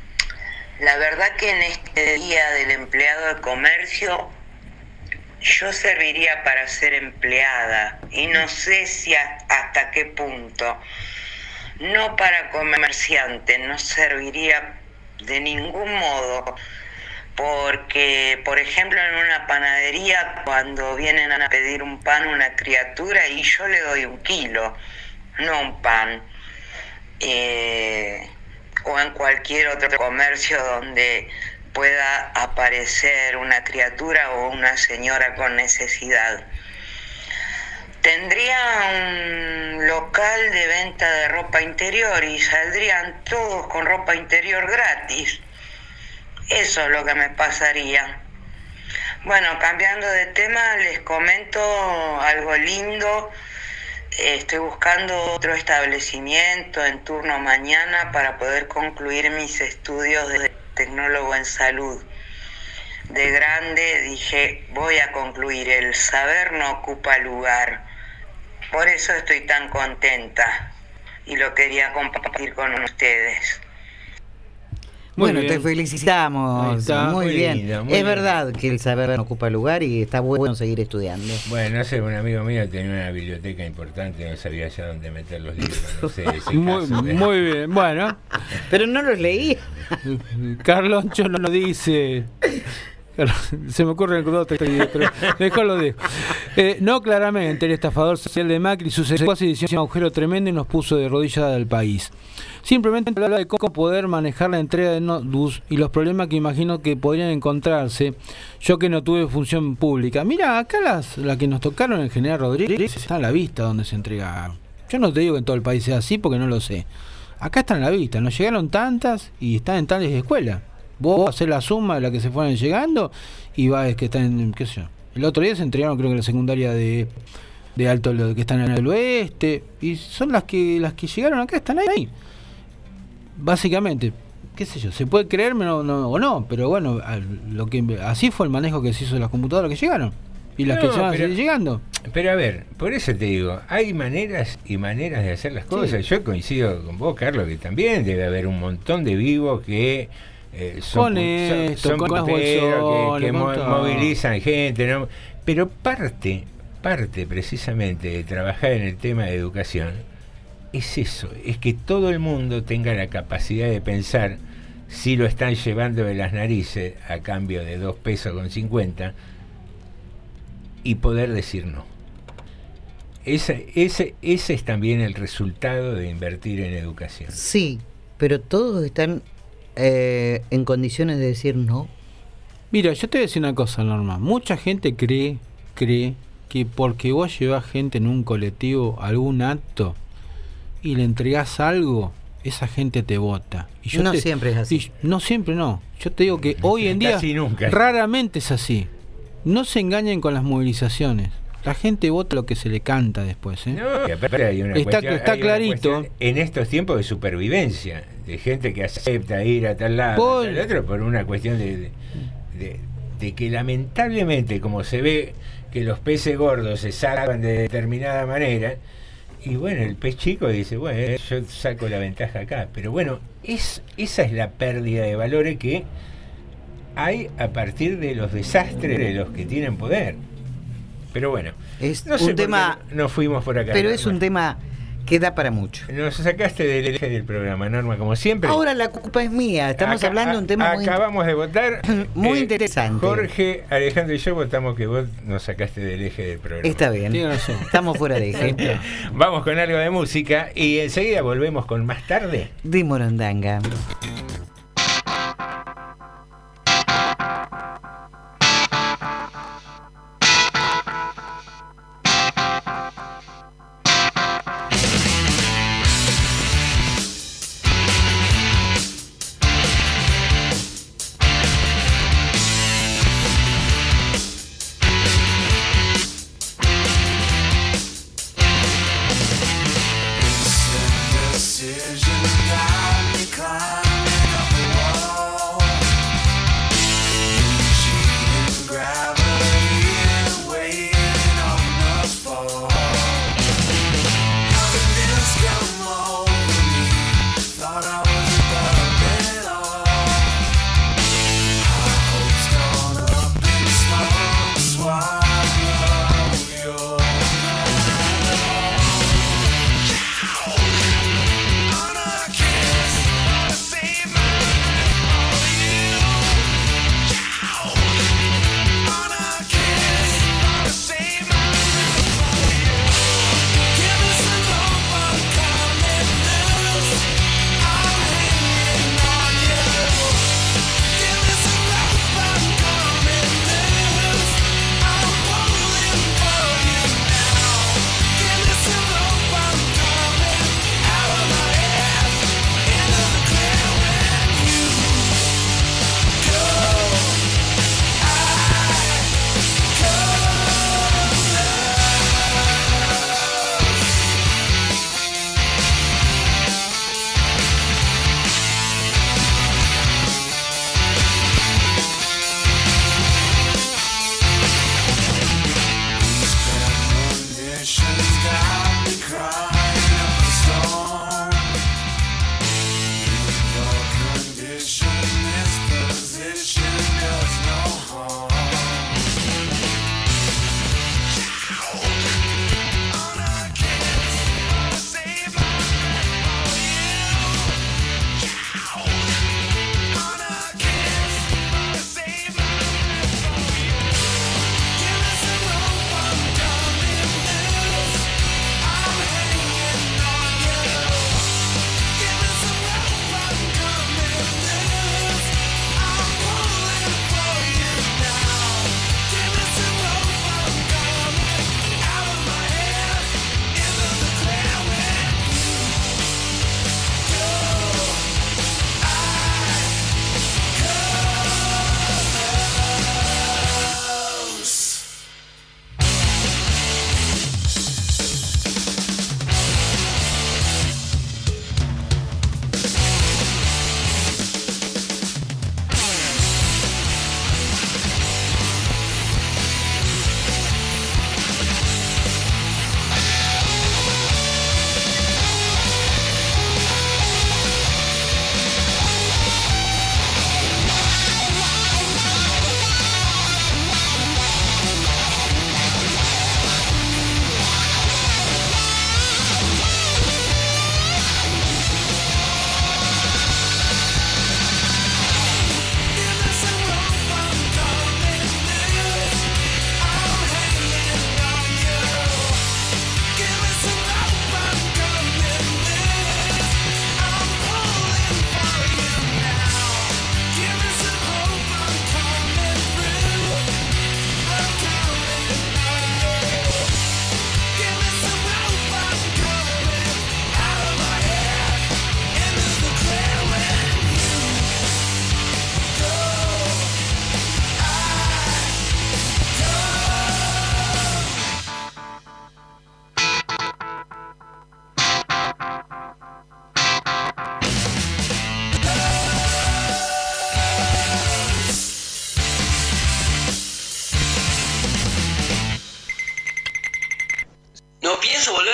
Speaker 8: La verdad que en este día del empleado de comercio yo serviría para ser empleada y no sé si a- hasta qué punto. No para comerciante, no serviría de ningún modo. Porque, por ejemplo, en una panadería, cuando vienen a pedir un pan una criatura y yo le doy un kilo, no un pan. Eh, o en cualquier otro comercio donde pueda aparecer una criatura o una señora con necesidad. Tendría un local de venta de ropa interior y saldrían todos con ropa interior gratis. Eso es lo que me pasaría. Bueno, cambiando de tema, les comento algo lindo. Estoy buscando otro establecimiento en turno mañana para poder concluir mis estudios de tecnólogo en salud. de grande dije, voy a concluir, el saber no ocupa lugar. Por eso estoy tan contenta y lo quería compartir con ustedes.
Speaker 16: Muy bueno, bien. Te felicitamos.
Speaker 18: Está,
Speaker 16: muy,
Speaker 18: muy
Speaker 16: bien.
Speaker 18: lindo, muy
Speaker 16: es
Speaker 18: lindo.
Speaker 16: verdad que el saber no ocupa lugar y está bueno seguir estudiando.
Speaker 18: Bueno, no sé, un amigo mío tenía una biblioteca importante, no sabía ya dónde meter los libros. No sé, ese
Speaker 17: muy,
Speaker 18: caso de...
Speaker 17: muy bien, bueno.
Speaker 16: Pero no los leí.
Speaker 17: Carloncho no lo dice. Se me ocurre el otro, pero mejor lo dejo. Eh, no, claramente, el estafador social de Macri sucedió así, hizo un agujero tremendo y nos puso de rodillas al país. Simplemente habla de cómo poder manejar la entrega de notebooks y los problemas que imagino que podrían encontrarse. Yo que no tuve función pública. Mira, acá las, las que nos tocaron en General Rodríguez están a la vista donde se entrega. Yo no te digo que en todo el país sea así porque no lo sé. Acá están a la vista, nos llegaron tantas y están en tales escuelas. Vos haces la suma de las que se fueron llegando y va es que están en, qué sé yo. El otro día se entregaron creo que la secundaria de, de Alto, lo que están en el oeste, y son las que las que llegaron acá, están ahí. Básicamente, qué sé yo, se puede creerme no, no, o no, pero bueno, lo que así fue el manejo que se hizo de las computadoras que llegaron y las no, que se van pero, a seguir llegando.
Speaker 18: Pero a ver, por eso te digo, hay maneras y maneras de hacer las cosas. Sí. Yo coincido con vos, Carlos, que también debe haber un montón de vivos que Eh, son, con esto, son, son con puteros que, que mo movilizan gente, ¿no? Pero parte, parte precisamente de trabajar en el tema de educación es eso, es que todo el mundo tenga la capacidad de pensar si lo están llevando de las narices a cambio de dos pesos con cincuenta y poder decir no. Ese, ese, ese es también el resultado de invertir en educación.
Speaker 16: Sí, pero todos están Eh, en condiciones de decir no.
Speaker 17: Mira, yo te voy a decir una cosa, Norma. Mucha gente cree, cree que porque vos llevás gente en un colectivo a algún acto y le entregás algo, esa gente te vota. Y yo
Speaker 16: no
Speaker 17: te,
Speaker 16: siempre es así.
Speaker 17: Y, no siempre no. Yo te digo que hoy en día
Speaker 18: nunca.
Speaker 17: Raramente es así. No se engañen con las movilizaciones. La gente vota lo que se le canta después, ¿eh?
Speaker 18: No, hay una
Speaker 17: está
Speaker 18: cuestión,
Speaker 17: está
Speaker 18: hay
Speaker 17: clarito.
Speaker 18: En estos tiempos de supervivencia, de gente que acepta ir a tal lado, por, a tal otro, por una cuestión de, de, de, de que lamentablemente, como se ve que los peces gordos se salvan de determinada manera, y bueno, el pez chico dice, bueno, yo saco la ventaja acá. Pero bueno, es esa es la pérdida de valores que hay a partir de los desastres de los que tienen poder. Pero bueno,
Speaker 16: es
Speaker 18: no sé
Speaker 16: un tema,
Speaker 18: nos fuimos por acá.
Speaker 16: Pero Norma, es un tema que da para mucho.
Speaker 18: Nos sacaste del eje del programa, Norma, como siempre.
Speaker 16: Ahora la culpa es mía, estamos
Speaker 18: acá,
Speaker 16: hablando de un tema muy
Speaker 18: acabamos de votar.
Speaker 16: Muy
Speaker 18: eh,
Speaker 16: interesante.
Speaker 18: Jorge, Alejandro y yo votamos que vos nos sacaste del eje del programa.
Speaker 16: Está bien, estamos fuera de eje.
Speaker 18: Vamos con algo de música y enseguida volvemos con Más Tarde
Speaker 16: de Morondanga.
Speaker 25: Decision got me climbing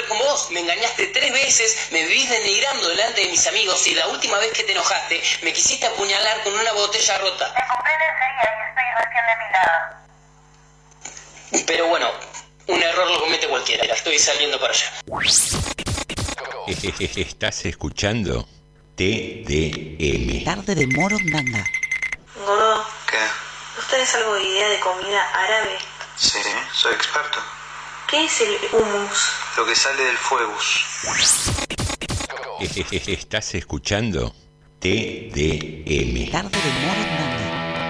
Speaker 9: volver con vos. Me engañaste tres veces, me vivís denigrando delante de mis amigos y la última vez que te enojaste me quisiste apuñalar con una botella rota.
Speaker 22: Te compré lencería y estoy recién depilada.
Speaker 9: Pero bueno, un error lo comete cualquiera. Estoy saliendo para allá.
Speaker 18: Estás escuchando T D M.
Speaker 1: Tarde de Morondanga.
Speaker 22: Gordo,
Speaker 21: ¿Qué?
Speaker 22: ¿vos tenés algo de idea de comida árabe?
Speaker 21: Sí, soy experto.
Speaker 22: ¿Qué es el hummus?
Speaker 21: Lo que sale del fuegus.
Speaker 18: Estás escuchando T D M.
Speaker 1: Tarde de Morondanga.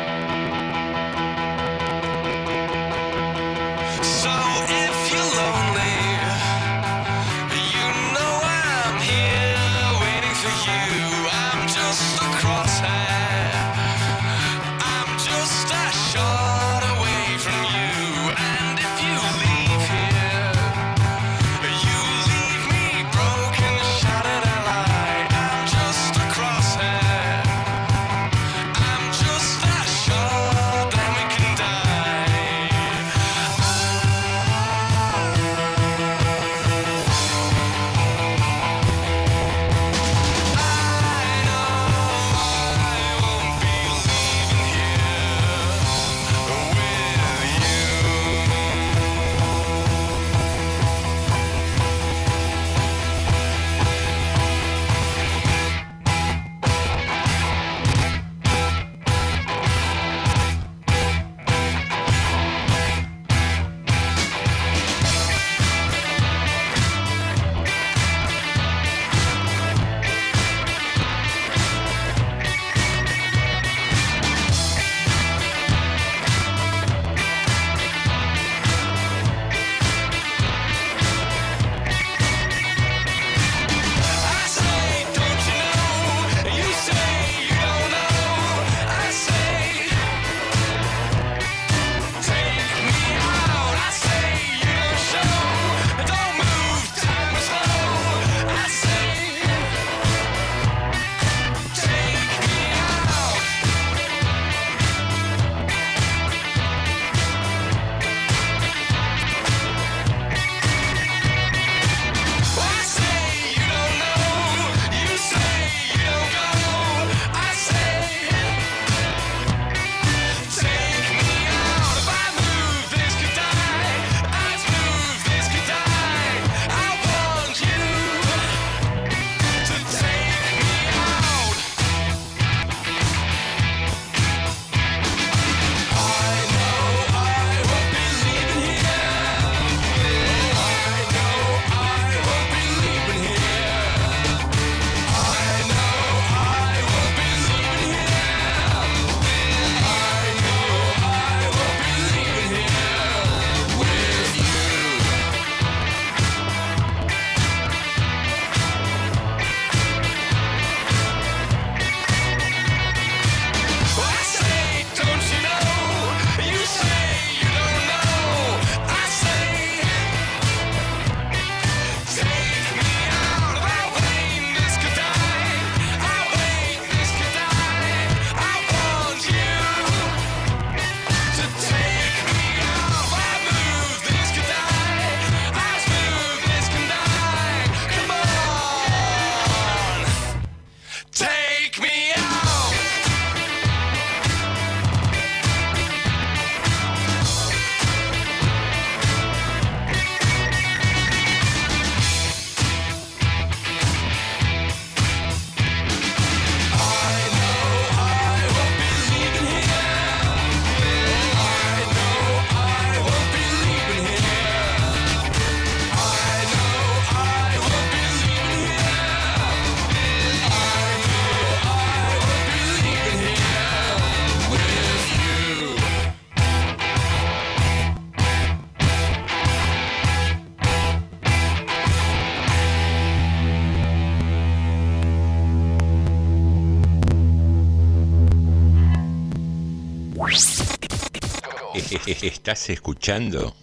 Speaker 18: Estás escuchando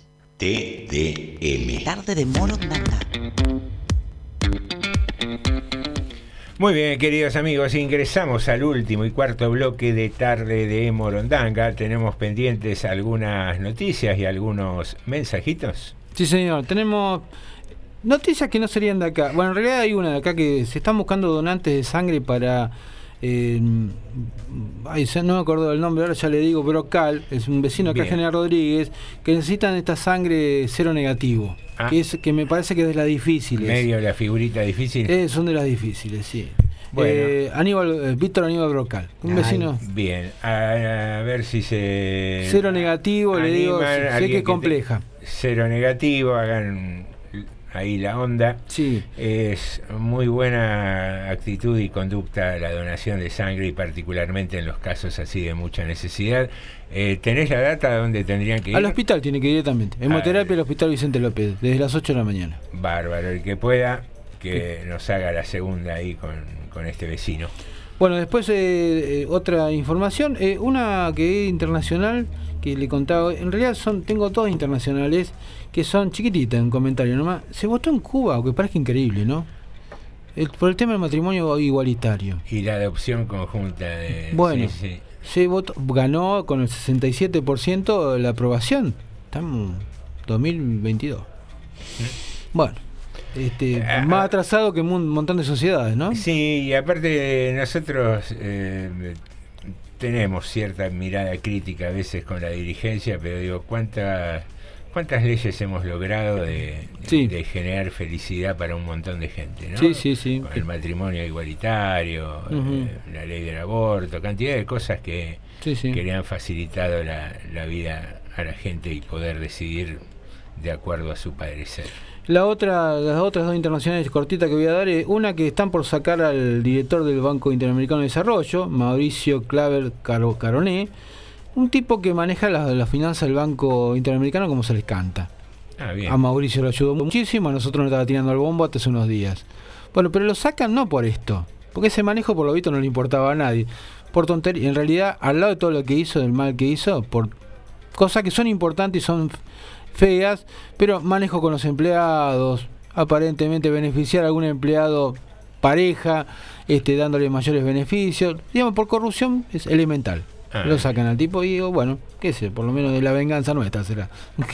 Speaker 18: T D M.
Speaker 1: Tarde de Morondanga.
Speaker 18: Muy bien, queridos amigos, ingresamos al último y cuarto bloque de Tarde de Morondanga. Tenemos pendientes algunas noticias y algunos mensajitos.
Speaker 17: Sí, señor. Tenemos Noticias que no serían de acá. Bueno, en realidad hay una de acá que se están buscando donantes de sangre para... Eh, ay, no me acuerdo del nombre, ahora ya le digo, Brocal, es un vecino acá, General Rodríguez, que necesitan esta sangre cero negativo, ah. que es que me parece que es de las difíciles.
Speaker 18: Medio de la figurita difícil.
Speaker 17: Eh, son de las difíciles, sí.
Speaker 18: Bueno.
Speaker 17: Eh, Aníbal, eh, Víctor Aníbal Brocal, un
Speaker 18: Ay,
Speaker 17: vecino.
Speaker 18: Bien, a, a ver si se...
Speaker 17: Cero negativo, le digo, sé que es compleja.
Speaker 18: Cero negativo, hagan ahí la onda.
Speaker 17: Sí.
Speaker 18: Es muy buena actitud y conducta la donación de sangre, y particularmente en los casos así de mucha necesidad. Eh, ¿Tenés la data de dónde tendrían que ir?
Speaker 17: Al hospital tiene que ir directamente. Hemoterapia al Hospital Vicente López, desde las ocho de la mañana.
Speaker 18: Bárbaro, el que pueda, que ¿Qué? nos haga la segunda ahí con, con este vecino.
Speaker 17: Bueno, después eh, eh, otra información, eh, una que es internacional, que le contaba, en realidad son tengo todas internacionales, que son chiquititas, un comentario nomás. Se votó en Cuba, aunque parezca increíble, ¿no? El, por el tema del matrimonio igualitario.
Speaker 18: Y la adopción conjunta de...
Speaker 17: Bueno,
Speaker 18: sí, sí.
Speaker 17: se votó, ganó con el sesenta y siete por ciento la aprobación. Estamos en dos mil veintidós. ¿Mm? Bueno. Este, ah, más atrasado que un montón de sociedades, ¿no?
Speaker 18: Sí, y aparte nosotros eh, tenemos cierta mirada crítica a veces con la dirigencia, pero digo, ¿cuántas cuántas leyes hemos logrado de,
Speaker 17: sí.
Speaker 18: de generar felicidad para un montón de gente, ¿no?
Speaker 17: Sí, sí, sí.
Speaker 18: Con el matrimonio igualitario, uh-huh. eh, la ley del aborto, cantidad de cosas que,
Speaker 17: sí, sí.
Speaker 18: que le han facilitado la, la vida a la gente y poder decidir de acuerdo a su parecer.
Speaker 17: La otra, las otras dos internacionales cortitas que voy a dar es una que están por sacar al director del Banco Interamericano de Desarrollo, Mauricio Claver Caro, Caroné, un tipo que maneja la, la finanza del Banco Interamericano como se les canta.
Speaker 18: Ah, bien.
Speaker 17: A Mauricio lo ayudó muchísimo, a nosotros nos estaba tirando el bombo hasta hace unos días. Bueno, pero lo sacan no por esto, porque ese manejo por lo visto no le importaba a nadie. Por tontería, en realidad, al lado de todo lo que hizo, del mal que hizo, por cosas que son importantes y son feas, pero manejo con los empleados, aparentemente beneficiar a algún empleado pareja, este, dándole mayores beneficios, digamos, por corrupción es elemental. Ah, lo sacan al tipo y digo, bueno, qué sé, por lo menos de la venganza nuestra será.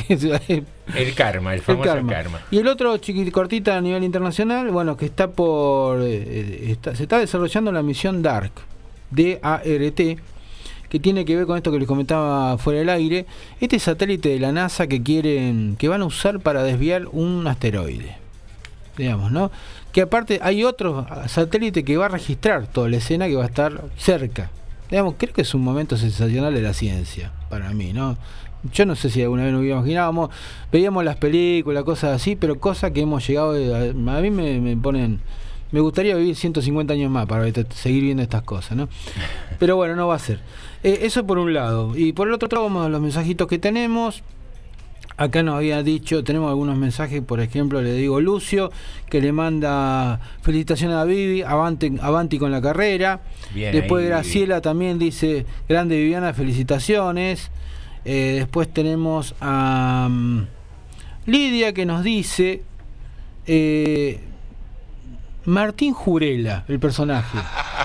Speaker 18: El karma, el famoso el karma. karma.
Speaker 17: Y el otro chiquit cortita a nivel internacional, bueno, que está por eh, está, se está desarrollando la misión DART, D A R T, que tiene que ver con esto que les comentaba fuera del aire, este satélite de la NASA que quieren, que van a usar para desviar un asteroide, digamos, ¿no? Que aparte hay otro satélite que va a registrar toda la escena, que va a estar cerca. Digamos, creo que es un momento sensacional de la ciencia, para mí, ¿no? Yo no sé si alguna vez nos imaginábamos, veíamos las películas, cosas así, pero cosas que hemos llegado, a, a mí me, me ponen... Me gustaría vivir ciento cincuenta años más para seguir viendo estas cosas, ¿no? Pero bueno, no va a ser. Eh, eso por un lado. Y por el otro lado, vamos a los mensajitos que tenemos. Acá nos había dicho, tenemos algunos mensajes, por ejemplo, le digo Lucio, que le manda felicitaciones a Vivi, avante, avanti con la carrera.
Speaker 18: Bien,
Speaker 17: después
Speaker 18: ahí,
Speaker 17: Graciela
Speaker 18: Vivi.
Speaker 17: También dice, grande Viviana, felicitaciones. Eh, después tenemos a um, Lidia, que nos dice... Eh, Martín Jurela, el personaje.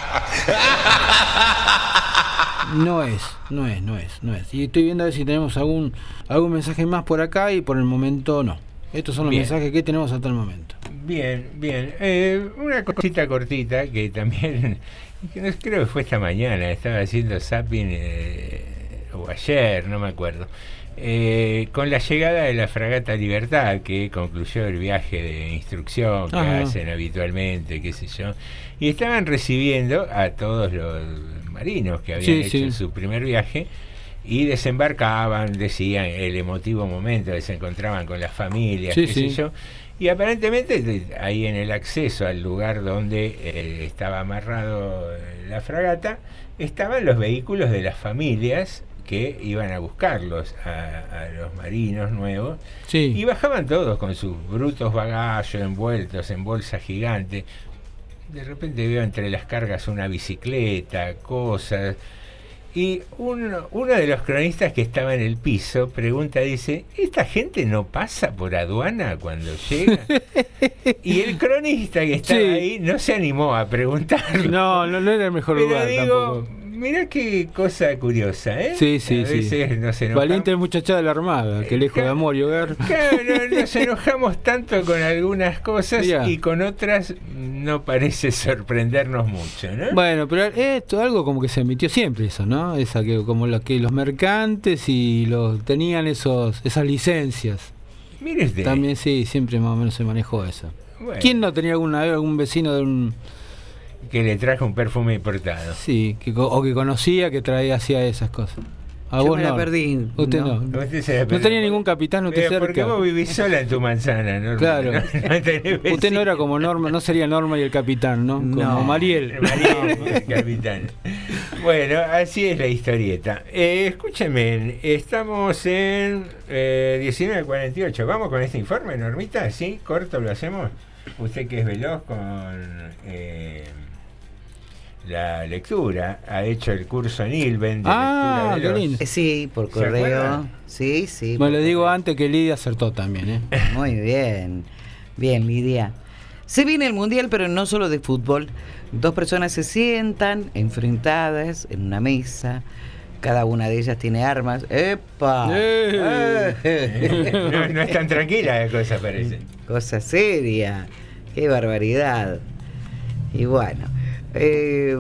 Speaker 17: No es, no es, no es, no es. Y estoy viendo a ver si tenemos algún algún mensaje más por acá y por el momento no. Estos son los bien. mensajes que tenemos hasta el momento.
Speaker 18: Bien, bien. Eh, una cosita cortita que también, creo que fue esta mañana, estaba haciendo zapping, eh, o ayer, no me acuerdo. Eh, con la llegada de la fragata Libertad, que concluyó el viaje de instrucción que Ajá. hacen habitualmente, qué sé yo, y estaban recibiendo a todos los marinos que habían sí, hecho sí. su primer viaje, y desembarcaban, decían, el emotivo momento, se encontraban con las familias,
Speaker 17: sí,
Speaker 18: qué
Speaker 17: sí.
Speaker 18: sé yo, y aparentemente ahí en el acceso al lugar donde eh, estaba amarrado la fragata, estaban los vehículos de las familias que iban a buscarlos a, a los marinos nuevos,
Speaker 17: sí.
Speaker 18: y bajaban todos con sus brutos bagajes envueltos en bolsas gigantes. De repente veo entre las cargas una bicicleta, cosas, y uno, uno de los cronistas que estaba en el piso pregunta, dice, ¿esta gente no pasa por aduana cuando llega? Y el cronista que estaba sí. ahí no se animó a preguntarlo.
Speaker 17: No, no, no era el mejor
Speaker 18: Pero
Speaker 17: lugar
Speaker 18: digo,
Speaker 17: tampoco.
Speaker 18: mirá qué cosa curiosa, ¿eh?
Speaker 17: Sí, sí,
Speaker 18: a
Speaker 17: sí.
Speaker 18: veces nos enojamos.
Speaker 17: Valiente muchachada de la Armada, que lejos de amor y hogar.
Speaker 18: Claro, nos enojamos tanto con algunas cosas
Speaker 17: Ya.
Speaker 18: y con otras no parece sorprendernos mucho, ¿no?
Speaker 17: Bueno, pero esto algo como que se emitió siempre eso, ¿no? Esa que como la que los mercantes y los tenían esos esas licencias.
Speaker 18: Mire usted.
Speaker 17: También sí, siempre más o menos se manejó eso.
Speaker 18: Bueno.
Speaker 17: ¿Quién no tenía alguna vez algún vecino de un
Speaker 18: que le trajo un perfume importado?
Speaker 17: Sí, que, co- o que conocía que traía hacía esas cosas. A
Speaker 16: Yo
Speaker 17: vos
Speaker 16: me la
Speaker 17: no.
Speaker 16: perdí,
Speaker 17: Usted
Speaker 16: no.
Speaker 17: no.
Speaker 18: Usted se la
Speaker 17: No
Speaker 18: perdió.
Speaker 17: tenía ningún capitán usted
Speaker 18: Pero
Speaker 17: cerca.
Speaker 18: porque vos vivís sola en tu manzana, ¿no?
Speaker 17: Claro.
Speaker 18: No, no tenés
Speaker 17: Usted no era como Norma, no sería Norma y el capitán, ¿no? Como
Speaker 18: No.
Speaker 17: Mariel.
Speaker 18: Mariel, el capitán. Bueno, así es la historieta. Eh, escúcheme, estamos en eh, diecinueve cuarenta y ocho. ¿Vamos con este informe, Normita? ¿Sí? ¿Corto lo hacemos? Usted que es veloz con eh, la lectura, ha hecho el curso Nilben de
Speaker 17: Ah,
Speaker 18: lectura
Speaker 17: qué
Speaker 18: veloz.
Speaker 17: lindo.
Speaker 16: Sí, por
Speaker 18: ¿Se
Speaker 16: correo.
Speaker 18: acuerdan?
Speaker 16: Sí, sí.
Speaker 17: Bueno, le digo antes que Lidia acertó también, ¿eh?
Speaker 16: Muy bien. Bien, Lidia. Se viene el Mundial, pero no solo de fútbol. Dos personas se sientan enfrentadas en una mesa. Cada una de ellas tiene armas. ¡Epa!
Speaker 17: ¡Eh!
Speaker 16: ¡Eh!
Speaker 18: No, no es tan tranquila la cosa, parece.
Speaker 16: Cosa seria. ¡Qué barbaridad! Y bueno, eh,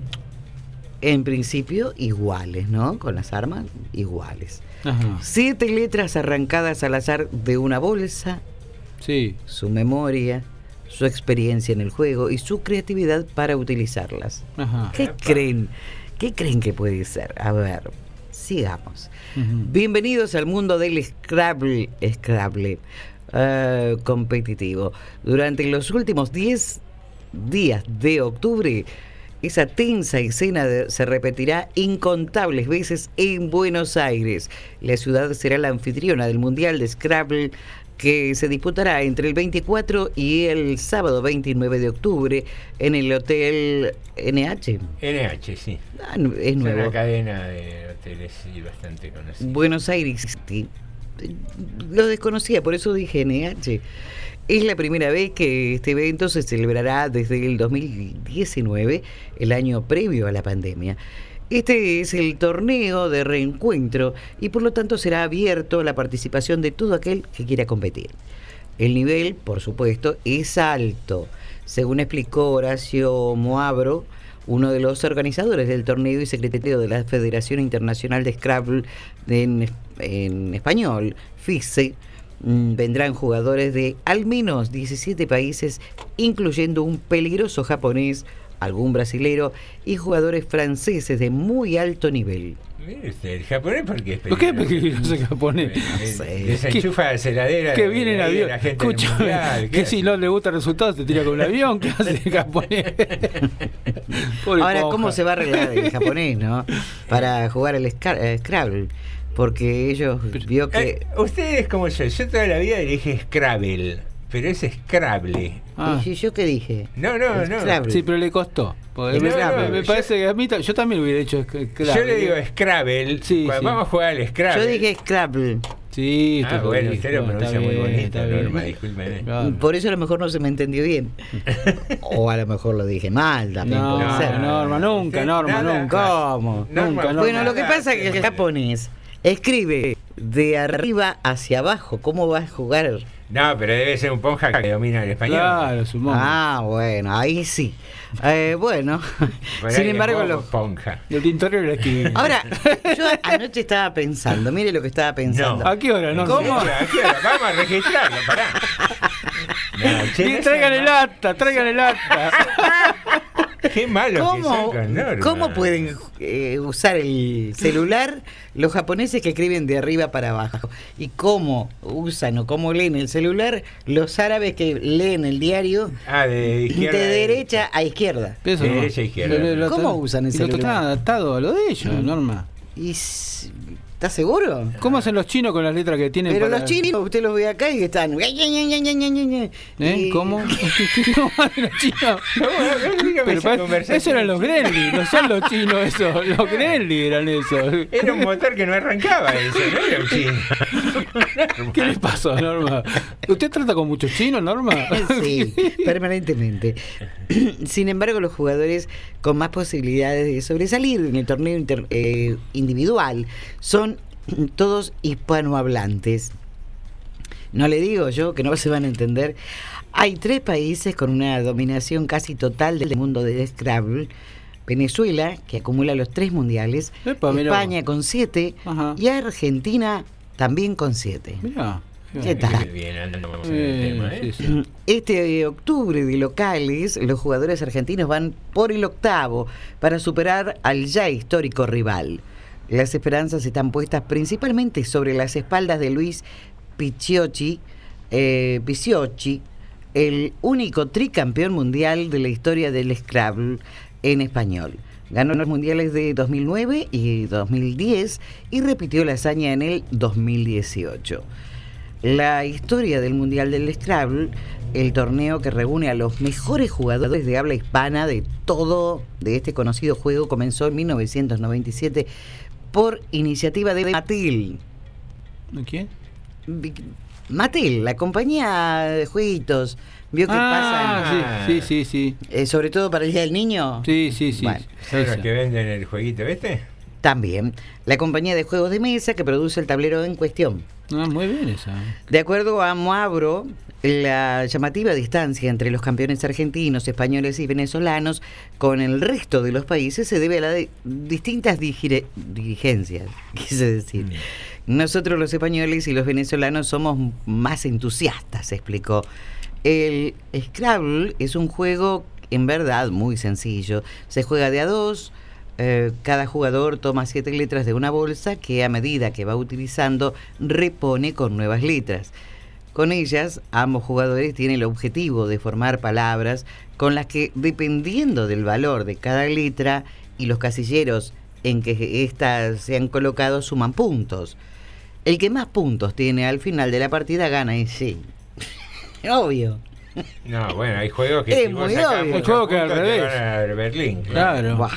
Speaker 16: en principio iguales, ¿no? Con las armas iguales.
Speaker 17: Ajá.
Speaker 16: Siete letras arrancadas al azar de una bolsa.
Speaker 17: Sí.
Speaker 16: Su memoria, su experiencia en el juego y su creatividad para utilizarlas.
Speaker 17: Ajá.
Speaker 16: ¿Qué creen? ¿Qué creen que puede ser? A ver, sigamos.
Speaker 17: Ujú.
Speaker 16: Bienvenidos al mundo del Scrabble, Scrabble eh, competitivo. Durante los últimos diez días de octubre, esa tensa escena de- se repetirá incontables veces en Buenos Aires. La ciudad será la anfitriona del Mundial de Scrabble, que se disputará entre el veinticuatro y el sábado veintinueve de octubre en el Hotel N H.
Speaker 18: N H, sí.
Speaker 16: Ah, no, es
Speaker 18: Es una
Speaker 16: nuevo.
Speaker 18: cadena de hoteles sí, bastante conocida.
Speaker 16: Buenos Aires City. Lo desconocía, por eso dije N H. Es la primera vez que este evento se celebrará desde el dos mil diecinueve, el año previo a la pandemia. Este es el torneo de reencuentro y por lo tanto será abierto a la participación de todo aquel que quiera competir. El nivel, por supuesto, es alto. Según explicó Horacio Moabro, uno de los organizadores del torneo y secretario de la Federación Internacional de Scrabble en, en español, F I S E, mm, vendrán jugadores de al menos diecisiete países, incluyendo un peligroso japonés, algún brasilero y jugadores franceses de muy alto nivel.
Speaker 18: Mire usted, el japonés, ¿por qué es
Speaker 17: ¿Por qué
Speaker 18: peligroso?
Speaker 17: peligroso el japonés?
Speaker 18: Eh, Desenchufa la heladera.
Speaker 17: Que
Speaker 18: de-
Speaker 17: viene en
Speaker 18: ahí de
Speaker 17: avión.
Speaker 18: la gente del
Speaker 17: Escúchame,
Speaker 18: mundial, ¿qué
Speaker 17: que
Speaker 18: hace?
Speaker 17: si no le gusta el resultado se tira con un avión. ¿Qué hace el japonés? Pobre
Speaker 16: Ahora,
Speaker 17: Ponja.
Speaker 16: ¿cómo se va a arreglar el japonés, no? Para jugar al Scar- eh, Scrabble. Porque ellos vio que...
Speaker 18: Eh, usted es como yo, yo toda la vida le dije Scrabble, pero es Scrabble.
Speaker 17: Ah.
Speaker 16: ¿Y yo qué dije?
Speaker 18: No, no, no.
Speaker 16: Scrabble.
Speaker 17: Sí, pero le costó. Porque
Speaker 18: No,
Speaker 17: me,
Speaker 18: no,
Speaker 17: me- me
Speaker 18: yo-
Speaker 17: parece que a mí ta- yo también hubiera hecho Scrabble.
Speaker 18: Yo le digo Scrabble,
Speaker 17: Sí,
Speaker 18: cuando
Speaker 17: sí.
Speaker 18: vamos a jugar al Scrabble.
Speaker 16: Yo dije Scrabble.
Speaker 17: Sí,
Speaker 18: Ah,
Speaker 17: usted
Speaker 18: bueno,
Speaker 17: dijo,
Speaker 18: usted lo
Speaker 17: está
Speaker 18: pronuncia muy
Speaker 17: bien,
Speaker 18: bonito,
Speaker 17: está bien.
Speaker 18: Norma, discúlpeme.
Speaker 17: Claro.
Speaker 16: Por eso a lo mejor no se me entendió bien. O a lo mejor lo dije mal también.
Speaker 17: No,
Speaker 16: puede ser.
Speaker 17: Norma, nunca,
Speaker 18: Usted
Speaker 17: Norma,
Speaker 18: nada-
Speaker 17: nunca.
Speaker 16: ¿Cómo?
Speaker 18: Norma,
Speaker 17: Nunca, Norma.
Speaker 16: Bueno, lo que
Speaker 18: nada,
Speaker 16: pasa es que el
Speaker 18: sí.
Speaker 16: japonés escribe de arriba hacia abajo. ¿Cómo va a jugar?
Speaker 18: No, pero debe ser un ponja que domina el español.
Speaker 17: Claro, supongo.
Speaker 16: Ah, bueno, ahí sí. Eh, bueno,
Speaker 18: Por ahí
Speaker 16: sin
Speaker 18: es
Speaker 16: embargo,
Speaker 18: poco
Speaker 16: lo...
Speaker 18: ponja.
Speaker 17: El tintorero lo escribí.
Speaker 16: Ahora, yo anoche estaba pensando, mire lo que estaba pensando.
Speaker 18: No.
Speaker 17: ¿A qué hora, Norma?
Speaker 16: ¿Cómo?
Speaker 18: ¿A qué hora? Vamos a registrarlo, pará. No, che,
Speaker 17: Sí,
Speaker 18: no
Speaker 17: traigan
Speaker 18: sean
Speaker 17: el acta, traigan el acta.
Speaker 18: mal- Qué malo que son
Speaker 16: ¿Cómo,
Speaker 18: con Norma.
Speaker 16: ¿Cómo pueden eh, usar el celular los japoneses que escriben de arriba para abajo? ¿Y cómo usan o cómo leen el celular los árabes que leen el diario
Speaker 18: Ah, de
Speaker 16: de
Speaker 18: izquierda. a
Speaker 16: derecha a izquierda?
Speaker 17: Eso
Speaker 18: De
Speaker 17: no.
Speaker 18: derecha a izquierda.
Speaker 17: Lo- lo-
Speaker 16: ¿Cómo
Speaker 17: lo-
Speaker 16: usan el
Speaker 17: y lo
Speaker 16: celular?
Speaker 17: están adaptado a lo de ellos, Norma.
Speaker 16: ¿Y s- ¿Estás seguro?
Speaker 17: ¿Cómo hacen los chinos con las letras que tienen
Speaker 16: Pero
Speaker 17: para-
Speaker 16: los chinos, usted los ve acá y están...
Speaker 17: ¿Eh?
Speaker 16: Y-
Speaker 17: ¿Cómo? ¿Cómo hacen los chinos?
Speaker 18: No, no, no, dígame
Speaker 17: Pero
Speaker 18: esa
Speaker 17: pa-
Speaker 18: conversación.
Speaker 17: eso eran los Gremlins, no son los chinos eso, los Gremlins eran eso.
Speaker 18: Era un motor que no arrancaba ese, no era un chino.
Speaker 17: ¿Qué le pasó, Norma? ¿Usted trata con muchos chinos, Norma?
Speaker 16: Sí, permanentemente. Sin embargo, los jugadores con más posibilidades de sobresalir en el torneo inter, eh, individual son todos hispanohablantes. No le digo yo que no se van a entender. Hay tres países con una dominación casi total del mundo del Scrabble. Venezuela, que acumula los tres mundiales,
Speaker 17: Epa,
Speaker 16: España
Speaker 17: mirá.
Speaker 16: con siete,
Speaker 17: Ajá.
Speaker 16: y Argentina también con siete.
Speaker 17: Mirá.
Speaker 16: ¿Qué tal?
Speaker 18: Bien, andamos en el tema, ¿eh?
Speaker 17: Sí, sí.
Speaker 16: Este octubre de locales, los jugadores argentinos van por el octavo para superar al ya histórico rival. Las esperanzas están puestas principalmente sobre las espaldas de Luis Picciocchi, eh, Picciocchi, el único tricampeón mundial de la historia del Scrabble en español. Ganó los mundiales de dos mil nueve y dos mil diez y repitió la hazaña en el dos mil dieciocho. La historia del Mundial del Scrabble, el torneo que reúne a los mejores jugadores de habla hispana de todo de este conocido juego, comenzó en mil novecientos noventa y siete por iniciativa de Mattel.
Speaker 17: ¿Quién?
Speaker 16: Mattel, la compañía de jueguitos. ¿Vio que
Speaker 17: ah,
Speaker 16: pasan?
Speaker 17: Sí, sí, sí. sí.
Speaker 16: Eh, sobre todo para el Día del Niño.
Speaker 17: Sí, sí, sí.
Speaker 16: Bueno,
Speaker 18: ¿Son los que venden el jueguito este?
Speaker 16: también. La compañía de juegos de mesa que produce el tablero en cuestión.
Speaker 17: Ah, muy bien esa.
Speaker 16: De acuerdo a Moabro, la llamativa distancia entre los campeones argentinos, españoles y venezolanos con el resto de los países se debe a las distintas digire- dirigencias, quise decir. Nosotros los españoles y los venezolanos somos más entusiastas, explicó. El Scrabble es un juego en verdad muy sencillo. Se juega de a dos. Eh, cada jugador toma siete letras de una bolsa que a medida que va utilizando repone con nuevas letras. Con ellas, ambos jugadores tienen el objetivo de formar palabras con las que, dependiendo del valor de cada letra y los casilleros en que éstas se han colocado, suman puntos. El que más puntos tiene al final de la partida gana, y sí. Obvio.
Speaker 18: No, bueno, hay juegos que
Speaker 16: Es
Speaker 18: si vos
Speaker 16: muy
Speaker 18: sacás
Speaker 16: obvio.
Speaker 18: muchos
Speaker 17: Hay juegos que al
Speaker 18: puntos, te
Speaker 17: revés.
Speaker 18: van a dar Berlín.
Speaker 17: Claro.
Speaker 16: Buah.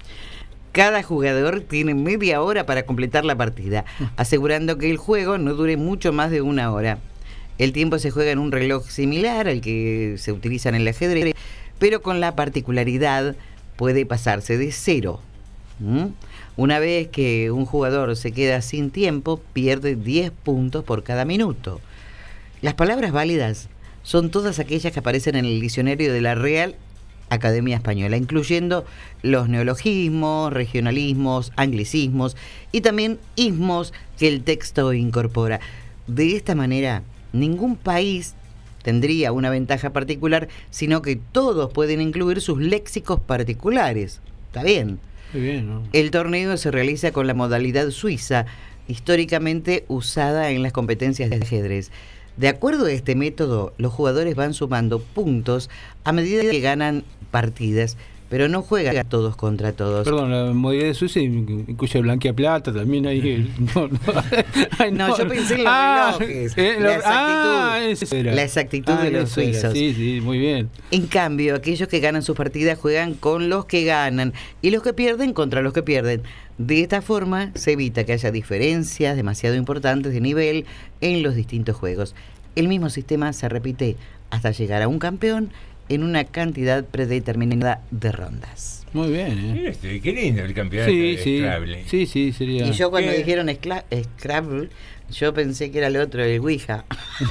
Speaker 16: Cada jugador tiene media hora para completar la partida, asegurando que el juego no dure mucho más de una hora. El tiempo se juega en un reloj similar al que se utiliza en el ajedrez, pero con la particularidad puede pasarse de cero. ¿Mm? Una vez que un jugador se queda sin tiempo, pierde diez puntos por cada minuto. Las palabras válidas son todas aquellas que aparecen en el diccionario de la Real Academia Española, incluyendo los neologismos, regionalismos, anglicismos y también ismos que el texto incorpora. De esta manera, ningún país tendría una ventaja particular, sino que todos pueden incluir sus léxicos particulares. ¿Está bien?
Speaker 17: Muy bien, ¿no?
Speaker 16: El torneo se realiza con la modalidad suiza, históricamente usada en las competencias de ajedrez. De acuerdo a este método, los jugadores van sumando puntos a medida que ganan partidas, pero no juegan todos contra todos.
Speaker 17: Perdón, la modalidad de Suiza incluye blanquea plata, también hay... No, no. Ay,
Speaker 16: No, yo pensé en los
Speaker 17: Ah,
Speaker 16: relojes,
Speaker 17: eh,
Speaker 16: la
Speaker 17: lo-
Speaker 16: exactitud,
Speaker 17: ah, eso era.
Speaker 16: la exactitud
Speaker 17: Ah,
Speaker 16: de los
Speaker 17: eso era.
Speaker 16: suizos.
Speaker 17: Sí, sí, muy bien.
Speaker 16: En cambio, aquellos que ganan sus partidas juegan con los que ganan y los que pierden contra los que pierden. De esta forma se evita que haya diferencias demasiado importantes de nivel en los distintos juegos. El mismo sistema se repite hasta llegar a un campeón en una cantidad predeterminada de rondas.
Speaker 17: Muy bien, ¿eh?
Speaker 18: Mira este, qué lindo el campeonato
Speaker 17: Sí,
Speaker 18: de
Speaker 17: sí.
Speaker 18: Scrabble.
Speaker 17: Sí, sí, sería...
Speaker 16: Y yo cuando
Speaker 18: ¿Qué?
Speaker 16: dijeron escla- Scrabble, yo pensé que era el otro, el Ouija.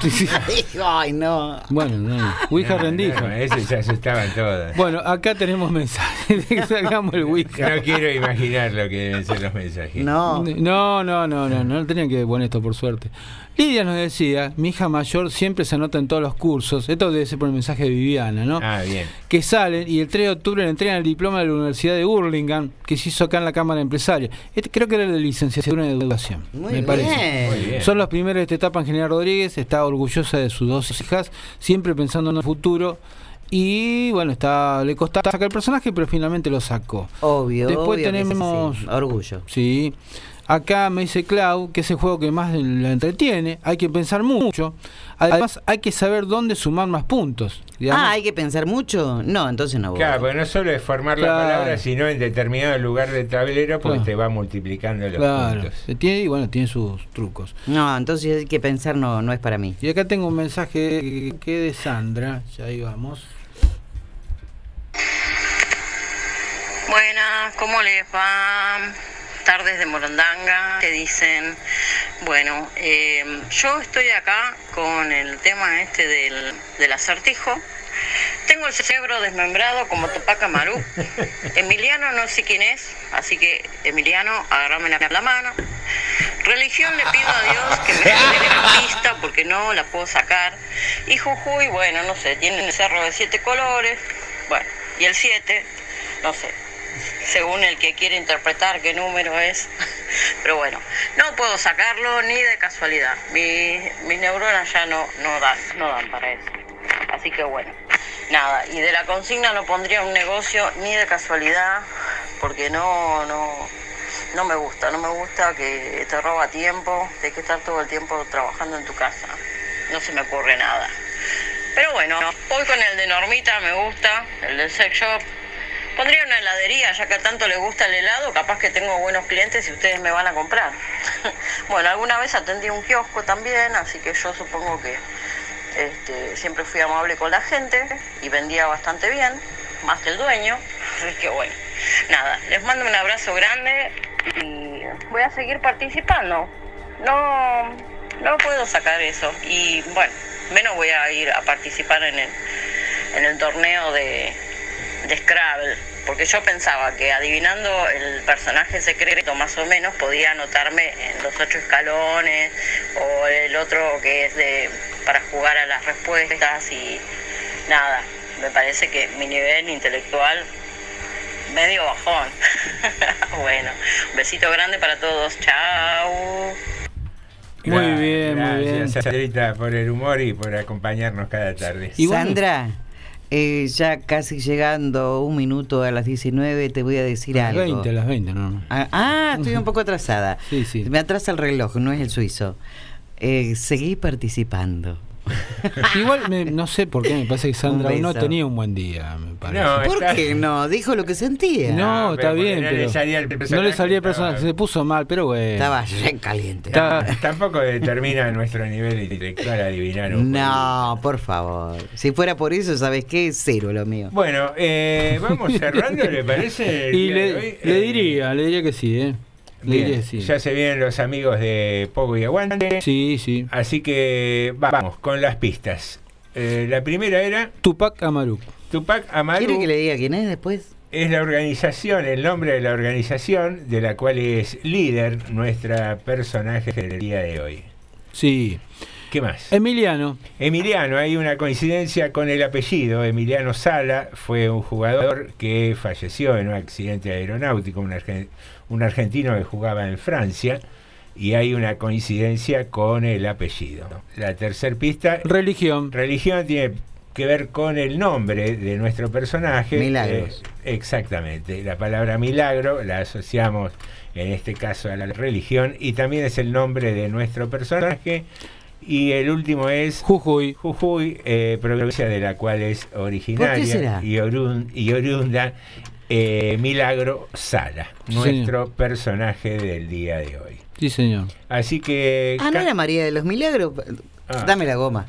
Speaker 16: Ay, no.
Speaker 17: Bueno, no. Ouija
Speaker 18: No,
Speaker 17: rendija.
Speaker 18: no, ese se asustaban todos.
Speaker 17: Bueno, acá tenemos mensajes de que sacamos el Ouija.
Speaker 18: No quiero imaginar lo que deben ser los mensajes.
Speaker 16: No.
Speaker 17: No, no, no, no, no tenían que poner esto por suerte. Lidia nos decía, mi hija mayor siempre se anota en todos los cursos, esto debe ser por el mensaje de Viviana, ¿no?
Speaker 18: Ah, bien.
Speaker 17: Que salen y el tres de octubre le entregan el diploma de la Universidad de Burlingame, que se hizo acá en la Cámara Empresaria. Este, creo que era de licenciatura en educación,
Speaker 16: Muy
Speaker 17: me
Speaker 16: bien.
Speaker 17: parece.
Speaker 18: Muy bien.
Speaker 17: Son los primeros de esta etapa en General Rodríguez, está orgullosa de sus dos hijas, siempre pensando en el futuro. Y bueno, está le costaba sacar el personaje, pero finalmente lo sacó.
Speaker 16: Obvio.
Speaker 17: Después
Speaker 16: obvio que sí,
Speaker 17: tenemos
Speaker 16: sí. Orgullo.
Speaker 17: Sí. Acá me dice Clau que es el juego que más la entretiene, hay que pensar mucho, además hay que saber dónde sumar más puntos. Digamos.
Speaker 16: Ah, hay que pensar mucho. No, entonces no voy.
Speaker 18: Claro, porque no solo es formar
Speaker 17: Claro.
Speaker 18: la palabra, sino en determinado lugar del tablero, porque
Speaker 17: Claro.
Speaker 18: te va multiplicando los
Speaker 17: Claro,
Speaker 18: puntos.
Speaker 17: se tiene, y bueno, tiene sus trucos.
Speaker 16: No, entonces hay que pensar, no, no es para mí.
Speaker 17: Y acá tengo un mensaje que de Sandra, ya ahí vamos.
Speaker 22: Buenas, ¿cómo les va? Tardes de Morondanga, te dicen. Bueno, eh, yo estoy acá con el tema este del, del acertijo. Tengo el cerebro desmembrado como Tupac Amaru. Emiliano no sé quién es, así que Emiliano, agárrame la, la mano. Religión le pido a Dios que me genere la pista porque no la puedo sacar. Y Jujuy, bueno, no sé, tiene el cerro de siete colores. Bueno, y el siete, no sé. Según el que quiere interpretar qué número es. Pero bueno, no puedo sacarlo ni de casualidad. Mi, mis neuronas ya no, no dan, no dan para eso. Así que bueno, nada. Y de la consigna no pondría un negocio ni de casualidad, porque no, no, no me gusta. No me gusta que te roba tiempo, de que estar todo el tiempo trabajando en tu casa. No se me ocurre nada. Pero bueno, voy con el de Normita, me gusta, el del sex shop. Pondría una heladería, ya que a tanto le gusta el helado, capaz que tengo buenos clientes y ustedes me van a comprar. Bueno, alguna vez atendí un kiosco también, así que yo supongo que este, siempre fui amable con la gente y vendía bastante bien, más que el dueño. Así que bueno, nada, les mando un abrazo grande y voy a seguir participando. No, no puedo sacar eso y bueno, menos voy a ir a participar en el, en el torneo de... de Scrabble, porque yo pensaba que adivinando el personaje secreto más o menos podía anotarme en los ocho escalones o el otro que es de para jugar a las respuestas y nada, me parece que mi nivel intelectual medio bajón. Bueno, un besito grande para todos, chao.
Speaker 17: Muy bien, muy bien.
Speaker 18: Gracias, Sandrita, por el humor y por acompañarnos cada tarde.
Speaker 16: Sandra, eh, ya casi llegando un minuto a las diecinueve, te voy a decir
Speaker 17: A las
Speaker 16: algo.
Speaker 17: veinte, a las veinte, no.
Speaker 16: Ah, ah, estoy un poco atrasada.
Speaker 17: Sí, sí.
Speaker 16: Me atrasa el reloj, no es el suizo. Eh, seguí participando.
Speaker 17: Igual, me, no sé por qué, me parece que Sandra
Speaker 16: Un
Speaker 17: no
Speaker 16: beso.
Speaker 17: tenía un buen día, me parece.
Speaker 18: No,
Speaker 16: ¿Por
Speaker 18: está-
Speaker 16: qué no? Dijo lo que sentía.
Speaker 17: No, está
Speaker 18: pero
Speaker 17: bien,
Speaker 18: porque no
Speaker 17: pero
Speaker 18: le salía el
Speaker 17: no le
Speaker 18: personaje,
Speaker 17: salía el personaje,
Speaker 18: estaba-
Speaker 17: se puso mal, pero bueno.
Speaker 16: Estaba re caliente.
Speaker 17: Está-
Speaker 18: Tampoco determina nuestro nivel intelectual adivinar un
Speaker 16: No, por favor. Si fuera por eso, ¿sabes qué? Cero lo mío.
Speaker 18: Bueno, eh, vamos cerrando, ¿le parece? el
Speaker 17: Y
Speaker 18: día de
Speaker 17: le,
Speaker 18: hoy?
Speaker 17: le
Speaker 18: Eh,
Speaker 17: diría, le diría que sí, ¿eh? Le
Speaker 18: bien,
Speaker 17: diría que sí.
Speaker 18: ya se vienen los amigos de Pogo y Aguante.
Speaker 17: Sí, sí.
Speaker 18: Así que va- vamos con las pistas. Eh, la primera era
Speaker 17: Tupac Amaru.
Speaker 18: Tupac Amaru.
Speaker 16: ¿Quiere que le diga quién es después?
Speaker 18: Es la organización, el nombre de la organización de la cual es líder nuestra personaje del día de hoy.
Speaker 17: Sí.
Speaker 18: ¿Qué más?
Speaker 17: Emiliano.
Speaker 18: Emiliano, hay una coincidencia con el apellido. Emiliano Sala fue un jugador que falleció en un accidente aeronáutico, un, argen- un argentino que jugaba en Francia, y hay una coincidencia con el apellido. La tercer pista,
Speaker 17: Religión.
Speaker 18: religión, tiene que ver con el nombre de nuestro personaje.
Speaker 16: Milagros.
Speaker 18: Eh, exactamente. La palabra milagro la asociamos en este caso a la religión y también es el nombre de nuestro personaje. Y el último es
Speaker 17: Jujuy.
Speaker 18: Jujuy, eh, provincia de la cual es originaria
Speaker 16: ¿Por qué será?
Speaker 18: y, orun- y oriunda eh, Milagro Sala,
Speaker 17: Sí,
Speaker 18: nuestro personaje del día de hoy.
Speaker 17: Sí, señor.
Speaker 18: Así que...
Speaker 16: Ah, ¿no
Speaker 18: ca-
Speaker 16: era María de los Milagros?
Speaker 18: Ah.
Speaker 16: Dame la goma.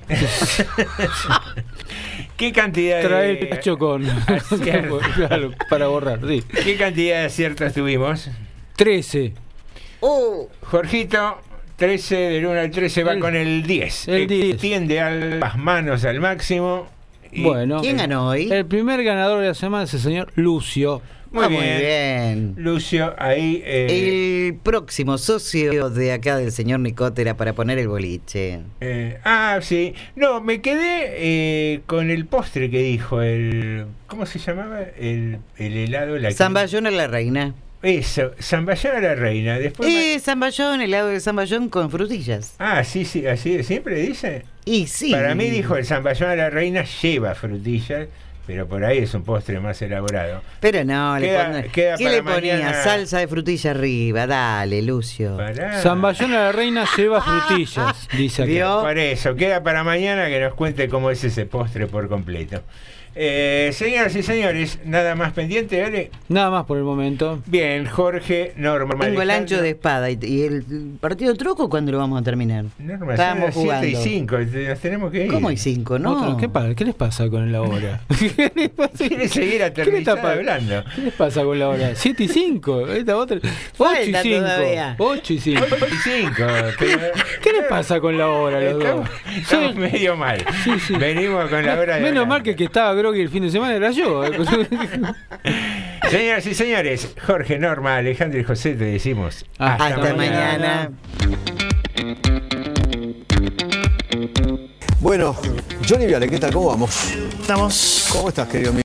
Speaker 18: ¿Qué cantidad
Speaker 17: Trae
Speaker 18: de...
Speaker 17: el pecho con.
Speaker 18: aciertos-
Speaker 17: Claro, para borrar, sí.
Speaker 18: ¿Qué cantidad de aciertos tuvimos?
Speaker 17: trece.
Speaker 16: Oh,
Speaker 18: Jorgito, trece, del uno al trece va
Speaker 17: El-
Speaker 18: con el diez.
Speaker 17: el diez.
Speaker 18: Extiende al- las manos al máximo. y-
Speaker 17: Bueno.
Speaker 16: ¿quién ganó hoy?
Speaker 17: El primer ganador de la semana es el señor Lucio.
Speaker 18: Muy,
Speaker 16: Ah,
Speaker 18: bien.
Speaker 16: muy bien.
Speaker 18: Lucio, ahí... eh,
Speaker 16: El próximo socio de acá del señor Nicotera para poner el boliche.
Speaker 18: Eh, ah, sí. No, me quedé eh, con el postre que dijo el... ¿Cómo se llamaba? El, el helado... La
Speaker 16: Zamballón a la reina.
Speaker 18: Eso, Zamballón a la reina. Después me-
Speaker 16: Eh, Zamballón, helado de Zamballón con frutillas.
Speaker 18: Ah, sí, sí, así de siempre dice.
Speaker 16: Y sí.
Speaker 18: Para mí dijo el Zamballón a la reina lleva frutillas, pero por ahí es un postre más elaborado.
Speaker 16: Pero no,
Speaker 18: Queda-
Speaker 16: le pone-
Speaker 18: queda
Speaker 16: ¿qué
Speaker 18: para
Speaker 16: le ponía?
Speaker 18: mañana.
Speaker 16: Salsa de frutilla arriba, dale, Lucio.
Speaker 17: Zamballón a la reina lleva frutillas, dice aquí.
Speaker 18: Por eso, queda para mañana que nos cuente cómo es ese postre por completo. Eh, señoras y señores, nada más pendiente, ¿vale?
Speaker 17: Nada más por el momento.
Speaker 18: Bien, Jorge, Norma.
Speaker 16: Tengo el
Speaker 18: Alejandro.
Speaker 16: ancho de espada. ¿Y, y el partido truco cuándo lo vamos a terminar?
Speaker 18: Norma,
Speaker 16: Estábamos
Speaker 18: son las siete y
Speaker 16: jugando.
Speaker 18: cinco, nos tenemos que ir.
Speaker 16: ¿Cómo hay cinco? No.
Speaker 17: Otro, ¿qué, pa- ¿Qué les pasa con la hora?
Speaker 18: Quiere seguir aterrizado hablando.
Speaker 17: ¿Qué les pasa con la hora? siete y cinco. Esta otra. ocho y
Speaker 16: Falta
Speaker 17: cinco.
Speaker 16: todavía.
Speaker 17: ocho y cinco.
Speaker 18: ocho y cinco.
Speaker 17: ¿Qué les pasa con la hora los dos?
Speaker 18: Estamos, estamos medio mal. Venimos con la hora de.
Speaker 17: Menos mal que el que estaba groggy el fin de semana era yo. eh.
Speaker 18: Señoras y señores, Jorge, Norma, Alejandro y José, te decimos
Speaker 16: Hasta, Hasta mañana.
Speaker 10: Bueno, Johnny Viale, ¿qué tal? ¿Cómo vamos?
Speaker 1: Estamos.
Speaker 10: ¿Cómo estás, querido amigo?